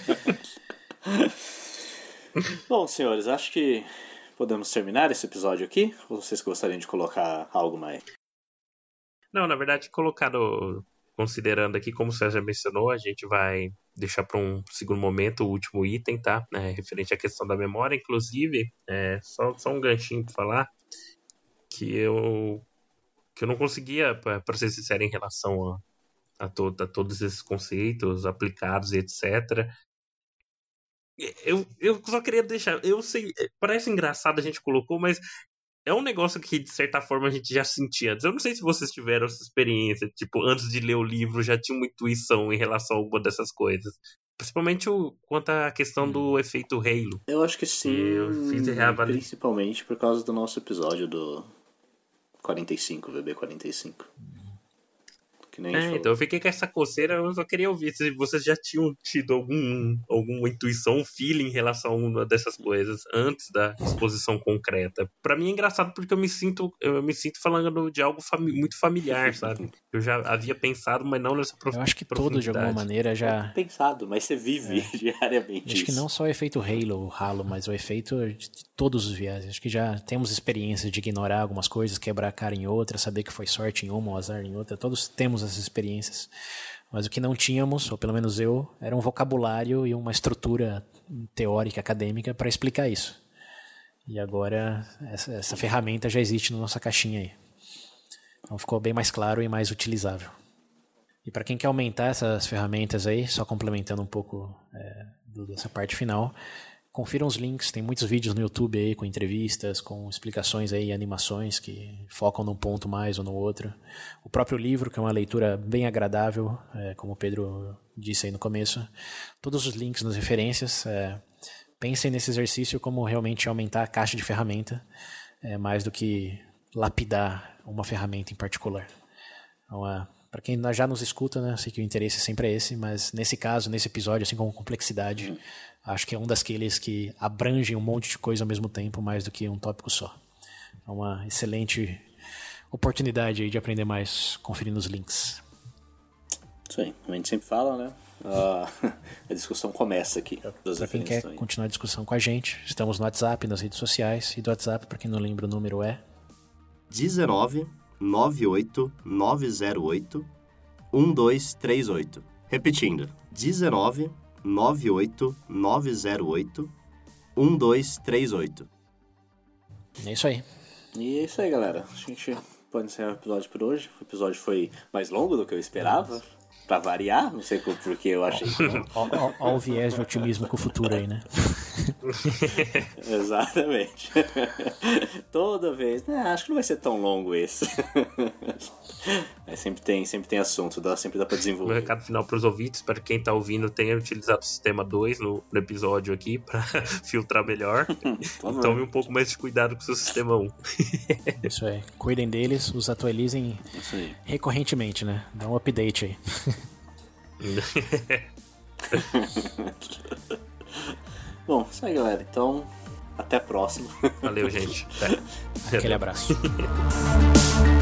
Bom, senhores, acho que podemos terminar esse episódio aqui, ou vocês gostariam de colocar algo mais? Não, na verdade, colocado... Considerando aqui, como o César mencionou, a gente vai deixar para um segundo momento o último item, tá? É, referente à questão da memória, inclusive, é, só, só um ganchinho para falar, que eu, que eu não conseguia, para ser sincero, em relação a, a, to, a todos esses conceitos aplicados e etcétera. Eu, eu só queria deixar, eu sei, parece engraçado a gente colocou, mas é um negócio que, de certa forma, a gente já sentia antes. Eu não sei se vocês tiveram essa experiência, tipo, antes de ler o livro, já tinha uma intuição em relação a alguma dessas coisas. Principalmente o, quanto à questão do efeito Halo. Eu acho que sim, Eu fiz reavali... principalmente por causa do nosso episódio do quarenta e cinco, V B quarenta e cinco. Que nem É, então eu fiquei com essa coceira, eu só queria ouvir se vocês já tinham tido algum, alguma intuição, um feeling em relação a uma dessas coisas antes da exposição concreta. Pra mim é engraçado porque eu me sinto, eu me sinto falando de algo fami- muito familiar, sabe? Eu já havia pensado, mas não nessa profundidade. Eu acho que todos, de alguma maneira, já... Pensado, mas você vive é. diariamente Acho que isso. não só o efeito Halo, o Halo, mas o efeito de todos os viagens. Acho que já temos experiência de ignorar algumas coisas, quebrar a cara em outra, saber que foi sorte em uma ou azar em outra. Todos temos essas experiências. Mas o que não tínhamos, ou pelo menos eu, era um vocabulário e uma estrutura teórica, acadêmica para explicar isso. E agora essa, essa ferramenta já existe na nossa caixinha aí. Então ficou bem mais claro e mais utilizável. E para quem quer aumentar essas ferramentas aí, só complementando um pouco é, dessa parte final, confiram os links, tem muitos vídeos no YouTube aí com entrevistas, com explicações aí, animações que focam num ponto mais ou no outro. O próprio livro, que é uma leitura bem agradável, é, como o Pedro disse aí no começo. Todos os links nas referências. É, pensem nesse exercício como realmente aumentar a caixa de ferramenta, é, mais do que lapidar uma ferramenta em particular. Então, é, para quem já nos escuta, né, sei que o interesse sempre é esse, mas nesse caso, nesse episódio, assim como complexidade, hum. acho que é um daqueles que abrangem um monte de coisa ao mesmo tempo, mais do que um tópico só. É uma excelente oportunidade aí de aprender mais conferindo os links. Isso aí, a gente sempre fala, né? Uh, a discussão começa aqui. Para quem quer continuar a discussão com a gente, estamos no WhatsApp, nas redes sociais, e do WhatsApp, para quem não lembra, o número é dezenove, nove oito nove zero oito, um dois três oito. Repetindo, dezenove, nove oito nove zero oito, um dois três oito. É isso aí. E é isso aí, galera. A gente pode encerrar o episódio por hoje. O episódio foi mais longo do que eu esperava. Pra variar, não sei porque eu achei que não. Olha o viés de otimismo com o futuro aí, né? Exatamente. Toda vez, né, acho que não vai ser tão longo esse. Mas sempre tem, sempre tem assunto, dá, sempre dá pra desenvolver. Um recado final pros ouvintes, para quem tá ouvindo, tenha utilizado o sistema dois no, no episódio aqui pra filtrar melhor. Então tome um pouco mais de cuidado com o seu sistema um. Isso aí. Cuidem deles, os atualizem recorrentemente, né? Dá um update aí. Bom, isso aí, galera. Então, até a próxima. Valeu, gente. Até. Aquele abraço.